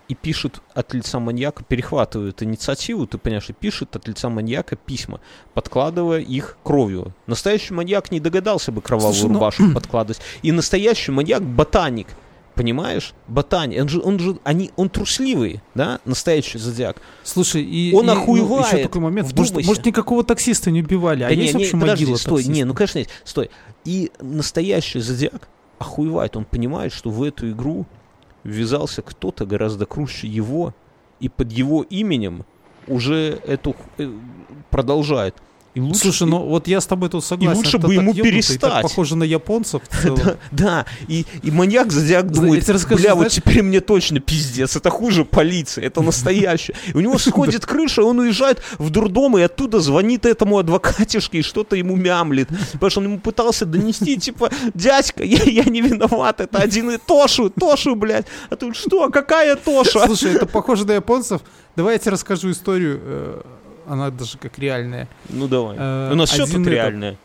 и пишет от лица маньяка, перехватывает инициативу, ты понимаешь, и пишет от лица маньяка письма, подкладывая их кровью. Настоящий маньяк не догадался бы кровавую Слушай, рубашку ну... подкладывать. И настоящий маньяк ботаник. Понимаешь? Ботаник. Он же, он же, они, он трусливый, да? Настоящий зодиак. Слушай, и, он и, охуевает. Ну, еще такой момент. Может, может, никакого таксиста не убивали, а да есть не, вообще не, могила подожди, стой, таксиста? не, ну конечно есть. Стой. И настоящий зодиак охуевает. Он понимает, что в эту игру ввязался кто-то гораздо круче его, и под его именем уже эту э, продолжает. И лучше, Слушай, ну вот я с тобой тут согласен. И лучше это бы ему ёбнутый, перестать. Так похоже на японцев в целом. Да, да. И, и маньяк зодиак думает, расскажу, бля, знаешь... вот теперь мне точно пиздец, это хуже полиции, это настоящее. И у него сходит крыша, он уезжает в дурдом и оттуда звонит этому адвокатишке и что-то ему мямлит. Потому что он ему пытался донести, типа, дядька, я, я не виноват, это один и Тошу, Тошу, блядь. А тут что, какая Тоша? Слушай, это похоже на японцев. Давай я тебе расскажу историю. Она даже как реальная. Ну давай. Э, У нас все один тут это, реальное.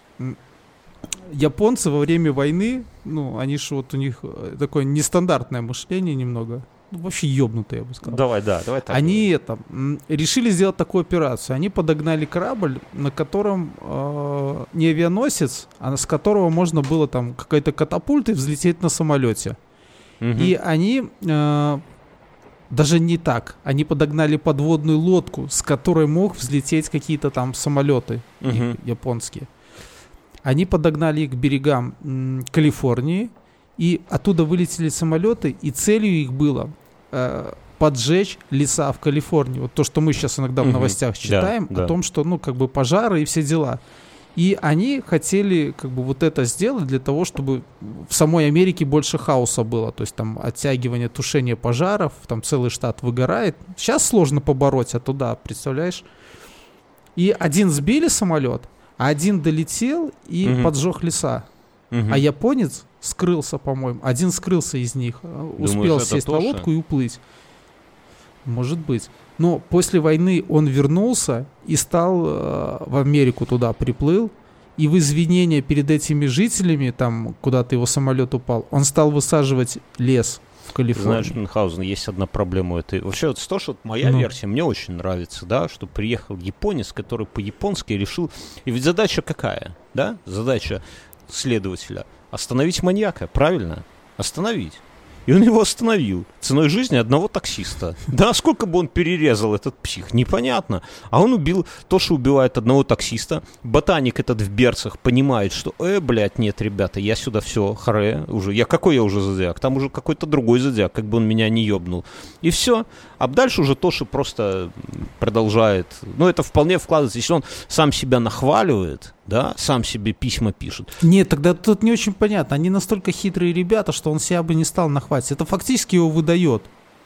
Японцы во время войны, ну, они же вот у них такое нестандартное мышление немного. Ну, вообще ёбнутые, я бы сказал. Давай, да, давай так. Они это, решили сделать такую операцию. Они подогнали корабль, на котором э, не авианосец, а с которого можно было там какой-то катапультой взлететь на самолете. Угу. И они... Э, Даже не так. Они подогнали подводную лодку, с которой мог взлететь какие-то там самолеты uh-huh. японские. Они подогнали их к берегам м, Калифорнии, и оттуда вылетели самолеты, и целью их было э, поджечь леса в Калифорнии. Вот то, что мы сейчас иногда uh-huh. в новостях читаем, да, о да. том, что, ну, как бы пожары и все дела. И они хотели как бы вот это сделать для того, чтобы в самой Америке больше хаоса было. То есть там оттягивание, тушение пожаров, там целый штат выгорает. Сейчас сложно побороть, а туда, представляешь? И один сбили самолет, а один долетел и угу. поджег леса. Угу. А японец скрылся, по-моему. Один скрылся из них. Думаешь, успел сесть на лодку и уплыть. Может быть. Но после войны он вернулся и стал э, в Америку туда приплыл. И в извинения перед этими жителями, там куда-то его самолет упал, он стал высаживать лес в Калифорнии. Знаешь, Мюнхгаузен, есть одна проблема. Это вообще вот то, что моя ну. версия мне очень нравится, да, что приехал японец, который по-японски решил. И ведь задача какая, да? Задача следователя остановить маньяка, правильно? Остановить. И он его остановил ценой жизни одного таксиста. Да, сколько бы он перерезал этот псих, непонятно. А он убил то, что убивает одного таксиста. Ботаник этот в берцах понимает, что, э, блядь, нет, ребята, я сюда все, харе, уже. Я какой я уже зодиак? Там уже какой-то другой зодиак, как бы он меня не ебнул. И все. А дальше уже Тоши просто продолжает. Ну, это вполне вкладывается. Если он сам себя нахваливает, да, сам себе письма пишет. Нет, тогда тут не очень понятно. Они настолько хитрые ребята, что он себя бы не стал нахватить. Это фактически его выдает.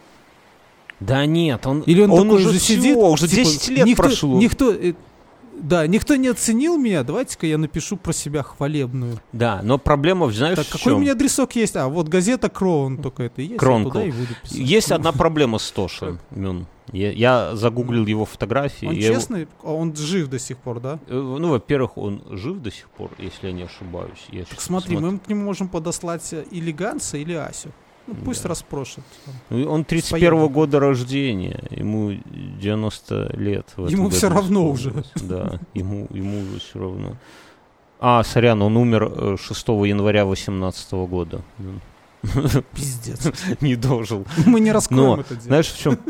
Да нет, он, Или он, он такой уже сидит, всего, уже типа, десять лет никто, прошло. Никто, да, никто не оценил меня, давайте-ка я напишу про себя хвалебную. Да, но проблема, знаешь, так, в какой чем? у меня адресок есть? А, вот газета Кроун только это и есть. Кронкл. Туда и буду писать. Есть одна проблема с Тошей, Мюн. Я, я загуглил его фотографии. Он я честный? Его... Он жив до сих пор, да? Ну, во-первых, он жив до сих пор, если я не ошибаюсь. Я так смотри, смотрю. Мы к нему можем подослать или Ганса, или Асю. Ну, пусть да. распрошит. Он тридцать первого года рождения, ему девяносто лет. Ему все равно уже. Да, ему, ему уже все равно. А, сорян, он умер шестого января восемнадцатого года. Пиздец. Не дожил. Мы не раскроем Но, это дело. Знаешь, в чем...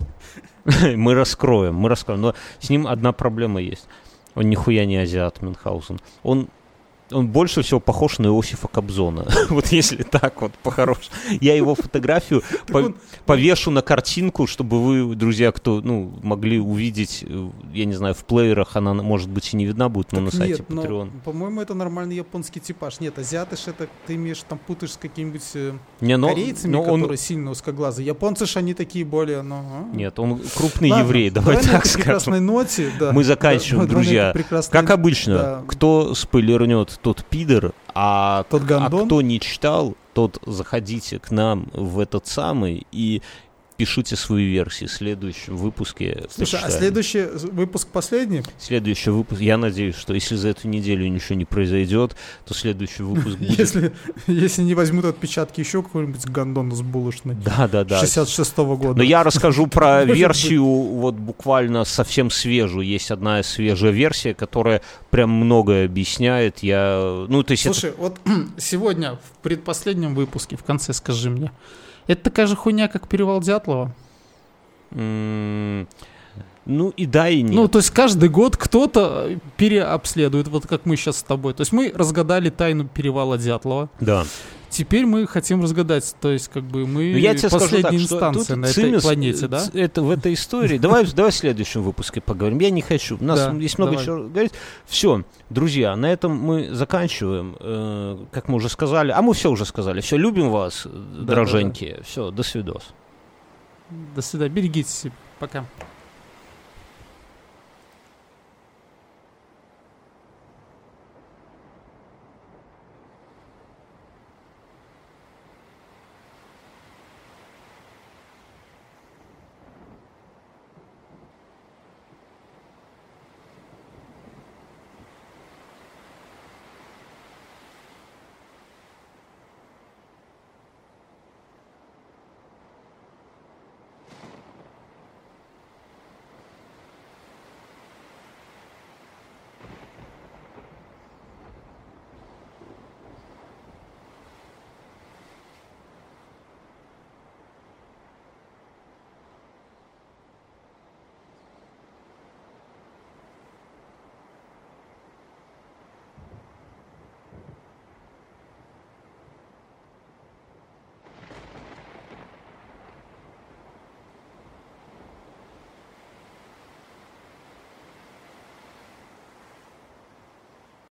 Мы раскроем, мы раскроем. Но с ним одна проблема есть. Он нихуя не азиат, Мюнхгаузен. Он... Он больше всего похож на Иосифа Кобзона. Вот если так вот, по-хорошему. Я его фотографию по- он... повешу на картинку, чтобы вы, друзья, кто ну, могли увидеть, я не знаю, в плеерах, она, может быть, и не видна будет, но так на сайте нет, Patreon. Но, по-моему, это нормальный японский типаж. Нет, азиаты ж это, ты имеешь, там путаешь с какими-нибудь не, но, корейцами, но которые он... сильно узкоглазые. Японцы ж они такие более, ну... А. Нет, он крупный Ладно, еврей, давай давай так на скажем. Ноте, да, Мы заканчиваем, да, друзья. Прекрасной... Как обычно, да. кто спойлернет, тот пидор, а, тот а кто не читал, тот заходите к нам в этот самый и пишите свои версии. В следующем выпуске... Слушай, почитаем. а следующий выпуск последний? Следующий выпуск... Я надеюсь, что если за эту неделю ничего не произойдет, то следующий выпуск будет... Если, если не возьмут отпечатки еще какой-нибудь гандон с булочной. Да, да, да. шестьдесят шестого года. Но я расскажу про версию, вот буквально совсем свежую. Есть одна свежая версия, которая прям многое объясняет. Я... Ну, то есть Слушай, это... вот сегодня в предпоследнем выпуске, в конце скажи мне, это такая же хуйня, как «Перевал Дятлова»? Mm, ну и да, и нет. Ну, то есть каждый год кто-то переобследует, вот как мы сейчас с тобой. То есть мы разгадали тайну «Перевала Дятлова». Да. Теперь мы хотим разгадать, то есть как бы мы ну, я тебе последняя скажу так, инстанция на цимис, этой планете, да? Это в этой истории. Давай, давай в следующем выпуске поговорим. Я не хочу. У нас Да, есть много давай. чего говорить. Все, друзья, на этом мы заканчиваем. Э, как мы уже сказали. А мы все уже сказали. Все, любим вас, Да, дроженькие. Все, до свидос. До свидания. Берегите себя. Пока.